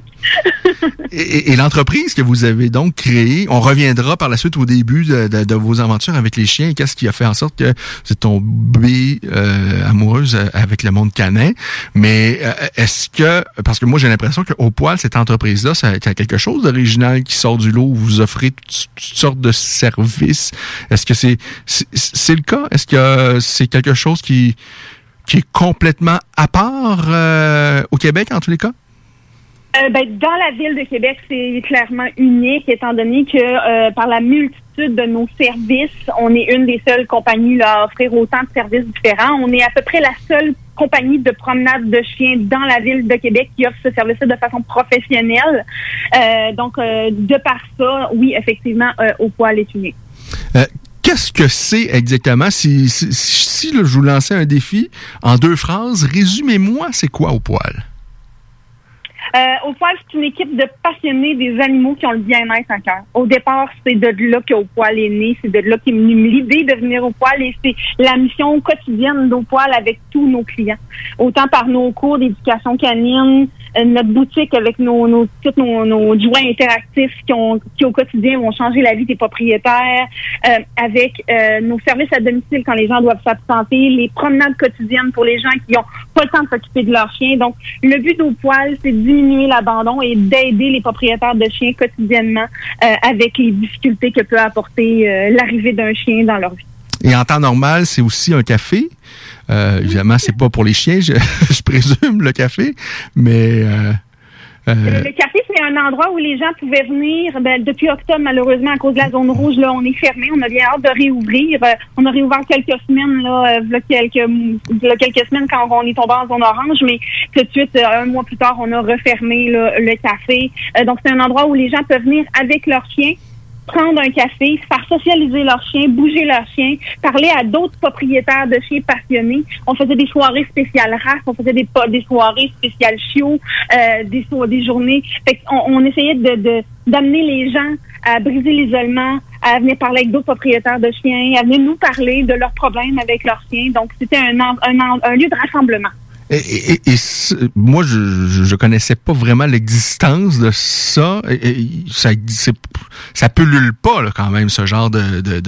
et l'entreprise que vous avez donc créée, on reviendra par la suite au début de vos aventures avec les chiens. Qu'est-ce qui a fait en sorte que vous êtes tombée amoureuse avec le monde canin? Mais est-ce que, parce que moi j'ai l'impression qu'Au Poil, cette entreprise-là, ça a quelque chose d'original qui sort du lot où vous offrez toutes sortes de services. Est-ce que c'est le cas? Est-ce que c'est quelque chose qui est complètement à part au Québec, en tous les cas? Dans la ville de Québec, c'est clairement unique, étant donné que par la multitude de nos services, on est une des seules compagnies là, à offrir autant de services différents. On est à peu près la seule compagnie de promenade de chiens dans la ville de Québec qui offre ce service-là de façon professionnelle. Donc, de par ça, oui, effectivement, Au Poil est unique. Qu'est-ce que c'est exactement? Si là, je vous lançais un défi en 2 phrases, résumez-moi, c'est quoi Au Poil? Au Poil, c'est une équipe de passionnés des animaux qui ont le bien-être à cœur. Au départ, c'est de là qu'Au Poil est né. C'est de là qu'est venue l'idée de venir Au Poil et c'est la mission quotidienne d'Au Poil avec tous nos clients. Autant par nos cours d'éducation canine, notre boutique avec tous nos jouets interactifs qui au quotidien vont changer la vie des propriétaires, avec nos services à domicile quand les gens doivent s'absenter, les promenades quotidiennes pour les gens qui n'ont pas le temps de s'occuper de leurs chiens. Donc, le but d'Au Poil, c'est de diminuer l'abandon et d'aider les propriétaires de chiens quotidiennement avec les difficultés que peut apporter l'arrivée d'un chien dans leur vie. Et en temps normal, c'est aussi un café. Évidemment, c'est pas pour les chiens, je présume, le café, mais... Le café, c'est un endroit où les gens pouvaient venir. Depuis octobre, malheureusement, à cause de la zone rouge, là, on est fermé. On a bien hâte de réouvrir. On a réouvert quelques semaines, quelques semaines quand on est tombé en zone orange, mais tout de suite, un mois plus tard, on a refermé le café. Donc, c'est un endroit où les gens peuvent venir avec leurs chiens, prendre un café, faire socialiser leurs chiens, bouger leurs chiens, parler à d'autres propriétaires de chiens passionnés. On faisait des soirées spéciales races, on faisait des soirées spéciales chiots, des journées. Fait on essayait d'amener les gens à briser l'isolement, à venir parler avec d'autres propriétaires de chiens, à venir nous parler de leurs problèmes avec leurs chiens. Donc, c'était un lieu de rassemblement. Et moi, je connaissais pas vraiment l'existence de ça. Ça pullule pas là, quand même ce genre de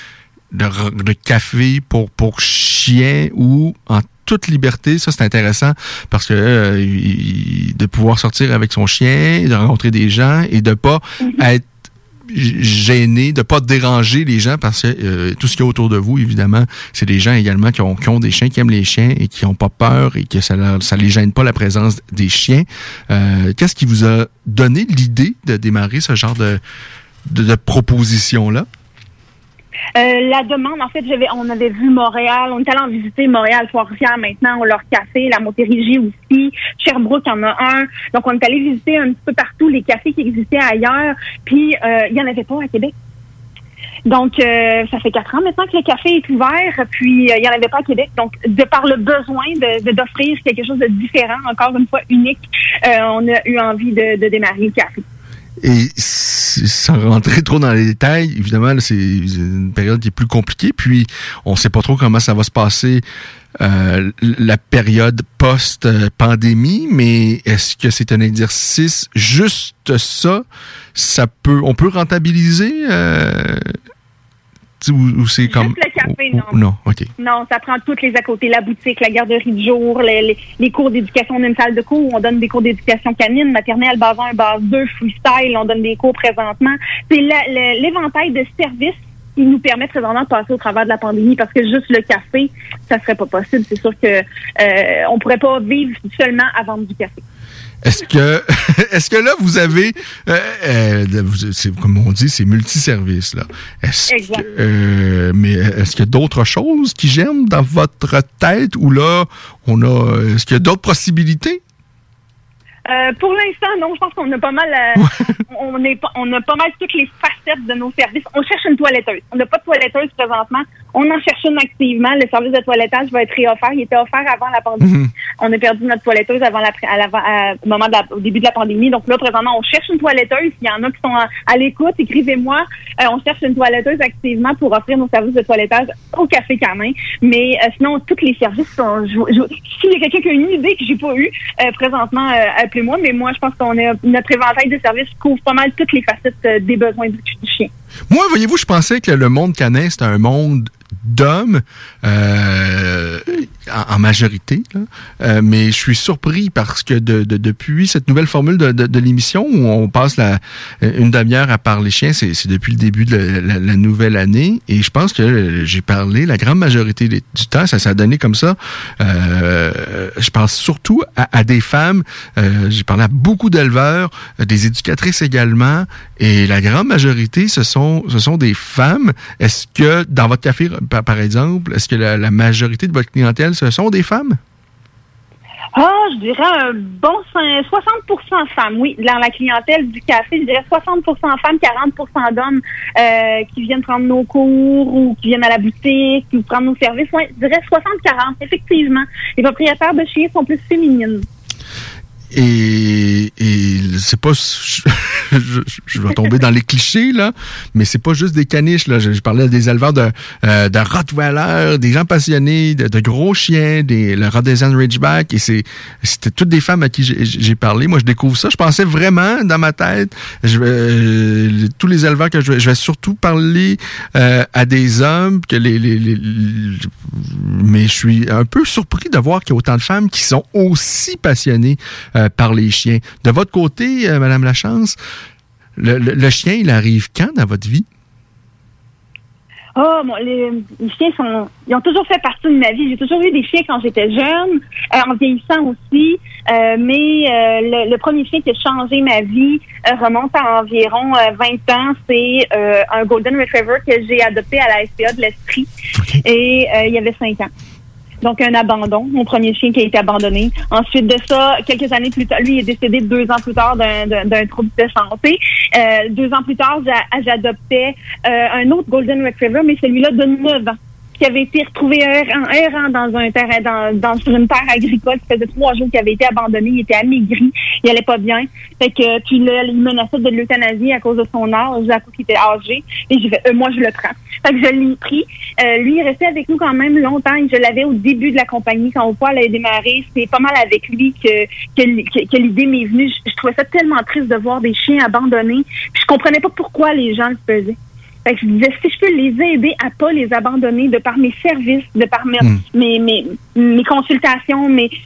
café pour chiens ou en toute liberté. Ça, c'est intéressant parce que de pouvoir sortir avec son chien, de rencontrer des gens et de pas être gêné, de pas déranger les gens parce que tout ce qu'il y a autour de vous, évidemment, c'est des gens également qui ont des chiens, qui aiment les chiens et qui ont pas peur et que ça les gêne pas la présence des chiens. Qu'est-ce qui vous a donné l'idée de démarrer ce genre de proposition-là? La demande, en fait, on avait vu Montréal, on est allé en visiter Montréal, Trois-Rivières maintenant, leur café, la Montérégie aussi, Sherbrooke en a un. Donc, on est allé visiter un petit peu partout les cafés qui existaient ailleurs, puis il y en avait pas à Québec. Donc, ça fait 4 ans maintenant que le café est ouvert, puis il n'y en avait pas à Québec. Donc, de par le besoin d'offrir quelque chose de différent, encore une fois unique, on a eu envie de démarrer le café. Et sans rentrer trop dans les détails, évidemment, là, c'est une période qui est plus compliquée, puis on sait pas trop comment ça va se passer la période post-pandémie, mais est-ce que c'est un exercice juste ça? On peut rentabiliser ou c'est comme... Juste le café, non. Non, OK. Non, ça prend toutes les à côté. La boutique, la garderie de jour, les cours d'éducation. On a une salle de cours où on donne des cours d'éducation canine, maternelle, base 1, base 2, freestyle. On donne des cours présentement. C'est l'éventail de services qui nous permet présentement de passer au travers de la pandémie, parce que juste le café, ça serait pas possible. C'est sûr que on pourrait pas vivre seulement à vendre du café. Est-ce que là, vous avez, comme on dit, c'est multiservice, là. Exact. Mais est-ce qu'il y a d'autres choses qui germent dans votre tête, ou là, est-ce qu'il y a d'autres possibilités? Pour l'instant, non. Je pense qu'on a pas mal, on a pas mal toutes les facettes de nos services. On cherche une toiletteuse. On n'a pas de toiletteuse présentement. On en cherche une activement. Le service de toilettage va être réoffert. Il était offert avant la pandémie. On a perdu notre toiletteuse au début de la pandémie. Donc là, présentement, on cherche une toiletteuse. Il y en a qui sont à l'écoute. Écrivez-moi. On cherche une toiletteuse activement pour offrir nos services de toilettage au Café Canin. Mais sinon, tous les services sont... S'il y a quelqu'un qui a une idée que j'ai pas eue, présentement, appelez-moi. Mais moi, je pense qu'on a notre éventail de services couvre pas mal toutes les facettes des besoins du chien. Moi, voyez-vous, je pensais que le monde canin, c'était un monde d'hommes en majorité, là. Mais je suis surpris parce que depuis cette nouvelle formule de l'émission où on passe une demi-heure à parler chiens, c'est depuis le début de la nouvelle année, et je pense que j'ai parlé la grande majorité du temps, ça a donné comme ça. Je pense surtout à des femmes, j'ai parlé à beaucoup d'éleveurs, des éducatrices également, et la grande majorité, ce sont des femmes. Est-ce que dans votre café, par exemple, est-ce que la majorité de votre clientèle, ce sont des femmes? Je dirais un bon 60% femmes, oui. Dans la clientèle du café, je dirais 60% femmes, 40% d'hommes qui viennent prendre nos cours ou qui viennent à la boutique ou prendre nos services. Oui, je dirais 60-40, effectivement. Les propriétaires de chiens sont plus féminines. Et c'est pas, je vais tomber dans les clichés, là, mais c'est pas juste des caniches, là. Je parlais des éleveurs de Rottweiler, des gens passionnés de gros chiens, le Rhodesian Ridgeback, et c'était toutes des femmes à qui j'ai parlé. Moi, je découvre ça. Je pensais vraiment, dans ma tête, tous les éleveurs que je vais surtout parler à des hommes, mais je suis un peu surpris de voir qu'il y a autant de femmes qui sont aussi passionnées par les chiens. De votre côté, Madame Lachance, le chien, il arrive quand dans votre vie? Les chiens ils ont toujours fait partie de ma vie. J'ai toujours eu des chiens quand j'étais jeune, en vieillissant aussi. Mais le premier chien qui a changé ma vie remonte à environ 20 ans. C'est un Golden Retriever que j'ai adopté à la SPA de l'Estrie. Okay. Et il y avait 5 ans. Donc, un abandon, mon premier chien qui a été abandonné. Ensuite de ça, quelques années plus tard, lui est décédé 2 ans plus tard d'un trouble de santé. 2 ans plus tard, j'adoptais un autre Golden Retriever, mais celui-là de 9 ans, qui avait été retrouvé errant dans un terrain, sur une terre agricole. Ça faisait 3 jours qu'il avait été abandonné. Il était amaigri. Il allait pas bien. Fait que, puis là, il menaçait de l'euthanasie à cause de son âge, à cause qu'il était âgé. Et j'ai fait, moi, je le prends. Fait que je l'ai pris. Lui, il restait avec nous quand même longtemps. Je l'avais au début de la compagnie. Quand Poil a démarré, c'est pas mal avec lui que l'idée m'est venue. Je trouvais ça tellement triste de voir des chiens abandonnés. Puis je comprenais pas pourquoi les gens le faisaient. Fait que je disais, si je peux les aider à pas les abandonner de par mes services, de par mes consultations,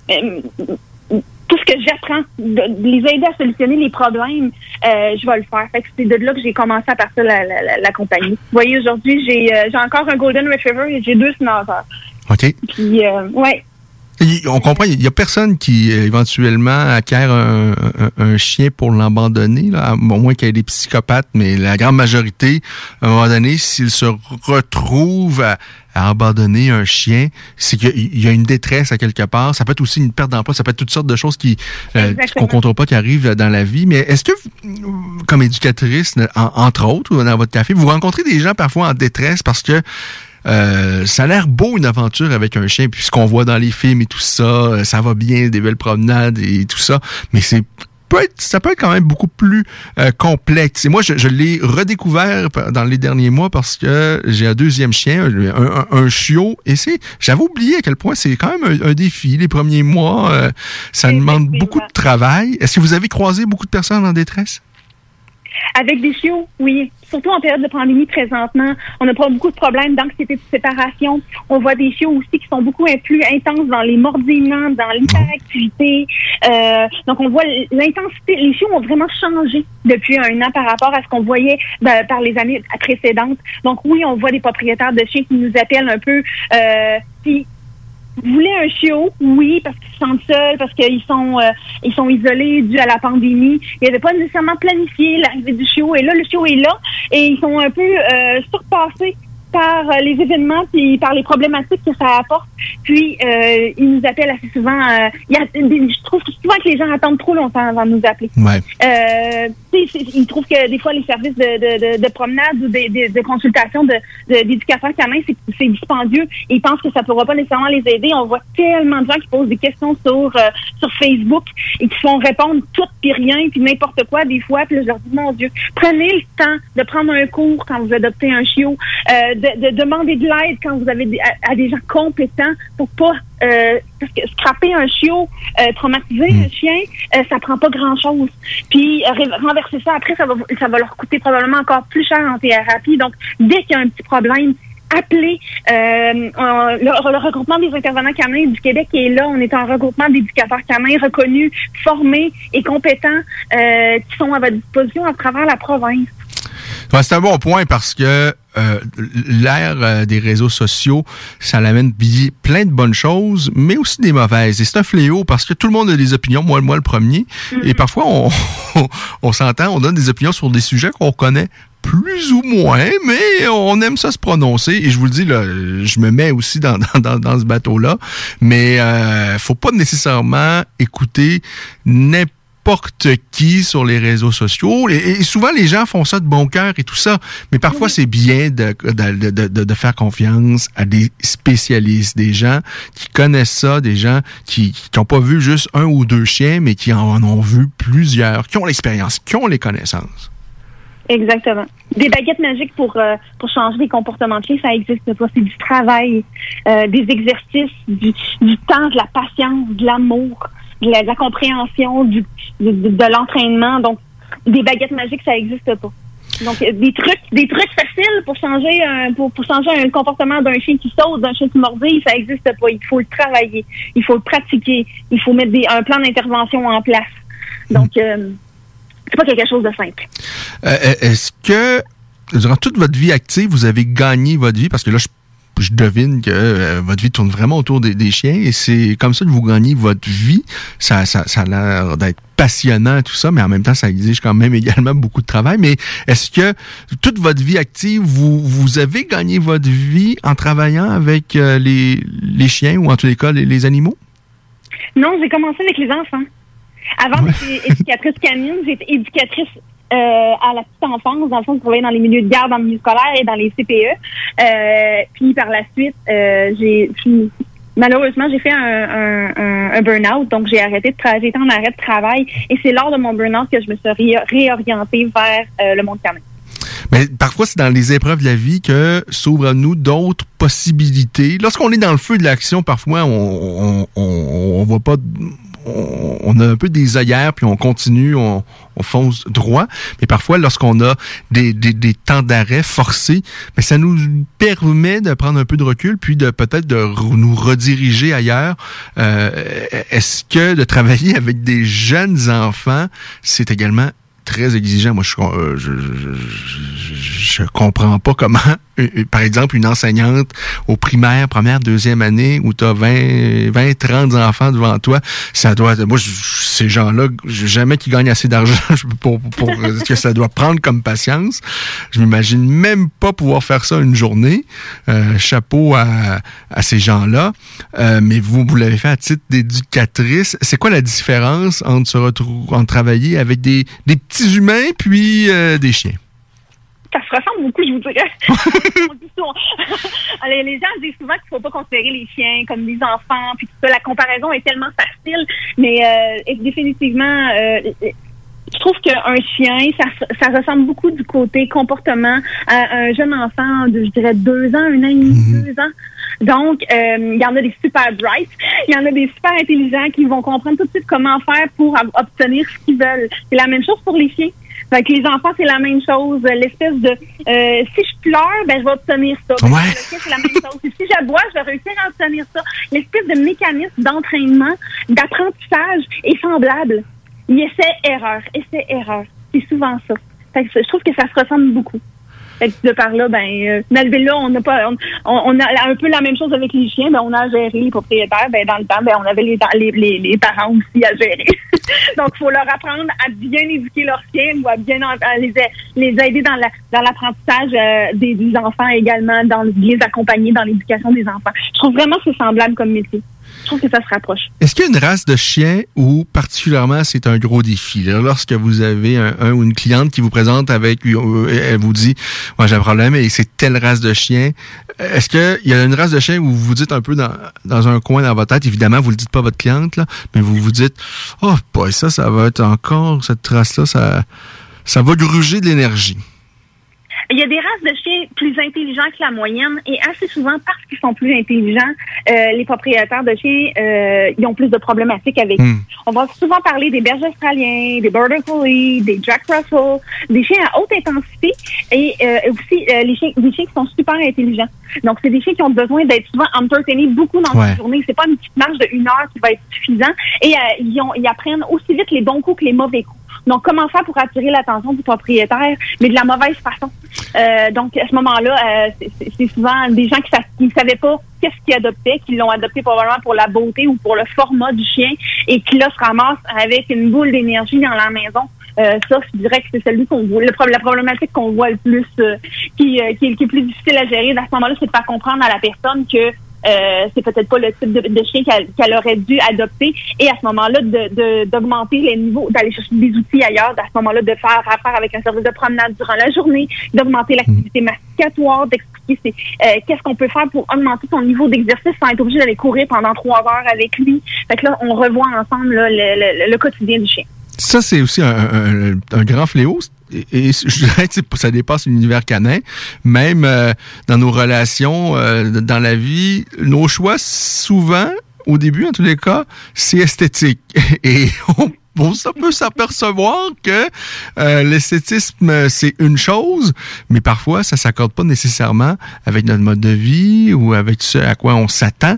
tout ce que j'apprends, de les aider à solutionner les problèmes, je vais le faire. Fait que c'est de là que j'ai commencé à partir la compagnie. Vous voyez, aujourd'hui, j'ai encore un Golden Retriever et j'ai 2 Schnauzers. OK. Puis, ouais. On comprend, il y a personne qui éventuellement acquiert un chien pour l'abandonner, là, au moins qu'il y ait des psychopathes, mais la grande majorité, à un moment donné, s'ils se retrouvent à abandonner un chien, c'est qu'il y a une détresse à quelque part. Ça peut être aussi une perte d'emploi, ça peut être toutes sortes de choses qu'on contrôle pas, qui arrivent dans la vie. Mais est-ce que, comme éducatrice, entre autres, dans votre café, vous rencontrez des gens parfois en détresse parce que ça a l'air beau, une aventure avec un chien, puis ce qu'on voit dans les films et tout ça, ça va bien, des belles promenades et tout ça, mais ça peut être quand même beaucoup plus complexe. Et moi, je l'ai redécouvert dans les derniers mois parce que j'ai un 2e chien, un chiot, et j'avais oublié à quel point c'est quand même un défi. Les premiers mois, ça demande beaucoup de travail. Est-ce que vous avez croisé beaucoup de personnes en détresse? Avec des chiots, oui. Surtout en période de pandémie présentement, on n'a pas beaucoup de problèmes d'anxiété de séparation. On voit des chiots aussi qui sont beaucoup plus intenses dans les mordillements, dans l'hyperactivité. Donc, on voit l'intensité. Les chiots ont vraiment changé depuis 1 an par rapport à ce qu'on voyait par les années précédentes. Donc, oui, on voit des propriétaires de chiens qui nous appellent un peu... Vous voulez un chiot? Oui, parce qu'ils se sentent seuls, parce qu'ils sont isolés dû à la pandémie. Ils n'avaient pas nécessairement planifié l'arrivée du chiot. Et là, le chiot est là et ils sont un peu surpassés par les événements puis par les problématiques que ça apporte. Puis, ils nous appellent assez souvent. Je trouve souvent que les gens attendent trop longtemps avant de nous appeler. Ouais. Ils trouvent que des fois, les services de promenade ou de consultation d'éducateurs canins, c'est dispendieux. Et ils pensent que ça ne pourra pas nécessairement les aider. On voit tellement de gens qui posent des questions sur Facebook et qui font répondre tout puis rien puis n'importe quoi des fois. Puis là, je leur dis, mon Dieu, prenez le temps de prendre un cours quand vous adoptez un chiot, de demander de l'aide quand vous avez à des gens compétents pour pas parce que scraper un chiot, traumatiser un chien, ça prend pas grand-chose. Puis renverser ça après, ça va leur coûter probablement encore plus cher en thérapie. Donc, dès qu'il y a un petit problème, appelez le regroupement des intervenants canins du Québec est là. On est un regroupement d'éducateurs canins reconnus, formés et compétents qui sont à votre disposition à travers la province. Ouais, c'est un bon point parce que l'ère des réseaux sociaux, ça l'amène plein de bonnes choses, mais aussi des mauvaises. Et c'est un fléau parce que tout le monde a des opinions, moi le premier. Mm-hmm. Et parfois, on s'entend, on donne des opinions sur des sujets qu'on connaît plus ou moins, mais on aime ça se prononcer. Et je vous le dis, là, je me mets aussi dans ce bateau-là. Mais faut pas nécessairement écouter n'importe qui sur les réseaux sociaux. Et souvent, les gens font ça de bon cœur et tout ça. Mais parfois, c'est bien de faire confiance à des spécialistes, des gens qui connaissent ça, des gens qui n'ont pas vu juste 1 ou 2 chiens, mais qui en ont vu plusieurs, qui ont l'expérience, qui ont les connaissances. Exactement. Des baguettes magiques pour changer les comportements de chiens, ça existe pas. C'est du travail, des exercices, du temps, de la patience, de l'amour, de la compréhension, de l'entraînement. Donc, des baguettes magiques, ça existe pas. Donc, des trucs faciles pour changer un comportement d'un chien qui saute, d'un chien qui mordille, ça existe pas. Il faut le travailler, il faut le pratiquer, il faut mettre un plan d'intervention en place. Donc, c'est pas quelque chose de simple. Est-ce que, durant toute votre vie active, vous avez gagné votre vie? Parce que là, je devine que votre vie tourne vraiment autour des chiens et c'est comme ça que vous gagnez votre vie. Ça a l'air d'être passionnant, tout ça, mais en même temps, ça exige quand même également beaucoup de travail. Mais est-ce que toute votre vie active, vous avez gagné votre vie en travaillant avec les chiens ou en tous les cas les animaux? Non, j'ai commencé avec les enfants. Avant, j'étais éducatrice canine, j'étais éducatrice à la petite enfance. Dans le fond, je travaillais dans les milieux de garde, dans le milieu scolaire et dans les CPE. Puis par la suite, malheureusement, j'ai fait un burn-out, donc j'ai été en arrêt de travail. Et c'est lors de mon burn-out que je me suis réorientée vers le monde canin. Mais parfois, c'est dans les épreuves de la vie que s'ouvrent à nous d'autres possibilités. Lorsqu'on est dans le feu de l'action, parfois, on voit pas... On a un peu des œillères, puis on continue, on fonce droit. Mais parfois, lorsqu'on a des temps d'arrêt forcés, mais ça nous permet de prendre un peu de recul, puis de peut-être de nous rediriger ailleurs. Est-ce que de travailler avec des jeunes enfants, c'est également très exigeant? Moi, je comprends pas comment, par exemple, une enseignante au primaire, première, deuxième année, où tu as 20, 30 enfants devant toi, ça doit... Moi, ces gens-là, jamais qu'ils gagnent assez d'argent pour que ça doit prendre comme patience. Je m'imagine même pas pouvoir faire ça une journée. Chapeau à ces gens-là. Mais vous l'avez fait à titre d'éducatrice. C'est quoi la différence entre travailler avec des petits humains puis des chiens? Ça se ressemble beaucoup, je vous dirais. Les gens disent souvent qu'il ne faut pas considérer les chiens comme des enfants, puis tout ça. La comparaison est tellement facile, mais définitivement, je trouve qu'un chien, ça ressemble beaucoup du côté comportement à un jeune enfant de, je dirais, 2 ans, 1 an et demi, 2 ans. Donc, il y en a des super bright, il y en a des super intelligents qui vont comprendre tout de suite comment faire pour obtenir ce qu'ils veulent. C'est la même chose pour les chiens. Fait que les enfants, c'est la même chose. L'espèce de si je pleure, ben je vais obtenir ça. Ouais. C'est la même chose. Et si j'aboie, je vais réussir à obtenir ça. L'espèce de mécanisme d'entraînement, d'apprentissage est semblable. Il essaie-erreur. C'est souvent ça. Fait que je trouve que ça se ressemble beaucoup. Fait que de par là, Melville-là, on a un peu la même chose avec les chiens. Ben, on a géré les propriétaires. Ben, dans le temps, on avait les parents aussi à gérer. Donc, il faut leur apprendre à bien éduquer leurs chiens ou à bien les aider dans l'apprentissage des enfants également, les accompagner dans l'éducation des enfants. Je trouve vraiment que c'est semblable comme métier. Je trouve que ça se rapproche. Est-ce qu'il y a une race de chien où, particulièrement, c'est un gros défi? Là, lorsque vous avez un ou une cliente qui vous présente elle vous dit, moi j'ai un problème et c'est telle race de chien. Est-ce qu'il y a une race de chien où vous vous dites un peu dans un coin dans votre tête, évidemment, vous le dites pas à votre cliente, là, mais vous vous dites, oh, boy, ça va être encore, cette race-là, ça va gruger de l'énergie. Il y a des races de chiens plus intelligents que la moyenne et assez souvent, parce qu'ils sont plus intelligents, les propriétaires de chiens, ils ont plus de problématiques avec eux. On va souvent parler des bergers australiens, des border collies, des Jack Russell, des chiens à haute intensité et aussi des chiens qui sont super intelligents. Donc, c'est des chiens qui ont besoin d'être souvent entertainés beaucoup dans une journée. C'est pas une petite marche de 1 heure qui va être suffisant. Et ils apprennent aussi vite les bons coups que les mauvais coups. Donc, comment faire pour attirer l'attention du propriétaire, mais de la mauvaise façon. Donc, à ce moment-là, c'est souvent des gens qui ne savaient pas qu'est-ce qu'ils adoptaient, qui l'ont adopté probablement pour la beauté ou pour le format du chien et qui, là, se ramassent avec une boule d'énergie dans la maison. Ça, je dirais que c'est celui qu'on voit. La problématique qu'on voit le plus, qui est plus difficile à gérer à ce moment-là, c'est de faire comprendre à la personne que c'est peut-être pas le type de chien qu'elle aurait dû adopter et à ce moment-là d'augmenter les niveaux, d'aller chercher des outils ailleurs, à ce moment-là de faire affaire avec un service de promenade durant la journée, d'augmenter l'activité masticatoire, d'expliquer qu'est-ce qu'on peut faire pour augmenter son niveau d'exercice sans être obligé d'aller courir pendant 3 heures avec lui. Fait que là, on revoit ensemble là, le quotidien du chien. Ça, c'est aussi un grand fléau. Et je dirais que ça dépasse l'univers canin. Même dans nos relations, dans la vie, nos choix, souvent, au début, en tous les cas, c'est esthétique. Et on peut s'apercevoir que l'esthétisme, c'est une chose, mais parfois, ça s'accorde pas nécessairement avec notre mode de vie ou avec ce à quoi on s'attend.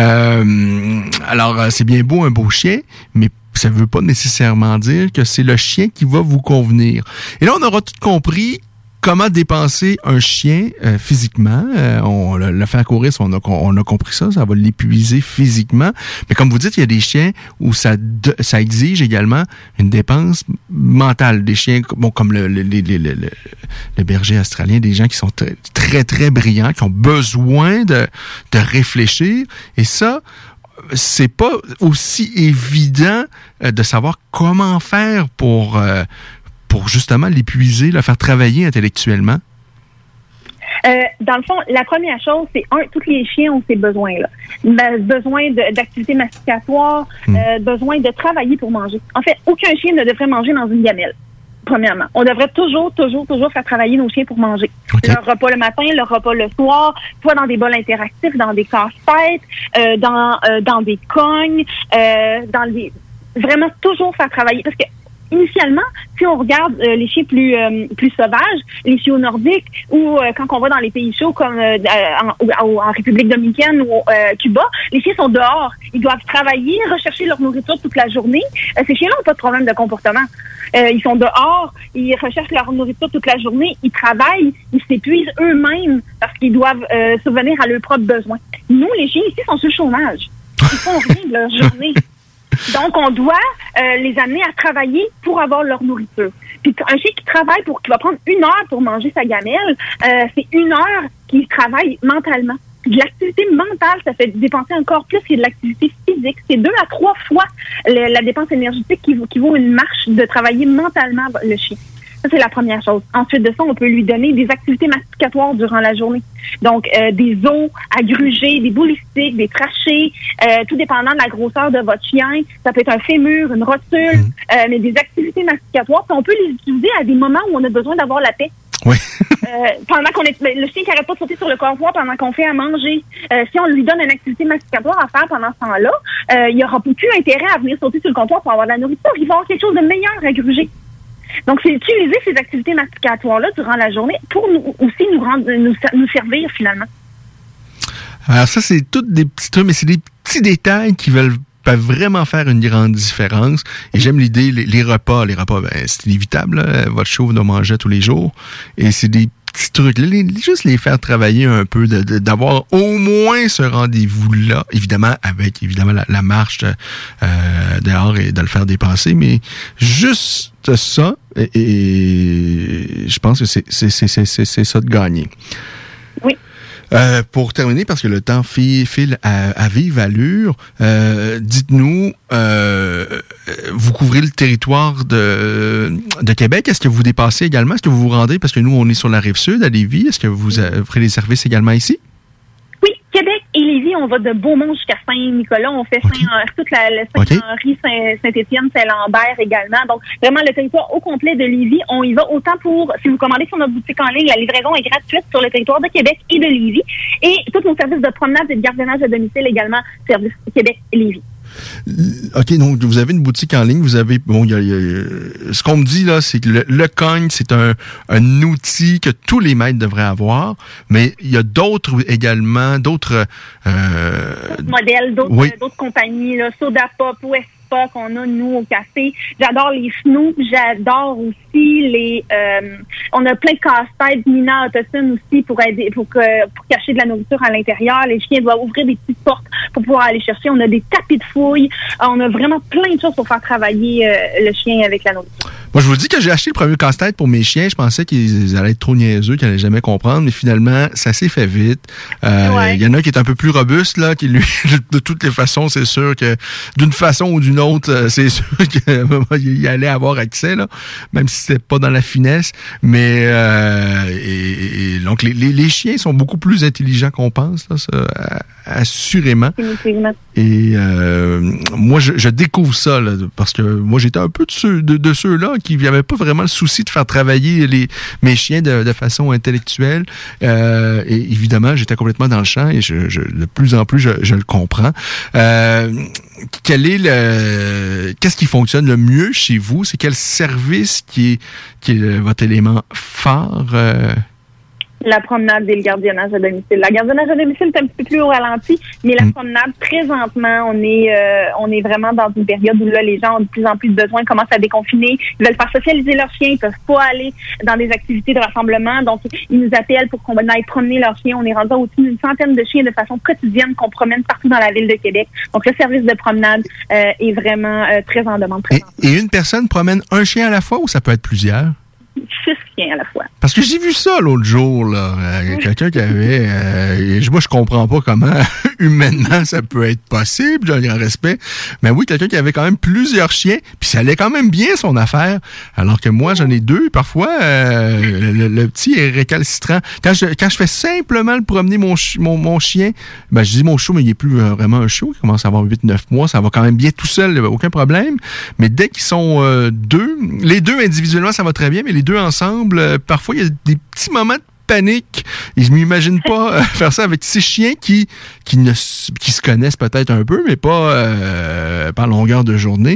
Alors, c'est bien beau un beau chien, mais ça ne veut pas nécessairement dire que c'est le chien qui va vous convenir. Et là, on aura tout compris comment dépenser un chien physiquement. On le faire courir, on a compris ça va l'épuiser physiquement. Mais comme vous dites, il y a des chiens où ça exige également une dépense mentale. Des chiens comme le berger australien, des gens qui sont très, très, très brillants, qui ont besoin de réfléchir. Et ça, c'est pas aussi évident de savoir comment faire pour justement l'épuiser, le faire travailler intellectuellement. Dans le fond, la première chose, c'est tous les chiens ont ces besoins-là. Besoin d'activité masticatoire, besoin de travailler pour manger. En fait, aucun chien ne devrait manger dans une gamelle. Premièrement, on devrait toujours faire travailler nos chiens pour manger. Okay. Leur repas le matin, leur repas le soir, soit dans des bols interactifs, dans des casse-têtes, dans des cognes, vraiment toujours faire travailler. Parce que initialement, si on regarde les chiens plus sauvages, les chiots nordiques, ou quand on va dans les pays chauds comme en République dominicaine ou Cuba, les chiens sont dehors. Ils doivent travailler, rechercher leur nourriture toute la journée. Ces chiens-là n'ont pas de problème de comportement. Ils sont dehors, ils recherchent leur nourriture toute la journée, ils travaillent, ils s'épuisent eux-mêmes parce qu'ils doivent subvenir à leurs propres besoins. Nous, les chiens ici, sont sur le chômage. Ils font rien de leur journée. Donc, on doit les amener à travailler pour avoir leur nourriture. Puis un chien qui travaille qui va prendre 1 heure pour manger sa gamelle, c'est 1 heure qu'il travaille mentalement. De l'activité mentale, ça fait dépenser encore plus que de l'activité physique. C'est 2 à 3 fois la dépense énergétique qui vaut une marche de travailler mentalement le chien. Ça, c'est la première chose. Ensuite de ça, on peut lui donner des activités masticatoires durant la journée. Donc, des os à gruger, des boulistiques, des trachées, tout dépendant de la grosseur de votre chien. Ça peut être un fémur, une rotule, mais des activités masticatoires. Puis on peut les utiliser à des moments où on a besoin d'avoir la paix. Oui. Pendant le chien qui n'arrête pas de sauter sur le comptoir pendant qu'on fait à manger. Si on lui donne une activité masticatoire à faire pendant ce temps-là, il n'y aura plus intérêt à venir sauter sur le comptoir pour avoir de la nourriture. Il va avoir quelque chose de meilleur à gruger. Donc, c'est utiliser ces activités masticatoires-là durant la journée pour nous aussi nous servir finalement. Alors ça, c'est tous des petits trucs, mais c'est des petits détails qui peuvent vraiment faire une grande différence. Et j'aime l'idée, les repas, c'est inévitable, là. Votre chauve doit manger tous les jours. Et c'est des petits trucs, juste les faire travailler un peu, d'avoir au moins ce rendez-vous-là, évidemment, avec la marche dehors et de le faire dépasser, mais juste ça, et je pense que c'est ça de gagner. Oui. Pour terminer, parce que le temps file à vive allure, dites-nous, vous couvrez le territoire de Québec. Est-ce que vous dépassez également? Est-ce que vous vous rendez? Parce que nous, on est sur la Rive-Sud, à Lévis. Est-ce que vous ferez des services également ici? Oui, Québec et Lévis, on va de Beaumont jusqu'à Saint-Nicolas. On fait toute la Saint-Henri, Saint-Étienne, Saint-Lambert également. Donc, vraiment, le territoire au complet de Lévis, on y va autant pour, si vous commandez sur notre boutique en ligne, la livraison est gratuite sur le territoire de Québec et de Lévis. Et tous nos services de promenade et de gardiennage à domicile également, service Québec et Lévis. OK, donc vous avez une boutique en ligne, vous avez ce qu'on me dit là, c'est que le cogne, c'est un outil que tous les maîtres devraient avoir, mais il y a d'autres également, d'autres modèles, d'autres compagnies, là, Soda Pop, West qu'on a, nous, au café. J'adore les Snoop, j'adore aussi on a plein de casse-têtes, Nina Autosune aussi pour cacher de la nourriture à l'intérieur. Les chiens doivent ouvrir des petites portes pour pouvoir aller chercher. On a des tapis de fouilles. On a vraiment plein de choses pour faire travailler le chien avec la nourriture. Moi, je vous dis que j'ai acheté le premier casse-tête pour mes chiens. Je pensais qu'ils allaient être trop niaiseux, qu'ils n'allaient jamais comprendre, mais finalement, ça s'est fait vite. Il y en a qui est un peu plus robuste, là, qui lui, de toutes les façons, c'est sûr que d'une façon ou d'une autre, c'est sûr qu'il allait avoir accès, là, même si c'était pas dans la finesse. Mais donc les chiens sont beaucoup plus intelligents qu'on pense, là, ça, assurément. Et moi, je découvre ça, là, parce que moi, j'étais un peu de ceux-là qui n'avaient pas vraiment le souci de faire travailler mes chiens de façon intellectuelle. Et évidemment, j'étais complètement dans le champ et de plus en plus, je le comprends. Qu'est-ce qui fonctionne le mieux chez vous? C'est quel service qui est votre élément phare? La promenade et le gardiennage à domicile. La gardiennage à domicile est un petit peu plus au ralenti, mais la promenade, présentement, on est vraiment dans une période où là, les gens ont de plus en plus de besoins, commencent à déconfiner, ils veulent faire socialiser leurs chiens, ils peuvent pas aller dans des activités de rassemblement, donc ils nous appellent pour qu'on aille promener leurs chiens. On est rendu au-dessus d'une centaine de chiens de façon quotidienne qu'on promène partout dans la ville de Québec. Donc le service de promenade est vraiment très en demande. Et une personne promène un chien à la fois ou ça peut être plusieurs? 6 chiens à la fois. Parce que j'ai vu ça l'autre jour, là. Quelqu'un qui avait... moi, je comprends pas comment, humainement, ça peut être possible, j'ai un grand respect. Mais oui, quelqu'un qui avait quand même plusieurs chiens, puis ça allait quand même bien, son affaire. Alors que moi, j'en ai 2, parfois, le petit est récalcitrant. Quand je fais simplement le promener mon chien, ben, je dis mon chiot, mais il est plus vraiment un chiot. Il commence à avoir 8-9 mois, ça va quand même bien tout seul, aucun problème. Mais dès qu'ils sont 2, les 2 individuellement, ça va très bien, mais les 2 ensemble, parfois, il y a des petits moments de panique. Et je m'imagine pas faire ça avec 6 chiens qui se connaissent peut-être un peu, mais pas en longueur de journée.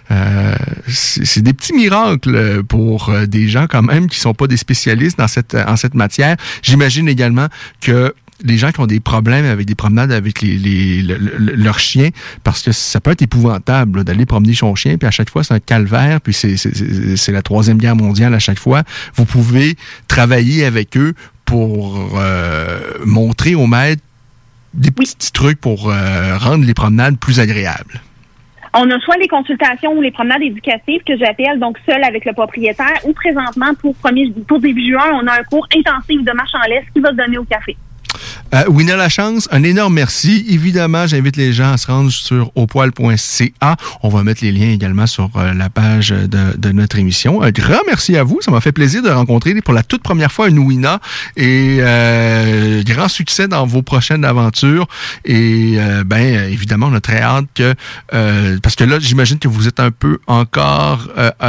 C'est des petits miracles pour des gens quand même qui sont pas des spécialistes en cette matière. J'imagine également que les gens qui ont des problèmes avec des promenades avec leurs chiens, parce que ça peut être épouvantable là, d'aller promener son chien, puis à chaque fois, c'est un calvaire, puis c'est la Troisième Guerre mondiale à chaque fois. Vous pouvez travailler avec eux pour montrer aux maîtres des petits trucs pour rendre les promenades plus agréables. On a soit les consultations ou les promenades éducatives que j'appelle donc seul avec le propriétaire, ou présentement, pour début juin, on a un cours intensif de marche en laisse qui va se donner au café. Wina Lachance, un énorme merci. Évidemment, j'invite les gens à se rendre sur aupoil.ca. On va mettre les liens également sur la page de notre émission. Un grand merci à vous. Ça m'a fait plaisir de rencontrer pour la toute première fois une Wina. Et grand succès dans vos prochaines aventures. Et évidemment, on a très hâte que... parce que là, j'imagine que vous êtes un peu encore...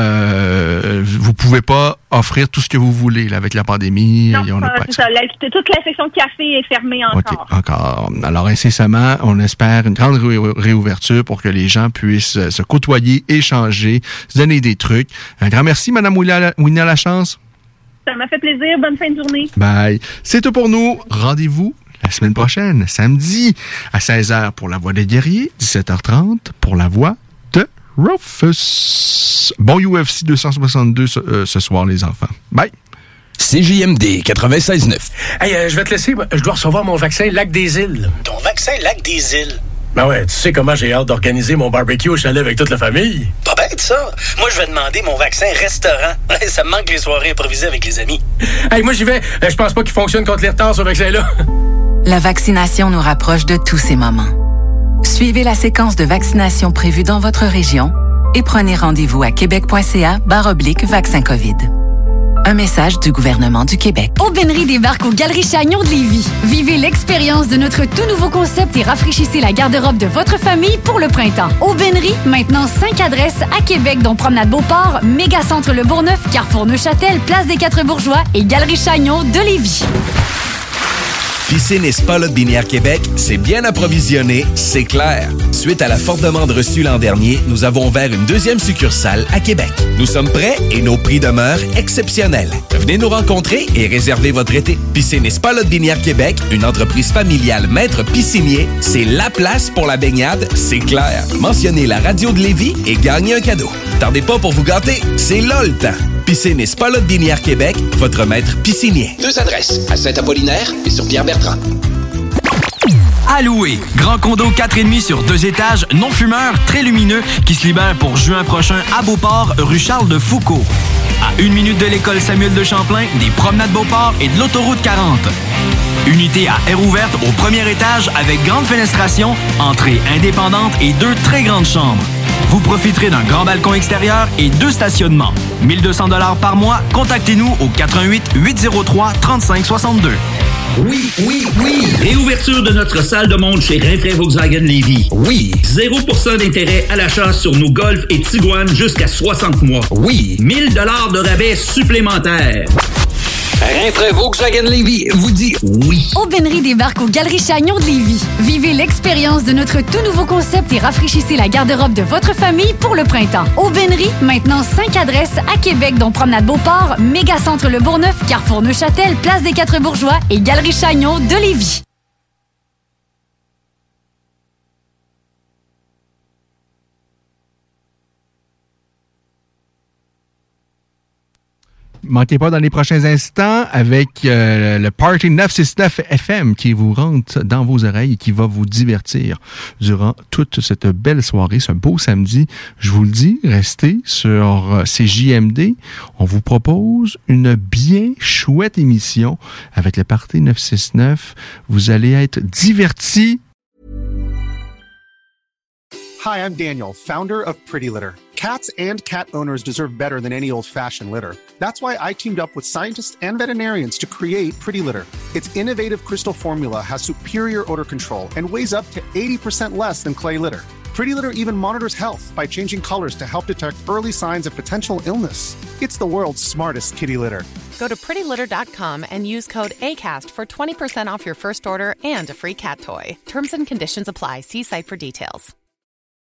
vous pouvez pas offrir tout ce que vous voulez là, avec la pandémie. Non, c'est ça. Toute la section de café est fermée fermé encore. OK, encore. Alors, incessamment, on espère une grande réouverture pour que les gens puissent se côtoyer, échanger, se donner des trucs. Un grand merci, Mme Wina Lachance. Ça m'a fait plaisir. Bonne fin de journée. Bye. C'est tout pour nous. Rendez-vous la semaine prochaine, samedi, à 16h pour La Voix des guerriers, 17h30 pour La Voix de Rufus. Bon UFC 262 ce soir, les enfants. Bye. CJMD 96.9. Hey, je vais te laisser. Je dois recevoir mon vaccin Lac des Îles. Ton vaccin Lac des Îles? Ben ouais, tu sais comment j'ai hâte d'organiser mon barbecue au chalet avec toute la famille. Pas bête, ça. Moi, je vais demander mon vaccin restaurant. Ça me manque les soirées improvisées avec les amis. Hey, moi, j'y vais. Je pense pas qu'il fonctionne contre les retards, ce vaccin-là. La vaccination nous rapproche de tous ces moments. Suivez la séquence de vaccination prévue dans votre région et prenez rendez-vous à québec.ca/vaccin COVID. Un message du gouvernement du Québec. Aubainerie débarque aux Galeries Chagnon de Lévis. Vivez l'expérience de notre tout nouveau concept et rafraîchissez la garde-robe de votre famille pour le printemps. Aubainerie, maintenant 5 adresses à Québec, dont Promenade Beauport, Mégacentre Le Bourgneuf, Carrefour Neuchâtel, Place des Quatre-Bourgeois et Galerie Chagnon de Lévis. Piscine et Spa Lotbinière Québec, c'est bien approvisionné, c'est clair. Suite à la forte demande reçue l'an dernier, nous avons ouvert une deuxième succursale à Québec. Nous sommes prêts et nos prix demeurent exceptionnels. Venez nous rencontrer et réserver votre été. Piscine et Spa Lotbinière Québec, une entreprise familiale maître piscinier, c'est la place pour la baignade, c'est clair. Mentionnez la radio de Lévis et gagnez un cadeau. Tardez pas pour vous gâter, c'est là le temps. Piscine et Spa Lotbinière Québec, votre maître piscinier. 2 adresses, à Saint-Apollinaire et sur Pierre-Bertrand. À louer. Grand condo 4,5 sur 2 étages, non fumeur, très lumineux, qui se libère pour juin prochain à Beauport, rue Charles de Foucault. À 1 minute de l'école Samuel de Champlain, des promenades Beauport et de l'autoroute 40. Unité à air ouverte au premier étage avec grande fenestration, entrée indépendante et 2 très grandes chambres. Vous profiterez d'un grand balcon extérieur et 2 stationnements. 1 200 $ par mois. Contactez-nous au 88 803 35 62. Oui. Réouverture de notre salle de monde chez Rinfraie Volkswagen Lévis. Oui. 0% d'intérêt à l'achat sur nos Golf et Tiguan jusqu'à 60 mois. Oui. 1 000 $ de rabais supplémentaires. Rinfraie Volkswagen Lévis vous dit oui. Aubainerie débarque aux Galeries Chagnon de Lévis. Vivez l'expérience de notre tout nouveau concept et rafraîchissez la garde-robe de votre famille pour le printemps. Aubainerie, maintenant 5 adresses à Québec, dont Promenade Beauport, Mégacentre Le Bourgneuf, Carrefour Neuchâtel, Place des Quatre-Bourgeois et Galerie Chagnon de Lévis. Manquez pas dans les prochains instants avec le Party 969 FM qui vous rentre dans vos oreilles et qui va vous divertir durant toute cette belle soirée, ce beau samedi. Je vous le dis, restez sur CJMD. On vous propose une bien chouette émission avec le Party 969. Vous allez être divertis. Hi, I'm Daniel, founder of Pretty Litter. Cats and cat owners deserve better than any old-fashioned litter. That's why I teamed up with scientists and veterinarians to create Pretty Litter. Its innovative crystal formula has superior odor control and weighs up to 80% less than clay litter. Pretty Litter even monitors health by changing colors to help detect early signs of potential illness. It's the world's smartest kitty litter. Go to prettylitter.com and use code ACAST for 20% off your first order and a free cat toy. Terms and conditions apply. See site for details.